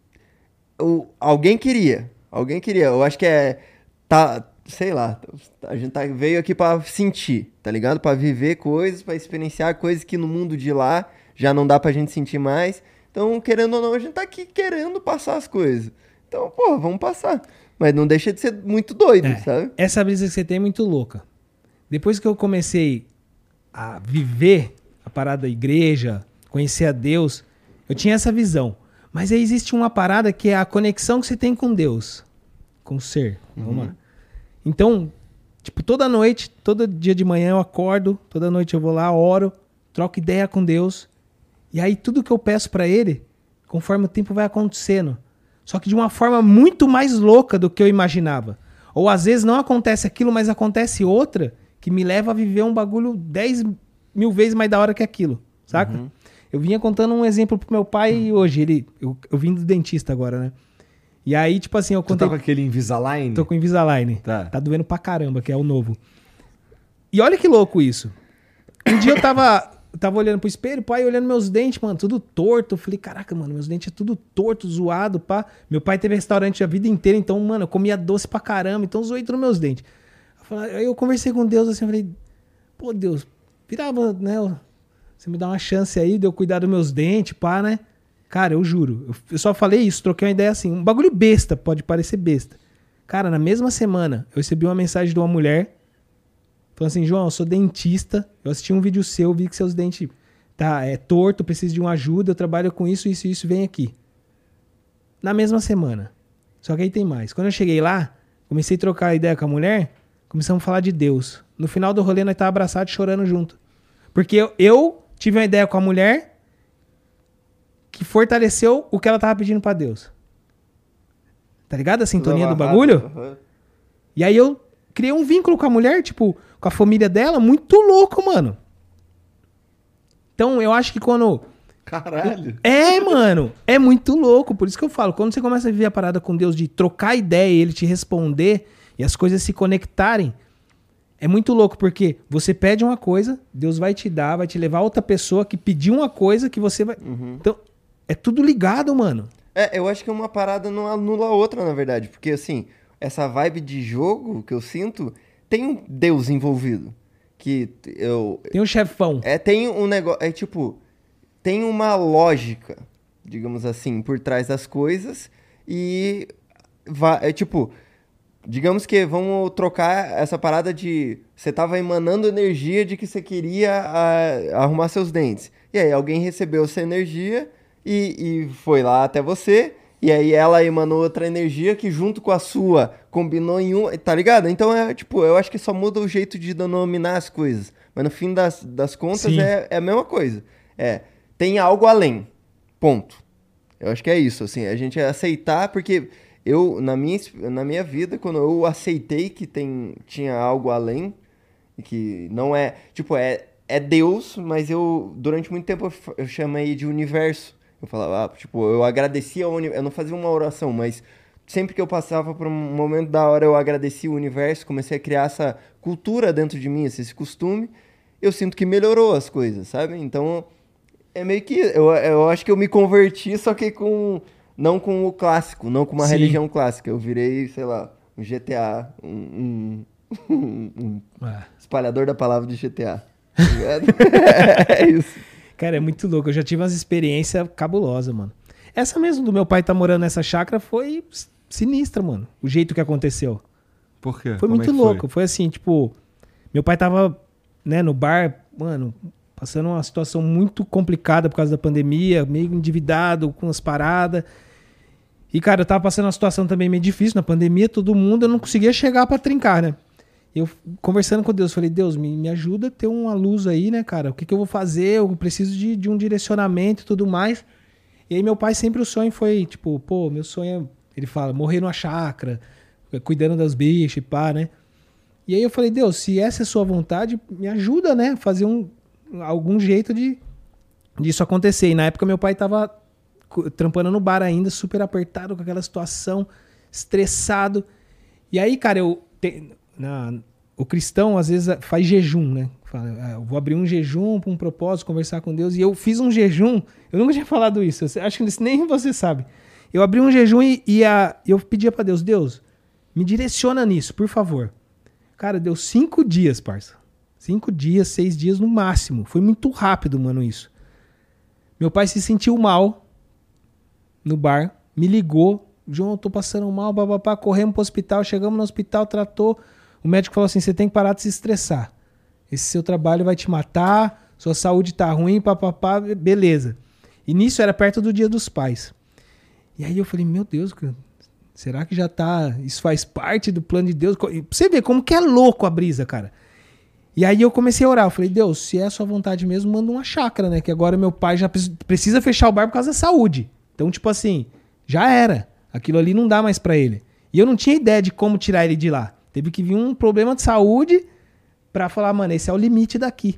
o, alguém queria. Alguém queria. Eu acho que é... Tá, sei lá, a gente tá, veio aqui pra sentir, tá ligado? Pra viver coisas, pra experienciar coisas que no mundo de lá já não dá pra gente sentir mais. Então, querendo ou não, a gente tá aqui querendo passar as coisas. Então, pô, vamos passar. Mas não deixa de ser muito doido, É, sabe? essa brisa que você tem é muito louca. Depois que eu comecei a viver a parada da igreja, conhecer a Deus, eu tinha essa visão. Mas aí existe uma parada que é a conexão que você tem com Deus, com o ser. Vamos lá. Então, tipo, toda noite, todo dia de manhã eu acordo, toda noite eu vou lá, oro, troco ideia com Deus. E aí tudo que eu peço pra Ele, conforme o tempo vai acontecendo. Só que de uma forma muito mais louca do que eu imaginava. Ou às vezes não acontece aquilo, mas acontece outra que me leva a viver um bagulho dez mil vezes mais da hora que aquilo, saca? Uhum. Eu vinha contando um exemplo pro meu pai hoje, ele, eu, eu vim do dentista agora, né? E aí, tipo assim, eu Tu contei... tá com aquele Invisalign? Tô com Invisalign. Tá. Tá doendo pra caramba, que é o novo. E olha que louco isso. Um dia eu tava, eu tava olhando pro espelho, pai, olhando meus dentes, mano, tudo torto. Eu falei, caraca, mano, meus dentes é tudo torto, zoado, pá. Meu pai teve restaurante a vida inteira, então, mano, eu comia doce pra caramba, então zoei tudo nos meus dentes. Eu falei- Aí eu conversei com Deus assim, eu falei, pô, Deus, virava, né, você me dá uma chance aí de eu cuidar dos meus dentes, pá, né? Cara, eu juro, eu- eu só falei isso, troquei uma ideia assim, um bagulho besta, pode parecer besta. Cara, na mesma semana, eu recebi uma mensagem de uma mulher falando assim, João, eu sou dentista, eu assisti um vídeo seu, vi que seus dentes tá é torto, preciso de uma ajuda, eu trabalho com isso, isso, isso, vem aqui. Na mesma semana. Só que aí tem mais. Quando eu cheguei lá, comecei a trocar ideia com a mulher, começamos a falar de Deus. No final do rolê, nós tava abraçados chorando junto. Porque eu, eu tive uma ideia com a mulher que fortaleceu o que ela tava pedindo pra Deus. Tá ligado a sintonia do bagulho? Uhum. E aí eu criei um vínculo com a mulher, tipo, com a família dela, muito louco, mano. Então eu acho que quando... Caralho. É, mano, é muito louco. Por isso que eu falo, quando você começa a viver a parada com Deus de trocar ideia e ele te responder e as coisas se conectarem, é muito louco, porque você pede uma coisa, Deus vai te dar, vai te levar a outra pessoa que pediu uma coisa que você vai... Então, é tudo ligado, mano. É, eu acho que uma parada não anula a outra, na verdade. Porque, assim, essa vibe de jogo que eu sinto, tem um Deus envolvido. Que eu... Tem um chefão. É, tem um negócio... É tipo... Tem uma lógica, digamos assim, por trás das coisas. E... vai- É tipo... Digamos que vamos trocar essa parada de... Você tava emanando energia de que você queria ah, arrumar seus dentes. E aí alguém recebeu essa energia e, e foi lá até você. E aí ela emanou outra energia que junto com a sua combinou em um... Tá ligado? Então é tipo... Eu acho que só muda o jeito de denominar as coisas. Mas no fim das, das contas é, é a mesma coisa. É... Tem algo além. Ponto. Eu acho que é isso, assim. A gente aceitar, porque... Eu, na minha, na minha vida, quando eu aceitei que tem, tinha algo além, e que não é, tipo, é, é Deus, mas eu, durante muito tempo, eu, f- eu chamei de universo. Eu falava, ah, tipo, eu agradecia ao universo, eu não fazia uma oração, mas sempre que eu passava por um momento da hora, eu agradecia o universo, comecei a criar essa cultura dentro de mim, esse costume, eu sinto que melhorou as coisas, sabe? Então, é meio que, eu, eu acho que eu me converti, só que com... Não com o clássico, não com uma Sim. religião clássica. Eu virei, sei lá, um G T A, um, um- um Ah. espalhador da palavra de G T A. Tá ligado? É isso. Cara, é muito louco. Eu já tive umas experiências cabulosas, mano. Essa mesmo do meu pai tá morando nessa chácara foi s- sinistra, mano. O jeito que aconteceu. Por quê? Foi Como é muito que louco. Foi assim, tipo... Meu pai tava, né, no bar, mano, passando uma situação muito complicada por causa da pandemia, meio endividado, com as paradas. E, cara, eu tava passando uma situação também meio difícil na pandemia, todo mundo, eu não conseguia chegar pra trincar, né? Eu, conversando com Deus, falei, Deus, me, me ajuda a ter uma luz aí, né, cara? O que, que eu vou fazer? Eu preciso de, de um direcionamento e tudo mais. E aí meu pai sempre o sonho foi, tipo, pô, meu sonho é, ele fala, morrer numa chácara, cuidando das bichas e pá, né? E aí eu falei, Deus, se essa é a sua vontade, me ajuda, né? Fazer um, algum jeito de disso acontecer. E na época meu pai tava co- trampando no bar ainda, super apertado com aquela situação, estressado. E aí, cara, eu... te- na- o cristão, às vezes, faz jejum, né? Fala, ah, eu vou abrir um jejum para um propósito, conversar com Deus. E eu fiz um jejum, eu nunca tinha falado isso, eu acho que isso nem você sabe. Eu abri um jejum e, e a, eu pedia para Deus, Deus, me direciona nisso, por favor. Cara, deu cinco dias, parça. Cinco dias, seis dias no máximo. Foi muito rápido, mano, isso. Meu pai se sentiu mal no bar, me ligou. João, eu tô passando mal, babapá. Corremos pro hospital, chegamos no hospital, tratou. O médico falou assim, você tem que parar de se estressar. Esse seu trabalho vai te matar, sua saúde tá ruim, papapá, beleza. E nisso era perto do Dia dos Pais. E aí eu falei, meu Deus, cara, será que já tá... Isso faz parte do plano de Deus? Pra você ver como que é louco a brisa, cara. E aí eu comecei a orar. Eu falei, Deus, se é a sua vontade mesmo, manda uma chácara, né? Que agora meu pai já precisa fechar o bar por causa da saúde. Então, tipo assim, já era. Aquilo ali não dá mais pra ele. E eu não tinha ideia de como tirar ele de lá. Teve que vir um problema de saúde pra falar, mano, esse é o limite daqui.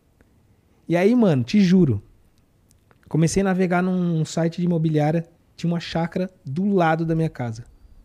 E aí, mano, te juro. Comecei a navegar num site de imobiliária. Tinha uma chácara do lado da minha casa.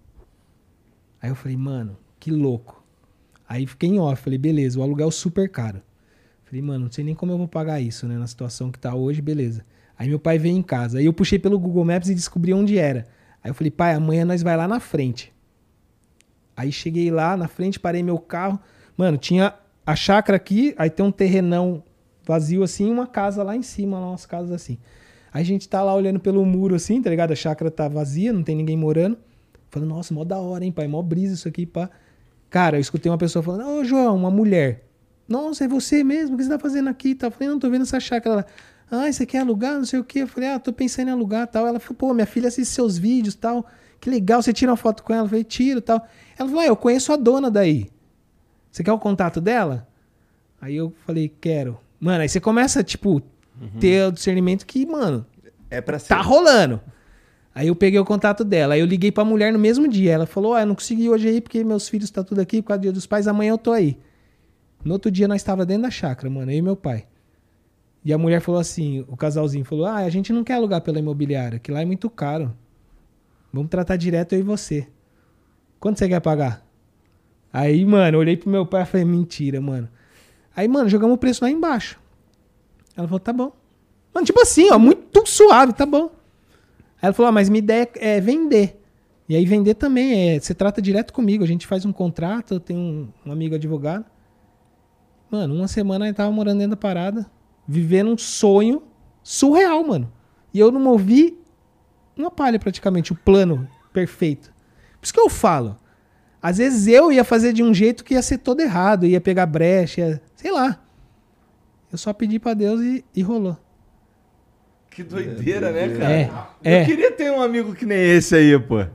Aí eu falei, mano, que louco. Aí fiquei em off, falei, beleza, o aluguel é super caro. Falei, mano, não sei nem como eu vou pagar isso, né? Na situação que tá hoje, beleza. Aí meu pai veio em casa. Aí eu puxei pelo Google Maps e descobri onde era. Aí eu falei, pai, amanhã nós vai lá na frente. Aí cheguei lá na frente, parei meu carro. Mano, tinha a chácara aqui, aí tem um terrenão vazio assim e uma casa lá em cima, lá umas casas assim. Aí a gente tá lá olhando pelo muro assim, tá ligado? A chácara tá vazia, não tem ninguém morando. Falando, nossa, mó da hora, hein, pai? Mó brisa isso aqui, pá. Cara, eu escutei uma pessoa falando, ô, João, uma mulher. Nossa, é você mesmo? O que você tá fazendo aqui? Eu falei, não, tô vendo essa chácara lá. Ah, você quer alugar? Não sei o quê. Eu falei, ah, tô pensando em alugar tal. Ela falou, pô, minha filha assiste seus vídeos tal. Que legal, você tira uma foto com ela? Eu falei, tiro tal. Ela falou, ah, eu conheço a dona daí. Você quer o contato dela? Aí eu falei, quero. Mano, aí você começa, tipo, uhum. ter o discernimento que, mano, é pra ser. Tá rolando. Aí eu peguei o contato dela. Aí eu liguei pra mulher no mesmo dia. Ela falou, ah, eu não consegui hoje aí porque meus filhos estão tudo aqui por causa do Dia dos Pais. Amanhã eu tô aí. No outro dia nós estávamos dentro da chácara, mano, eu e meu pai. E a mulher falou assim, o casalzinho falou, ah, a gente não quer alugar pela imobiliária, que lá é muito caro. Vamos tratar direto eu e você. Quanto você quer pagar? Aí, mano, eu olhei pro meu pai e falei, mentira, mano. Aí, mano, jogamos o preço lá embaixo. Ela falou, tá bom. Mano, tipo assim, ó, muito suave, tá bom. Aí ela falou, ah, mas minha ideia é vender. E aí vender também, é, você trata direto comigo, a gente faz um contrato, eu tenho um, um amigo advogado. Mano, uma semana eu tava morando dentro da parada, vivendo um sonho surreal, mano. E eu não movi uma palha praticamente, o plano perfeito. Por isso que eu falo, às vezes eu ia fazer de um jeito que ia ser todo errado, ia pegar brecha, ia, sei lá. Eu só pedi pra Deus e, e rolou. Que doideira, né, cara? É, eu é. queria ter um amigo que nem esse aí, pô.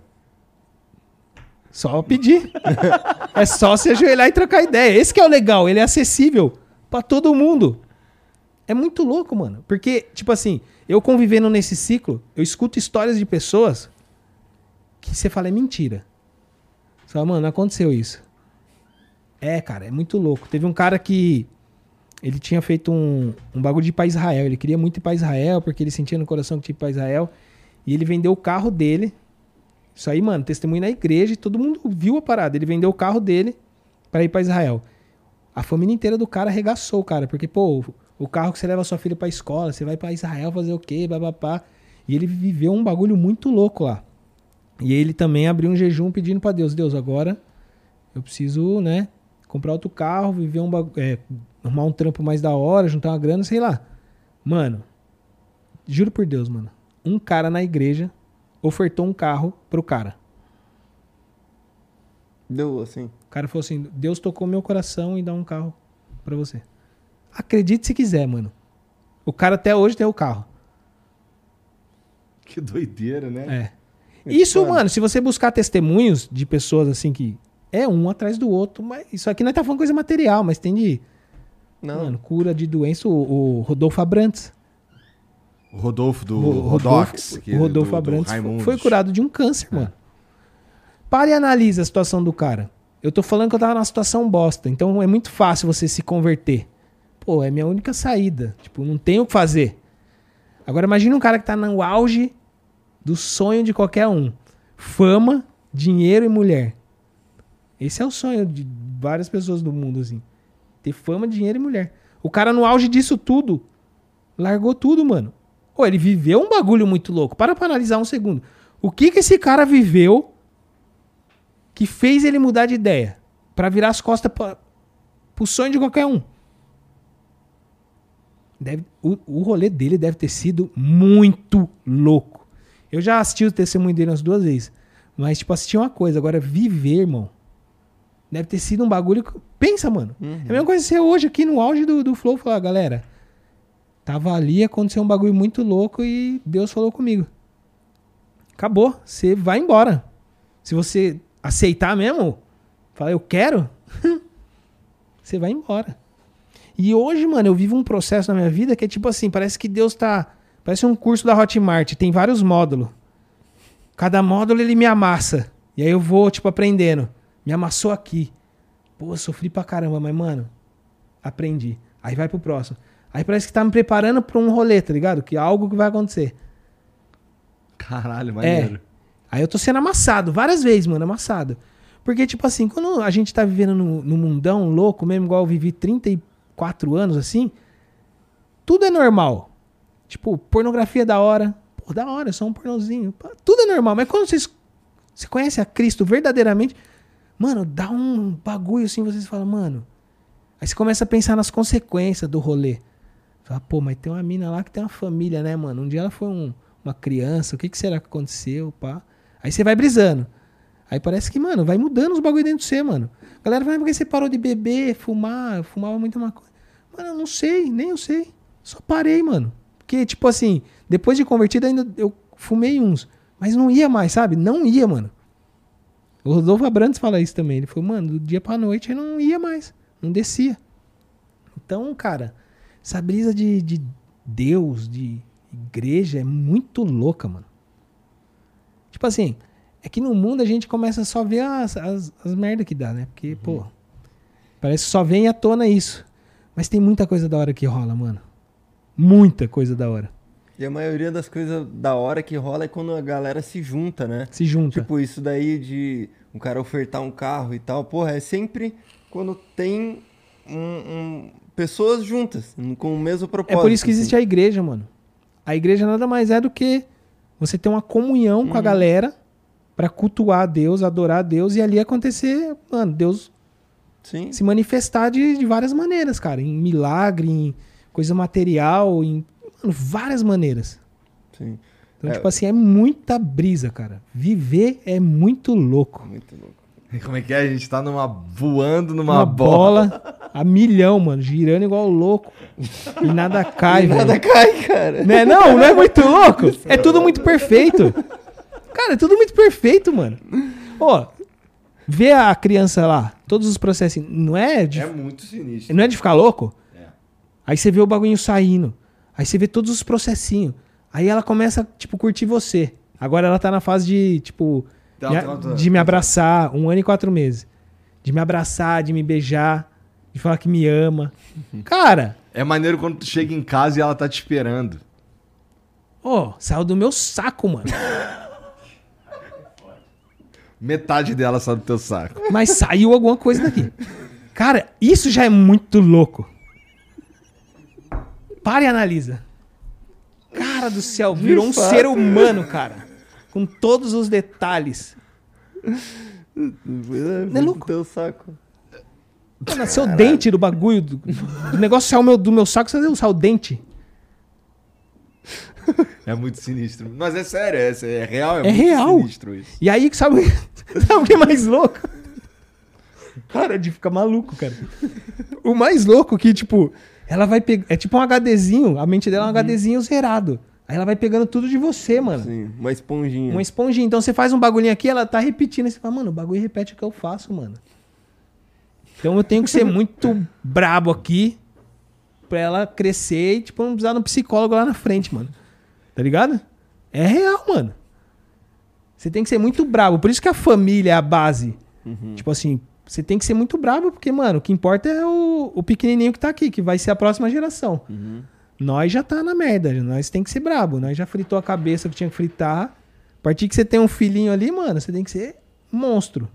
Só pedir. É só se ajoelhar e trocar ideia. Esse que é o legal, ele é acessível pra todo mundo. É muito louco, mano. Porque, tipo assim, eu convivendo nesse ciclo, eu escuto histórias de pessoas que você fala, é mentira. Você fala, mano, não aconteceu isso. É, cara, é muito louco. Teve um cara que ele tinha feito um, um bagulho de ir pra Israel. Ele queria muito ir pra Israel, porque ele sentia no coração que tinha que ir pra Israel. E ele vendeu o carro dele. Isso aí, mano, testemunho na igreja e todo mundo viu a parada. Ele vendeu o carro dele pra ir pra Israel. A família inteira do cara arregaçou, cara. Porque, pô, o carro que você leva a sua filha pra escola, você vai pra Israel fazer o quê, babapá. E ele viveu um bagulho muito louco lá. E ele também abriu um jejum pedindo pra Deus. Deus, agora eu preciso, né, comprar outro carro, viver um bagulho, é, arrumar um trampo mais da hora, juntar uma grana, sei lá. Mano, juro por Deus, mano. Um cara na igreja ofertou um carro pro cara. Deu assim. O cara falou assim, Deus tocou meu coração e dá um carro pra você. Acredite se quiser, mano. O cara até hoje tem o carro. Que doideira, né? É. Isso, mano, se você buscar testemunhos de pessoas assim que é um atrás do outro, mas isso aqui não tá falando coisa material, mas tem de Não. mano, cura de doença, o, o Rodolfo Abrantes. O Rodolfo do O Rodox. Rodolfo, que- o Rodolfo do- do Abrantes Raimundos. foi curado de um câncer, mano. Para e analisa a situação do cara. eu tô falando que eu tava numa situação bosta. Então é muito fácil você se converter. Pô, é minha única saída. Tipo, não tenho o que fazer. Agora imagina um cara que tá no auge do sonho de qualquer um. Fama, dinheiro e mulher. Esse é o sonho de várias pessoas do mundo, assim. Ter fama, dinheiro e mulher. O cara no auge disso tudo, largou tudo, mano. Pô, ele viveu um bagulho muito louco. Para pra analisar um segundo. O que que esse cara viveu que fez ele mudar de ideia? Pra virar as costas pra, pro sonho de qualquer um. Deve, o, o rolê dele deve ter sido muito louco. Eu já assisti o testemunho dele umas duas vezes. Mas, tipo, assisti uma coisa. Agora, viver, irmão, deve ter sido um bagulho... que- Pensa, mano. Uhum. É a mesma coisa que você hoje aqui no auge do, do Flow falar, galera, tava ali, aconteceu um bagulho muito louco e Deus falou comigo. Acabou. Você vai embora. Se você aceitar mesmo, falar, eu quero, você vai embora. E hoje, mano, eu vivo um processo na minha vida que é tipo assim, parece que Deus tá... Parece um curso da Hotmart, tem vários módulos. Cada módulo ele me amassa. E aí eu vou, tipo, aprendendo. Me amassou aqui. Pô, sofri pra caramba, mas, mano, aprendi. Aí vai pro próximo. Aí parece que tá me preparando pra um rolê, tá ligado? Que é algo que vai acontecer. Caralho, maneiro. É. Aí eu tô sendo amassado, várias vezes, mano, amassado. Porque, tipo assim, quando a gente tá vivendo no, no mundão louco, mesmo igual eu vivi trinta e quatro anos, assim, tudo é normal. Tipo, pornografia é da hora. Pô, da hora, é só um pornozinho. Pô, tudo é normal. Mas quando vocês, você conhece a Cristo verdadeiramente, mano, dá um bagulho assim, vocês falam, mano... Aí você começa a pensar nas consequências do rolê. Fala, pô, mas tem uma mina lá que tem uma família, né, mano? Um dia ela foi um, uma criança, o que, que será que aconteceu, pá? Aí você vai brisando. Aí parece que, mano, vai mudando os bagulho dentro de você, mano. A galera fala, por que você parou de beber, fumar? Eu fumava muita maconha. Mano, eu não sei, nem eu sei. Só parei, mano. Porque, tipo assim, depois de convertido ainda eu fumei uns. Mas não ia mais, sabe? Não ia, mano. O Rodolfo Abrantes fala isso também. Ele falou, mano, do dia pra noite eu não ia mais. Não descia. Então, cara, essa brisa de, de Deus, de igreja é muito louca, mano. Tipo assim, é que no mundo a gente começa a só ver as, as, as merdas que dá, né? Porque, uhum. pô, parece que só vem à tona isso. Mas tem muita coisa da hora que rola, mano. Muita coisa da hora. E a maioria das coisas da hora que rola é quando a galera se junta, né? Se junta. Tipo, isso daí de um cara ofertar um carro e tal. Porra, é sempre quando tem um, um, pessoas juntas, com o mesmo propósito. É por isso que existe assim. a igreja, mano. A igreja nada mais é do que você ter uma comunhão uhum. com a galera pra cultuar a Deus, adorar a Deus e ali acontecer, mano, Deus Sim. se manifestar de, de várias maneiras, cara. Em milagre, em coisa material, em mano, várias maneiras. Sim. Então, é, tipo assim, é muita brisa, cara. Viver é muito louco. Muito louco. Como é que é? A gente tá numa, voando numa Uma bola. bola a milhão, mano. Girando igual louco. E nada cai, E velho. nada cai, cara. Né? Não, não é muito louco? É tudo muito perfeito. Cara, é tudo muito perfeito, mano. Ó, vê a criança lá, todos os processos. Não é de, É muito sinistro. não é de ficar louco? É. Aí você vê o bagulho saindo. Aí você vê todos os processinhos. Aí ela começa, tipo, curtir você. Agora ela tá na fase de, tipo, Tá, me- tá, tá. de me abraçar, um ano e quatro meses. De me abraçar, de me beijar, de falar que me ama. Cara, É maneiro quando tu chega em casa e ela tá te esperando. ó, saiu do meu saco, mano. Metade dela sai do teu saco. Mas saiu alguma coisa daqui. Cara, isso já é muito louco. Para e analisa. Cara do céu, virou um fato. ser humano, cara. Com todos os detalhes. Não é louco? Teu saco. Pô, nasceu o dente do bagulho. Do, do negócio saiu meu, do meu saco, saiu o dente. É muito sinistro. Mas é sério, é, é real, é, É muito real. sinistro isso. E aí, sabe, sabe o que é mais louco? Cara, de ficar maluco, cara. O mais louco que, tipo, ela vai pegar. É tipo um HDzinho, a mente dela é um HDzinho zerado. Aí ela vai pegando tudo de você, mano. Sim, uma esponjinha. Uma esponjinha. Então você faz um bagulhinho aqui, ela tá repetindo. Aí você fala, mano, o bagulho repete o que eu faço, mano. Então eu tenho que ser muito brabo aqui pra ela crescer e, tipo, não precisar de um psicólogo lá na frente, mano. Tá ligado? É real, mano. Você tem que ser muito brabo. Por isso que a família é a base. Uhum. Tipo assim, você tem que ser muito brabo, porque, mano, o que importa é o, o pequenininho que tá aqui, que vai ser a próxima geração. Uhum. Nós já tá na merda, nós tem que ser brabo. Nós já fritou a cabeça que tinha que fritar. A partir que você tem um filhinho ali, mano, você tem que ser monstro.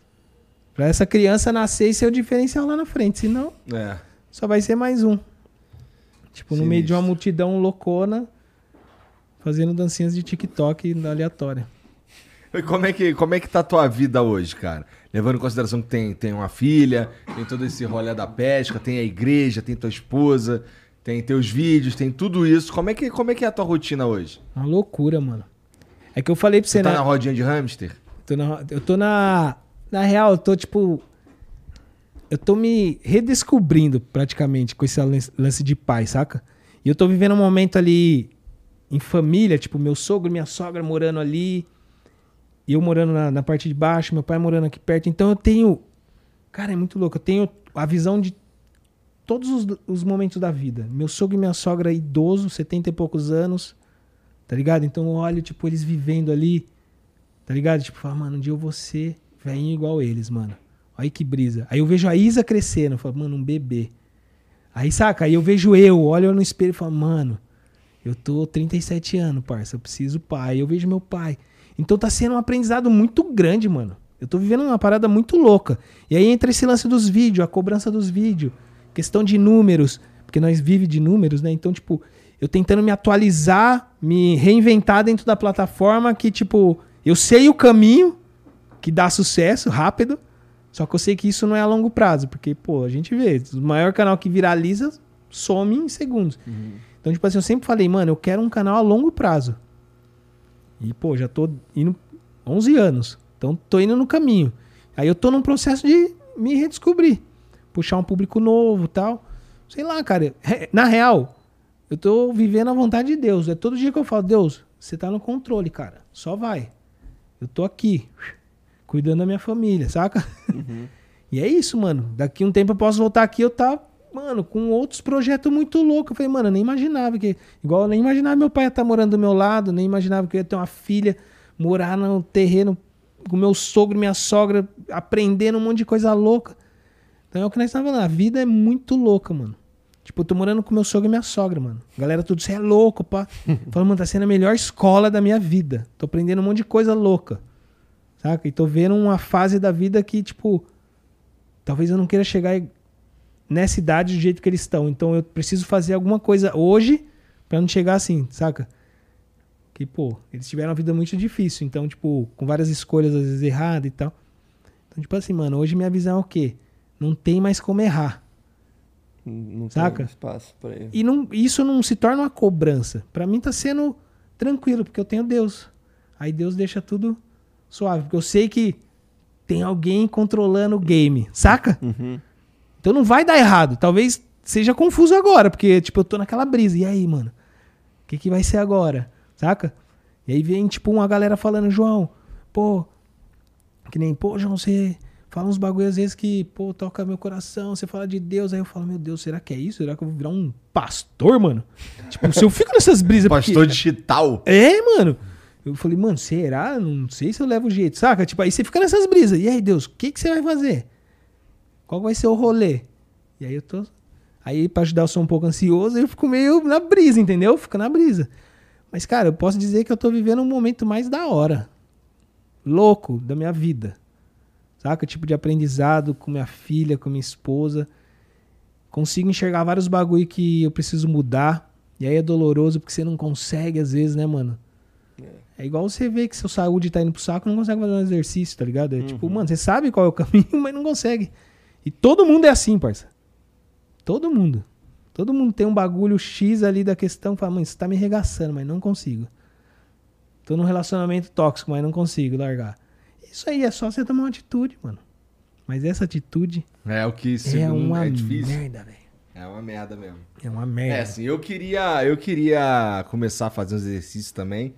Pra essa criança nascer e ser o diferencial lá na frente. Senão, É. só vai ser mais um. Tipo, no Sinistro. meio de uma multidão loucona, fazendo dancinhas de TikTok aleatória. E como é que, como é que tá a tua vida hoje, cara? Levando em consideração que tem, tem uma filha, tem todo esse rolê da pesca, tem a igreja, tem tua esposa, tem teus vídeos, tem tudo isso. Como é que, como é, que é a tua rotina hoje? Uma loucura, mano. É que eu falei pra você, Você tá né? na rodinha de hamster? Tô na- eu tô na... Na real, eu tô, tipo... Eu tô me redescobrindo, praticamente, com esse lance- lance de pai, saca? E eu tô vivendo um momento ali em família, tipo, meu sogro e minha sogra morando ali, e eu morando na, na parte de baixo, meu pai morando aqui perto. Então eu tenho... Cara, é muito louco. Eu tenho a visão de todos os, os momentos da vida. Meu sogro e minha sogra idoso, setenta e poucos anos, tá ligado? Então eu olho, tipo, eles vivendo ali, tá ligado? Tipo, fala, mano, um dia eu vou ser velhinho igual eles, mano. Olha que brisa. Aí eu vejo a Isa crescendo, eu falo, mano, um bebê. Aí, saca? Aí eu vejo eu, olho no espelho e falo, mano, eu tô trinta e sete anos, parça, eu preciso pai. Aí eu vejo meu pai. Então tá sendo um aprendizado muito grande, mano. Eu tô vivendo uma parada muito louca. E aí entra esse lance dos vídeos, a cobrança dos vídeos, questão de números, porque nós vivemos de números, né? Então, tipo, eu tentando me atualizar, me reinventar dentro da plataforma que, tipo, eu sei o caminho que dá sucesso rápido, só que eu sei que isso não é a longo prazo, porque, pô, a gente vê, o maior canal que viraliza some em segundos. Uhum. Então, tipo assim, eu sempre falei, mano, eu quero um canal a longo prazo. E, pô, já tô indo onze anos. Então, tô indo no caminho. Aí eu tô num processo de me redescobrir. Puxar um público novo e tal. Sei lá, cara. Na real, eu tô vivendo a vontade de Deus. É todo dia que eu falo, Deus, você tá no controle, cara. Só vai. Eu tô aqui, cuidando da minha família, saca? Uhum. E é isso, mano. Daqui um tempo eu posso voltar aqui, eu tá, mano, com outros projetos muito loucos. Eu falei, mano, eu nem imaginava que... Igual eu nem imaginava meu pai estar morando do meu lado, nem imaginava que eu ia ter uma filha, morar no terreno com meu sogro, minha sogra, aprendendo um monte de coisa louca. Então é o que nós estamos falando. A vida é muito louca, mano. Tipo, eu tô morando com meu sogro e minha sogra, mano. Galera, tudo, você é louco, pá. Falando, mano, tá sendo a melhor escola da minha vida. Tô aprendendo um monte de coisa louca. Saca? E tô vendo uma fase da vida que, tipo, talvez eu não queira chegar nessa idade do jeito que eles estão. Então eu preciso fazer alguma coisa hoje pra não chegar assim, saca? Que, pô, eles tiveram uma vida muito difícil. Então, tipo, com várias escolhas às vezes erradas e tal. Então, tipo assim, mano, hoje minha visão é o quê? Não tem mais como errar. Não Saca? tem espaço pra erro. E não, isso não se torna uma cobrança. Pra mim tá sendo tranquilo, porque eu tenho Deus. Aí Deus deixa tudo suave. Porque eu sei que tem alguém controlando o game, saca? Uhum. Então não vai dar errado. Talvez seja confuso agora, porque, tipo, eu tô naquela brisa. E aí, mano? O que que vai ser agora? Saca? E aí vem, tipo, uma galera falando, João, pô, que nem, pô, João, você fala uns bagulho às vezes que, pô, toca meu coração, você fala de Deus. Aí eu falo, meu Deus, será que é isso? Será que eu vou virar um pastor, mano? Tipo, se eu fico nessas brisas... Pastor porque... digital. É, mano. Eu falei, mano, será? Não sei se eu levo jeito, saca? Tipo, aí você fica nessas brisas. E aí, Deus, o que, que você vai fazer? Qual vai ser o rolê? E aí eu tô... Aí, pra ajudar, eu sou um pouco ansioso, eu fico meio na brisa, entendeu? Fico na brisa. Mas, cara, eu posso dizer que eu tô vivendo um momento mais da hora. Louco da minha vida. Saca? Tipo de aprendizado com minha filha, com minha esposa. Consigo enxergar vários bagulho que eu preciso mudar. E aí é doloroso porque você não consegue às vezes, né, mano? É igual você ver que seu saúde tá indo pro saco e não consegue fazer um exercício, tá ligado? É Uhum. tipo, mano, você sabe qual é o caminho, mas não consegue. E todo mundo é assim, parça. Todo mundo. Todo mundo tem um bagulho X ali da questão. Fala, mãe, você tá me arregaçando, mas não consigo. Tô num relacionamento tóxico, mas não consigo largar. Isso aí é só você tomar uma atitude, mano. Mas essa atitude É o que é segundo, uma é difícil. merda, velho. É uma merda mesmo. É uma merda. É, assim, eu queria, eu queria começar a fazer uns exercícios também.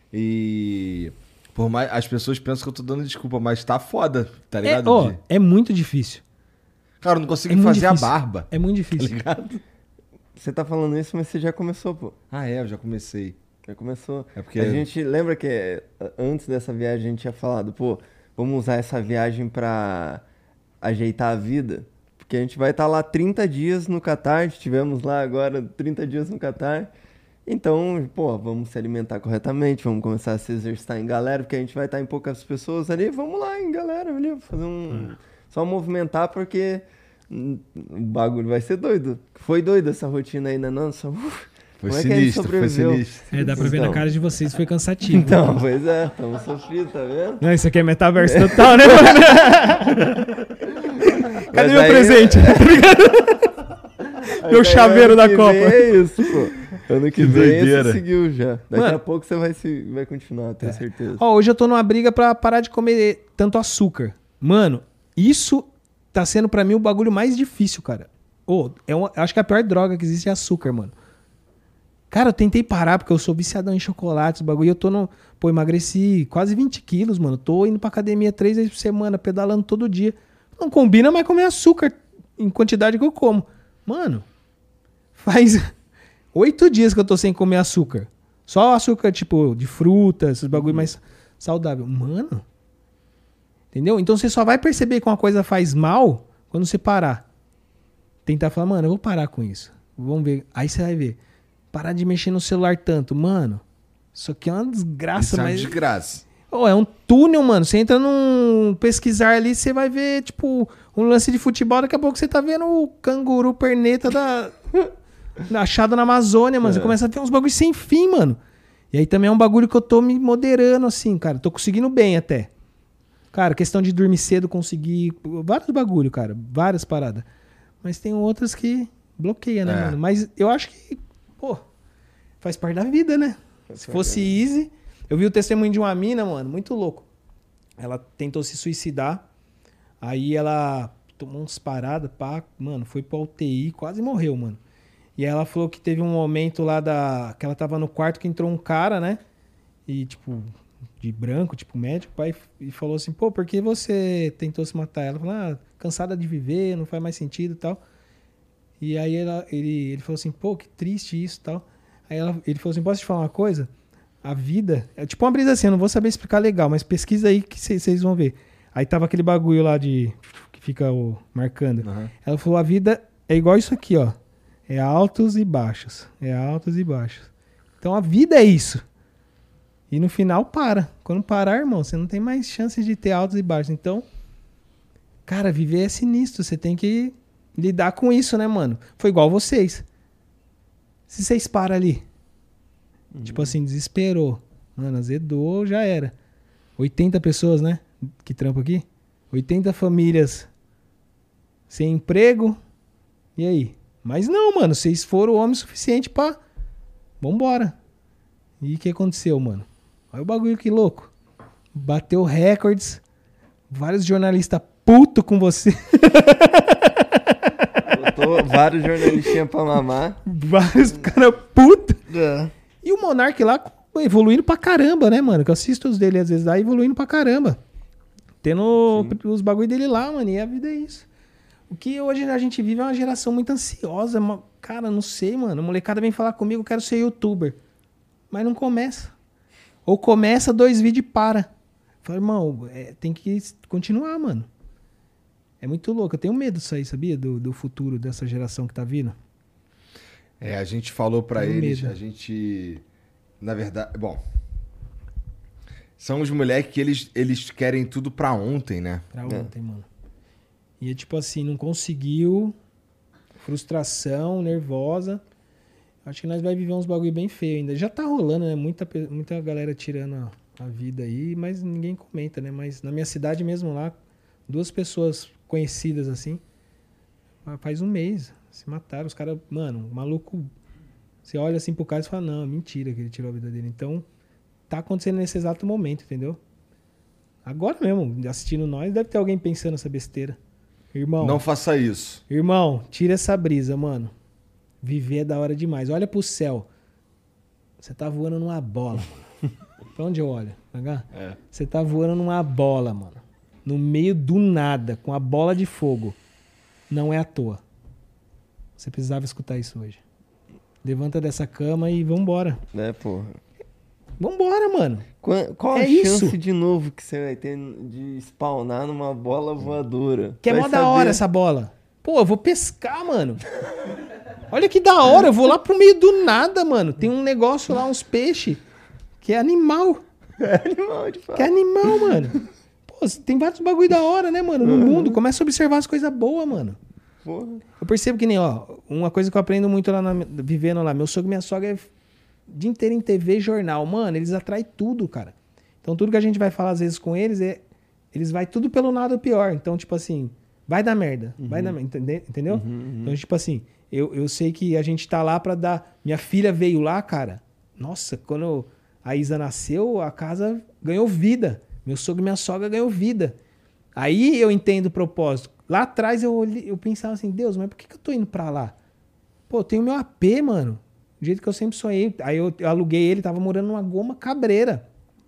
E por mais as pessoas pensam que eu tô dando desculpa, mas tá foda, tá é, ligado? ó, De- é muito difícil. Cara, eu não consigo É muito fazer difícil. a barba. É muito Tá difícil. ligado? Você tá falando isso, mas você já começou, pô. Ah, é, eu já comecei. Já começou. É porque- A gente lembra que eh, antes dessa viagem a gente tinha falado, pô, vamos usar essa viagem pra ajeitar a vida, porque a gente vai estar lá trinta dias no Catar, estivemos lá agora trinta dias no Catar, então, pô, vamos se alimentar corretamente, vamos começar a se exercitar em galera, porque a gente vai estar em poucas pessoas ali, vamos lá em galera ali, fazer um... Só movimentar, porque hum, o bagulho vai ser doido. Foi doido essa rotina aí, né? Nossa, uf. Foi Como é que a gente sinistro, foi sobreviveu? sinistro. É, dá pra ver Então. na cara de vocês, foi cansativo. Então, pois é, estamos sofridos, tá vendo? Não, isso aqui é metaverso total, né, mano? Cadê Mas meu aí- presente? Meu Mas aí, chaveiro ano da que Copa. vem é isso, pô. Ano que, Que vem doideira. você seguiu já. Daqui Mano. a pouco você vai, se, vai continuar, tenho certeza. Ó, hoje eu tô numa briga pra parar de comer tanto açúcar. Mano, isso tá sendo pra mim o bagulho mais difícil, cara. Ô, é uma, acho que a pior droga que existe é açúcar, mano. Cara, eu tentei parar porque eu sou viciadão em chocolate, bagulho. E eu tô no... Pô, emagreci quase vinte quilos, mano. Tô indo pra academia três vezes por semana, pedalando todo dia. Não combina mais comer açúcar em quantidade que eu como. Mano, faz oito dias que eu tô sem comer açúcar. Só açúcar, tipo, de frutas, esses bagulho mais saudável. Mano. Entendeu? Então você só vai perceber que uma coisa faz mal quando você parar. Tentar falar, mano, eu vou parar com isso. Vamos ver. Aí você vai ver. Parar de mexer no celular tanto. Mano, isso aqui é uma desgraça, Isso é uma mas... desgraça. Oh, é um túnel, mano. Você entra num pesquisar ali, você vai ver, tipo, um lance de futebol. Daqui a pouco você tá vendo o canguru perneta da... achado na Amazônia, mano. Você começa a ver uns bagulhos sem fim, mano. E aí também é um bagulho que eu tô me moderando, assim, cara. Tô conseguindo bem até. Cara, questão de dormir cedo, conseguir... Vários bagulho, cara. Várias paradas. Mas tem outras que bloqueia, né, É. mano? Mas eu acho que, pô, faz parte da vida, né? Se fosse easy... Eu vi o testemunho de uma mina, mano, muito louco. Ela tentou se suicidar. Aí ela tomou uns paradas, pá, mano, foi pra U T I, quase morreu, mano. E ela falou que teve um momento lá da... que ela tava no quarto que entrou um cara, né? E, tipo, de branco, tipo, médico, pai, e falou assim, pô, por que você tentou se matar? Ela falou, ah, cansada de viver, não faz mais sentido e tal. E aí ela, ele, ele falou assim, pô, que triste isso e tal. Aí ela, ele falou assim, posso te falar uma coisa? A vida... É tipo uma brisa assim, eu não vou saber explicar legal, mas pesquisa aí que vocês vão ver. Aí tava aquele bagulho lá de... que fica o, marcando. Uhum. Ela falou, a vida é igual isso aqui, ó. É altos e baixos. É altos e baixos. Então a vida é isso. E no final para. Quando parar, irmão, você não tem mais chances de ter altos e baixos. Então, cara, viver é sinistro. Você tem que lidar com isso, né, mano? Foi igual vocês. Se vocês param ali... Tipo assim, desesperou. Mano, azedou, já era. oitenta pessoas, né? Que trampo aqui. oitenta famílias sem emprego. E aí? Mas não, mano. Vocês foram homem suficiente pra... Vambora. E o que aconteceu, mano? Olha o bagulho que louco. Bateu recordes. Vários jornalistas putos com você. Botou vários jornalistinhas pra mamar. Vários caras putos. É. E o Monark lá evoluindo pra caramba, né, mano? Que eu assisto os dele às vezes lá, evoluindo pra caramba. Tendo os bagulho dele lá, mano. E a vida é isso. O que hoje a gente vive é uma geração muito ansiosa. Uma... Cara, não sei, mano. A molecada vem falar comigo, eu quero ser youtuber. Mas não começa. Ou começa dois vídeos e para. Fala, irmão, é, tem que continuar, mano. É muito louco. Eu tenho medo disso aí, sabia? Do, do futuro dessa geração que tá vindo. É, a gente falou pra Tenho eles, medo. a gente... Na verdade... Bom... São os moleques que eles, eles querem tudo pra ontem, né? Pra ontem, mano. E é tipo assim, não conseguiu. Frustração, nervosa. Acho que nós vai viver uns bagulho bem feio ainda. Já tá rolando, né? Muita, pe- muita galera tirando a, a vida aí, mas ninguém comenta, né? Mas na minha cidade mesmo lá, duas pessoas conhecidas assim, faz um mês, se mataram. Os caras, mano, o maluco. Você olha assim pro cara e fala, não, é mentira que ele tirou a vida dele. Então, tá acontecendo nesse exato momento, entendeu? Agora mesmo, assistindo nós, deve ter alguém pensando essa besteira. Irmão, Não faça isso. irmão, tira essa brisa, mano. Viver é da hora demais. Olha pro céu. Você tá voando numa bola, mano. Pra onde eu olho? Tá ligado? É. Você tá voando numa bola, mano. No meio do nada, com a bola de fogo. Não é à toa. Você precisava escutar isso hoje. Levanta dessa cama e vambora. Né, porra. Vambora, mano. Qual, qual É a chance isso. de novo que você vai ter de spawnar numa bola voadora? Que é Vai mó da saber. hora essa bola. Pô, eu vou pescar, mano. Olha que da hora, eu vou lá pro meio do nada, mano. Tem um negócio lá, uns peixes, que é animal. É animal, de fato. Que é animal, mano. Pô, tem vários bagulho da hora, né, mano? No mundo. Começa a observar as coisas boas, mano. Porra. Eu percebo que nem, ó, uma coisa que eu aprendo muito lá, na, vivendo lá. Meu sogro e minha sogra é o dia inteiro em T V e jornal. Mano, eles atraem tudo, cara. Então tudo que a gente vai falar às vezes com eles, é, eles vai tudo pelo lado pior. Então, tipo assim, vai dar merda. Uhum. Vai dar merda, entende- entendeu? Uhum, uhum. Então, tipo assim, eu, eu sei que a gente tá lá pra dar... Minha filha veio lá, cara. Nossa, quando a Isa nasceu, a casa ganhou vida. Meu sogro e minha sogra ganhou vida. Aí eu entendo o propósito. Lá atrás eu, olhei- eu pensava assim, Deus, mas por que, que eu tô indo pra lá? Pô, eu tenho meu A P, mano. Do jeito que eu sempre sonhei. Aí eu, eu aluguei ele, tava morando numa goma cabreira.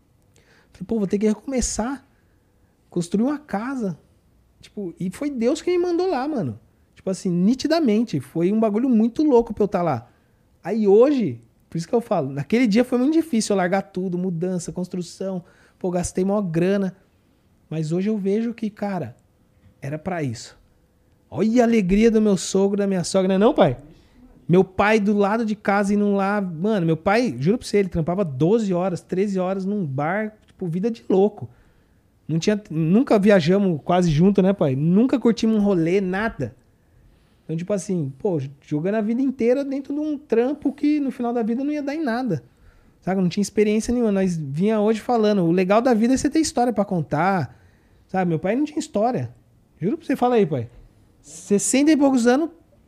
Falei, pô, vou ter que recomeçar. Construir uma casa. Tipo, e foi Deus quem me mandou lá, mano. Tipo assim, nitidamente. Foi um bagulho muito louco pra eu estar lá. Aí hoje, por isso que eu falo, naquele dia foi muito difícil eu largar tudo, mudança, construção. Pô, gastei maior grana. Mas hoje eu vejo que, cara, era pra isso. Olha a alegria do meu sogro, da minha sogra, não é não, pai? Meu pai do lado de casa indo lá... Mano, meu pai, juro pra você, ele trampava doze horas, treze horas num bar, tipo, vida de louco. Não tinha, nunca viajamos quase junto, né, pai? Nunca curtimos um rolê, nada. Então, tipo assim, pô, jogando a vida inteira dentro de um trampo que no final da vida não ia dar em nada. Sabe? Não tinha experiência nenhuma. Nós vinha hoje falando, o legal da vida é você ter história pra contar. Sabe? Meu pai não tinha história. Juro pra você, fala aí, pai. sessenta e poucos anos,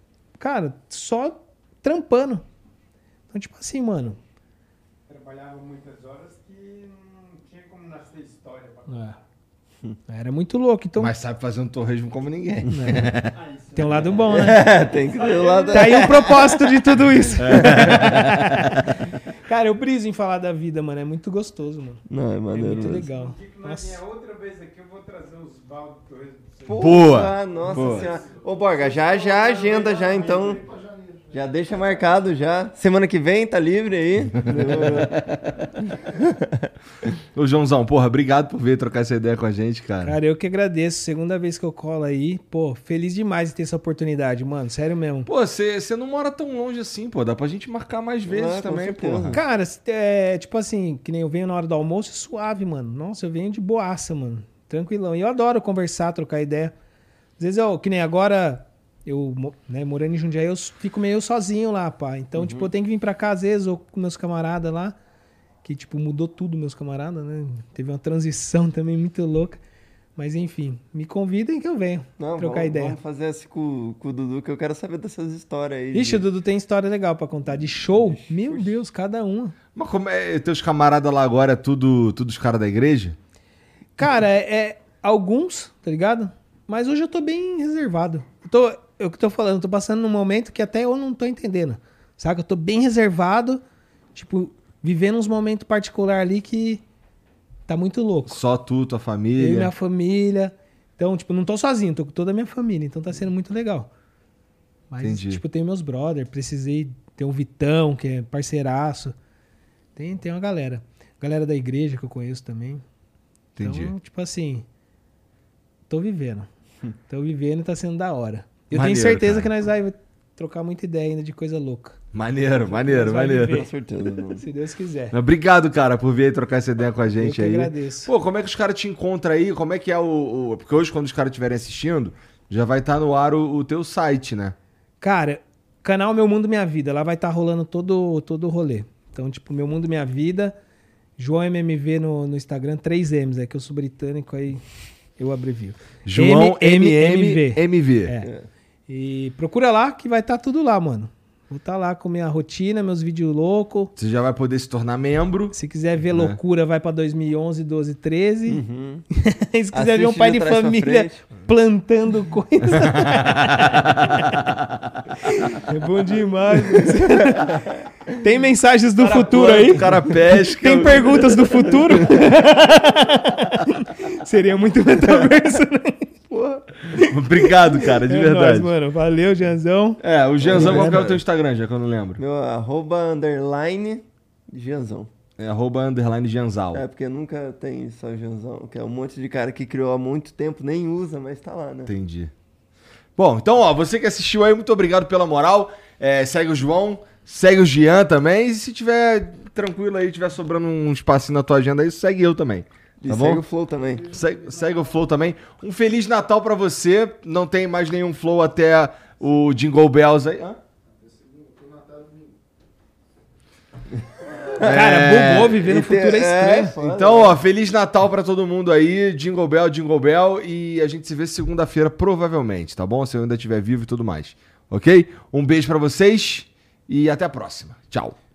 cara, só trampando. Então, tipo assim, mano. Trabalhava muitas horas que não tinha como nascer história pra contar. É. Era muito louco. Então, Mas sabe fazer um torresmo como ninguém. Ah, isso tem um lado bom, né? É, tem que ter o lado... Tá aí o propósito de tudo isso. Cara, eu briso em falar da vida, mano. É muito gostoso, mano. Não, é É maneiro muito mesmo. legal. O dia que nós Nossa. vier outra vez aqui, eu vou trazer os baldes do torresmo pra vocês. Pô, Boa. ah, nossa Boa. senhora. Ô, Borga, já, já agenda já, então. Já deixa marcado já. Semana que vem, tá livre aí? Ô, Joãozão, porra, obrigado por vir trocar essa ideia com a gente, cara. Cara, eu que agradeço. Segunda vez que eu colo aí. Pô, feliz demais de ter essa oportunidade, mano. Sério mesmo. Pô, você não mora tão longe assim, pô. Dá pra gente marcar mais vezes Ah, com também, certeza. porra. Cara, é, tipo assim, que nem eu venho na hora do almoço, é suave, mano. Nossa, eu venho de boaça, mano. Tranquilão. E eu adoro conversar, trocar ideia. Às vezes eu, que nem agora, eu, mo- né, morando em Jundiaí, eu fico meio sozinho lá, pá. Então, tipo, eu tenho que vir pra cá às vezes, ou com meus camaradas lá, que, tipo, mudou tudo, meus camaradas, né? Teve uma transição também muito louca. Mas, enfim, me convidem que eu venho Não, trocar vamos, ideia. Vamos fazer assim com, com o Dudu, que eu quero saber dessas histórias aí. Ixi, o de- Dudu tem história legal pra contar. De show? Meu Deus, cada uma. Mas como é, teus camaradas lá agora é tudo, tudo os caras da igreja? Cara, é, é alguns, tá ligado? Mas hoje eu tô bem reservado. Eu tô, eu que tô falando, eu tô passando num momento que até eu não tô entendendo. Saca? Eu tô bem reservado, tipo, vivendo uns momentos particulares ali que tá muito louco. Só tu, tua Eu e família. minha família. Então, tipo, não tô sozinho, tô com toda a minha família. Então tá sendo muito legal. Mas, Entendi. tipo, tem meus brothers, precisei ter um Vitão, que é parceiraço. Tem, tem uma galera. Galera da igreja que eu conheço também. Entendi. Então, tipo assim, tô vivendo. Tô vivendo e tá sendo da hora. Eu Maneiro, tenho certeza cara. que nós vai trocar muita ideia ainda de coisa louca. Maneiro, maneiro, Nós vai maneiro. viver. Com certeza, mano. Se Deus quiser. Obrigado, cara, por vir aí trocar essa ideia com a gente Eu que aí. agradeço. Pô, como é que os caras te encontram aí? Como é que é o, o- Porque hoje, quando os caras estiverem assistindo, já vai estar no ar o, o teu site, né? Cara, canal Meu Mundo Minha Vida. Lá vai estar rolando todo, todo o rolê. Então, tipo, Meu Mundo Minha Vida. João M M V no, no Instagram. Três M's. É que eu sou britânico, aí eu abrevio. João M M M M V. É. E procura lá que vai estar tudo lá, mano. Vou estar lá com minha rotina, meus vídeos loucos. Você já vai poder se tornar membro. Se quiser ver Né? loucura, vai pra dois mil e onze, doze, treze. Uhum. Se quiser ver um Assiste pai de de trás pra família frente. plantando coisa. É bom demais. Tem mensagens do futuro aí? O cara pesca. Tem perguntas do futuro? Seria muito metaverso, né? Porra. Obrigado, cara, de É verdade. nóis, mano. Valeu, Janzão. É, o Gianzão, qual que é o É, teu Instagram, já que eu não lembro? Meu arroba underline Gianzão. É arroba underline Genzal. É, porque nunca tem só Janzão, que é um monte de cara que criou há muito tempo, nem usa, mas tá lá, né? Entendi. Bom, então, ó, você que assistiu aí, muito obrigado pela moral. É, segue o João, segue o Jean também. E se tiver tranquilo aí, tiver sobrando um espacinho na tua agenda aí, segue eu também. E Tá segue bom? o Flow também. Segue, segue o Flow também. Um Feliz Natal pra você. Não tem mais nenhum Flow até o Jingle Bells aí. Hã? Cara, bugou, viver no E tem- futuro é estranho. foda. Então, ó, Feliz Natal pra todo mundo aí. Jingle Bell, Jingle Bell. E a gente se vê segunda-feira, provavelmente, tá bom? Se eu ainda estiver vivo e tudo mais. Ok? Um beijo pra vocês e até a próxima. Tchau.